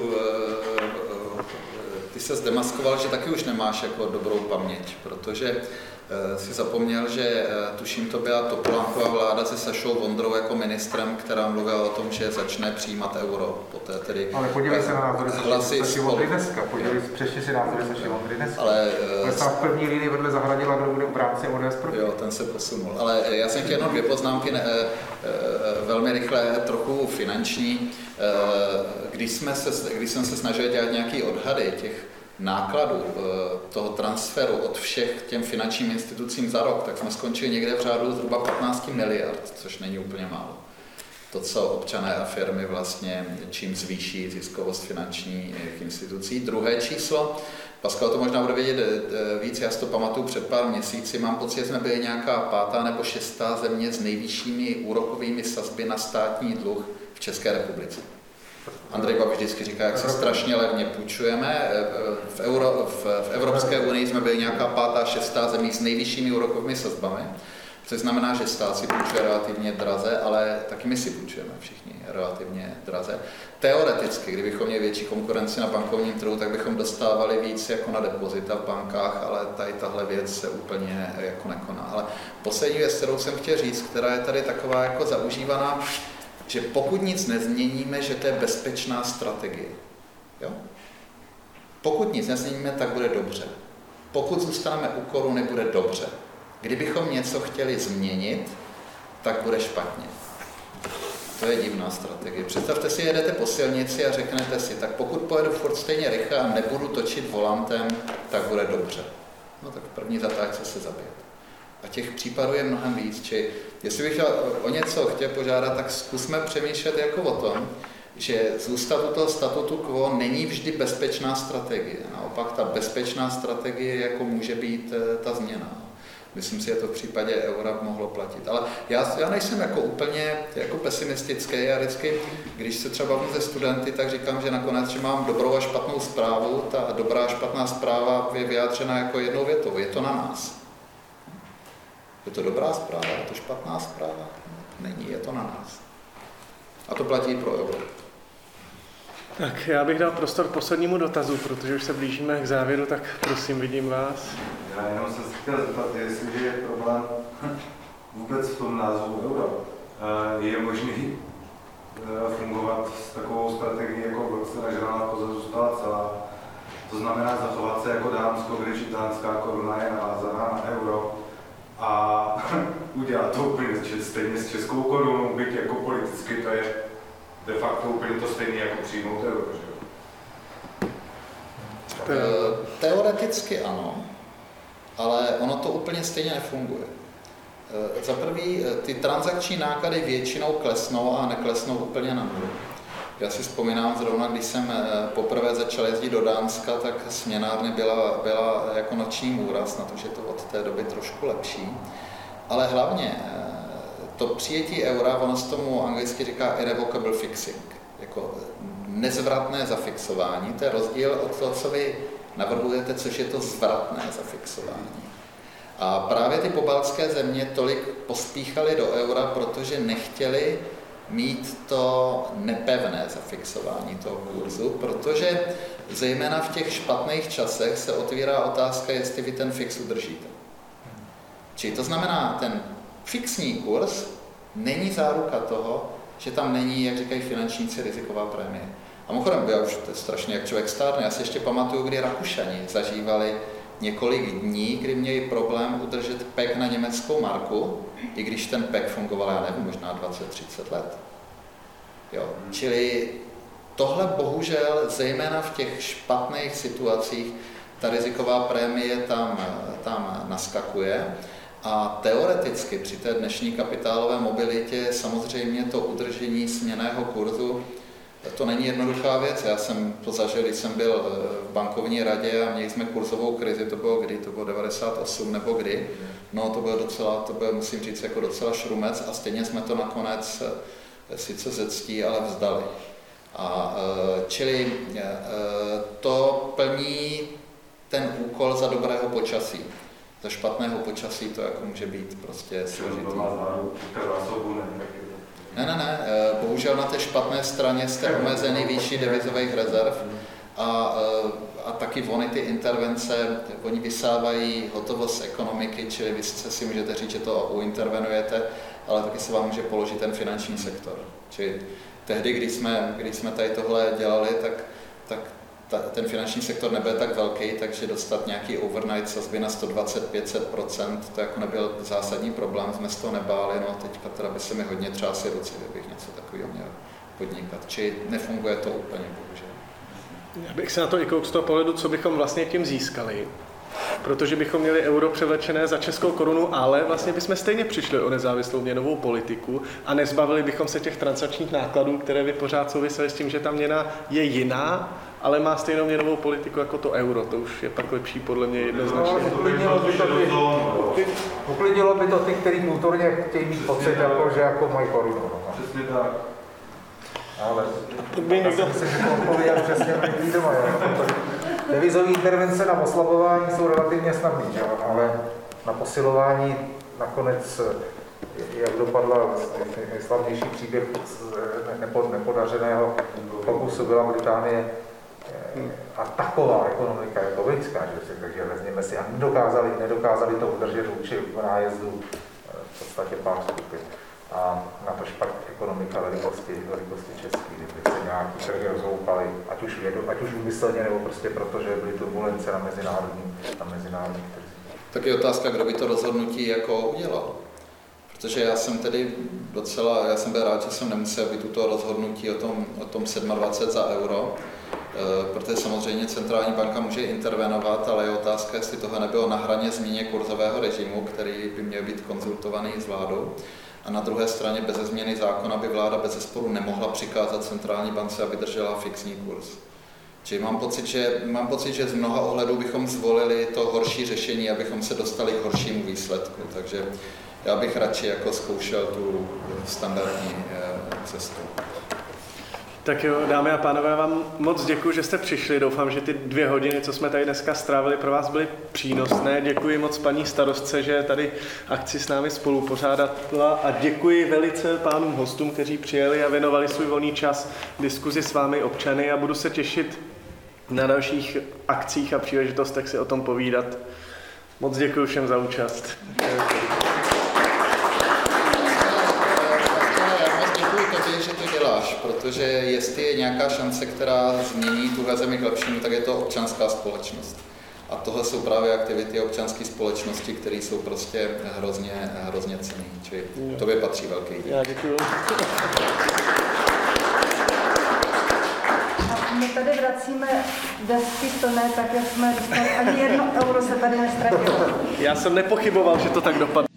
ty se zdemaskoval, že taky už nemáš jako dobrou paměť, protože si zapomněl, že tuším to byla Topolánková vláda se Sašou Vondrou jako ministrem, která mluvila o tom, že začne přijímat euro. Poté tedy ale podívej se na názory Saši Vondry dneska, podívej se, přešli si názory Saši Vondry dneska. Ale jsem v první línii vedle zahradila, kdo bude v rámci O D S proti. Jo, ten se posunul. Ale já jsem chtěl jenom dvě poznámky, ne, velmi rychle, trochu finanční. Když, jsme se, když jsem se snažil dělat nějaký odhady těch nákladů toho transferu od všech těm finančním institucím za rok, tak jsme skončili někde v řádu zhruba patnáct miliard, což není úplně málo. To, co občané a firmy vlastně čím zvýší ziskovost finančních institucí. Druhé číslo, Pascal to možná bude vědět víc, já si to pamatuju před pár měsíci, mám pocit, že jsme byli nějaká pátá nebo šestá země s nejvyššími úrokovými sazby na státní dluh v České republice. Andrej Babiš vždycky říká, jak se strašně levně půjčujeme. V, Euro, v, v Evropské unii jsme byli nějaká pátá, šestá zemí s nejvyššími úrokovými sazbami, což znamená, že stát si půjčuje relativně draze, ale taky my si půjčujeme všichni relativně draze. Teoreticky, kdybychom měli větší konkurenci na bankovním trhu, tak bychom dostávali víc jako na depozita v bankách, ale tady tahle věc se úplně jako nekoná. Ale poslední věc, kterou jsem chtěl říct, která je tady taková jako zaužívaná, že pokud nic nezměníme, že to je bezpečná strategie. Jo? Pokud nic nezměníme, tak bude dobře. Pokud zůstaneme u koruny, bude dobře. Kdybychom něco chtěli změnit, tak bude špatně. To je divná strategie. Představte si, jedete po silnici a řeknete si, tak pokud pojedu furt stejně rychle a nebudu točit volantem, tak bude dobře. No tak v první zatáčce se zabijet. A těch případů je mnohem víc. Či jestli bych o něco chtěl požádat, tak zkusme přemýšlet jako o tom, že zůstat u toho statutu quo není vždy bezpečná strategie. Naopak ta bezpečná strategie jako může být ta změna. Myslím si, že to v případě eura mohlo platit. Ale já, já nejsem jako úplně jako pesimistický. Já vždycky, když se třeba bavím se studenty, tak říkám, že nakonec, že mám dobrou a špatnou zprávu. Ta dobrá a špatná zpráva je vyjádřena jako jednou větou. Je to na nás. Je to dobrá zpráva, je to špatná zpráva? Není, je to na nás. A to platí pro euro. Tak já bych dal prostor poslednímu dotazu, protože už se blížíme k závěru, tak prosím, vidím vás. Já jenom jsem se chtěl zeptat, jestli je problém vůbec v tom názvu euro. Je možný fungovat s takovou strategií, jako v roce nažraná koza zůstala celá. To znamená zachovat se jako Dánsko, když dánská koruna je navázaná na euro. A udělat to úplně stejně s českou korunou, byť jako politicky to je de facto úplně to stejné jako přijmout euro, že jo? Teoreticky ano, ale ono to úplně stejně nefunguje. Za prvý, ty transakční náklady většinou klesnou a neklesnou úplně na nulu. Já si vzpomínám zrovna, když jsem poprvé začal jezdit do Dánska, tak směnárny byla, byla jako noční můra, snad už je to od té doby trošku lepší. Ale hlavně to přijetí eura, ono se tomu anglicky říká irrevocable fixing, jako nezvratné zafixování. To je rozdíl od toho, co vy navrhujete, což je to zvratné zafixování. A právě ty pobaltské země tolik pospíchaly do eura, protože nechtěli mít to nepevné zafixování toho kurzu, protože zejména v těch špatných časech se otvírá otázka, jestli vy ten fix udržíte. Čili to znamená, ten fixní kurz není záruka toho, že tam není, jak říkají finančníci, riziková prémie. A mimochodem, já už to je strašně jak člověk stárne, já si ještě pamatuju, kdy Rakušani zažívali několik dní, kdy měli problém udržet P E K na německou marku, i když ten P E K fungoval, já nevím, možná dvacet třicet let. Jo. Čili tohle bohužel, zejména v těch špatných situacích, ta riziková prémie tam, tam naskakuje. A teoreticky při té dnešní kapitálové mobilitě samozřejmě to udržení směnného kurzu, to není jednoduchá věc. Já jsem to zažil, když jsem byl v bankovní radě a měli jsme kurzovou krizi, to bylo kdy, to bylo devadesát osm nebo kdy. No to bylo docela, to bylo, musím říct, jako docela šrumec a stejně jsme to nakonec sice ze ctí, ale vzdali. A čili to plní ten úkol za dobrého počasí. Za špatného počasí to jako může být prostě složitý. Ne, ne, ne. Bohužel na té špatné straně jste omezený výši devizových rezerv a, a taky ony ty intervence, oni vysávají hotovost z ekonomiky, čili vy sice si můžete říct, že to uintervenujete, ale taky se vám může položit ten finanční sektor. Čili tehdy, když jsme, když jsme tady tohle dělali, tak, tak ta, ten finanční sektor nebyl tak velký, takže dostat nějaký overnight sazby na sto dvacet až pět set procent, to jako nebyl zásadní problém, jsme z toho nebáli, no a teďka teda by se mi hodně třásly ruce, kdybych něco takového měl podnikat. Či nefunguje to úplně, bohužel. Já bych se na to i koukl z toho pohledu, co bychom vlastně tím získali. Protože bychom měli euro převlečené za českou korunu, ale vlastně bychom stejně přišli o nezávislou měnovou politiku a nezbavili bychom se těch transakčních nákladů, které by pořád souvisely s tím, že ta měna je jiná, ale má stejnou měnovou politiku jako to euro. To už je pak lepší podle mě jednoznačně. No, uklidnilo by to ty, uklidilo by to ty, kteří kulturně chtějí mít pocit, jako, že jako mají korunu. No. Přesně tak. Ale by já někdo... si myslím, že to odpověděl přesně my doma. Devizové intervence na oslabování jsou relativně snadné, ale na posilování nakonec, jak dopadla nejslavnější příběh nepodařeného pokusu byla Británie a taková ekonomika jako britská, že takže vezměme si, a nedokázali, nedokázali to udržet vůči nájezdu v podstatě pár skupin. A na to špak ekonomika velikosti, velikosti český, kdy se nějaký trhy rozhoupaly, ať už, vědu, ať už úmyslně, nebo prostě proto, že byly turbulence na mezinárodním, na mezinárodním trzích. Tak je otázka, kdo by to rozhodnutí jako udělal. Protože já jsem tedy docela, já jsem byl rád, že jsem nemusel být tuto rozhodnutí o tom, o tom dvacet sedm za euro, protože samozřejmě centrální banka může intervenovat, ale je otázka, jestli tohle nebylo na hraně změně kurzového režimu, který by měl být konzultovaný s vládou. A na druhé straně bez změny zákona by vláda bez zesporu nemohla přikázat centrální bance, aby držela fixní kurz. Čili mám pocit, že, mám pocit, že z mnoha ohledů bychom zvolili to horší řešení, abychom se dostali k horšímu výsledku. Takže já bych radši jako zkoušel tu standardní cestu. Tak jo, dámy a pánové, vám moc děkuji, že jste přišli. Doufám, že ty dvě hodiny, co jsme tady dneska strávili, pro vás byly přínosné. Děkuji moc paní starostce, že tady akci s námi spolupořádala a děkuji velice pánům hostům, kteří přijeli a věnovali svůj volný čas diskuzi s vámi občany a budu se těšit na dalších akcích a příležitostech si o tom povídat. Moc děkuji všem za účast. Protože jestli je nějaká šance, která změní tuhle zemi k lepšímu, tak je to občanská společnost. A tohle jsou právě aktivity občanské společnosti, které jsou prostě hrozně, hrozně cenné. Čili tobě patří velký dík. Já děkuju. A my tady vracíme desky plné, tak jak jsme říkali, ani jedno euro se tady nestratilo. Já jsem nepochyboval, že to tak dopadne.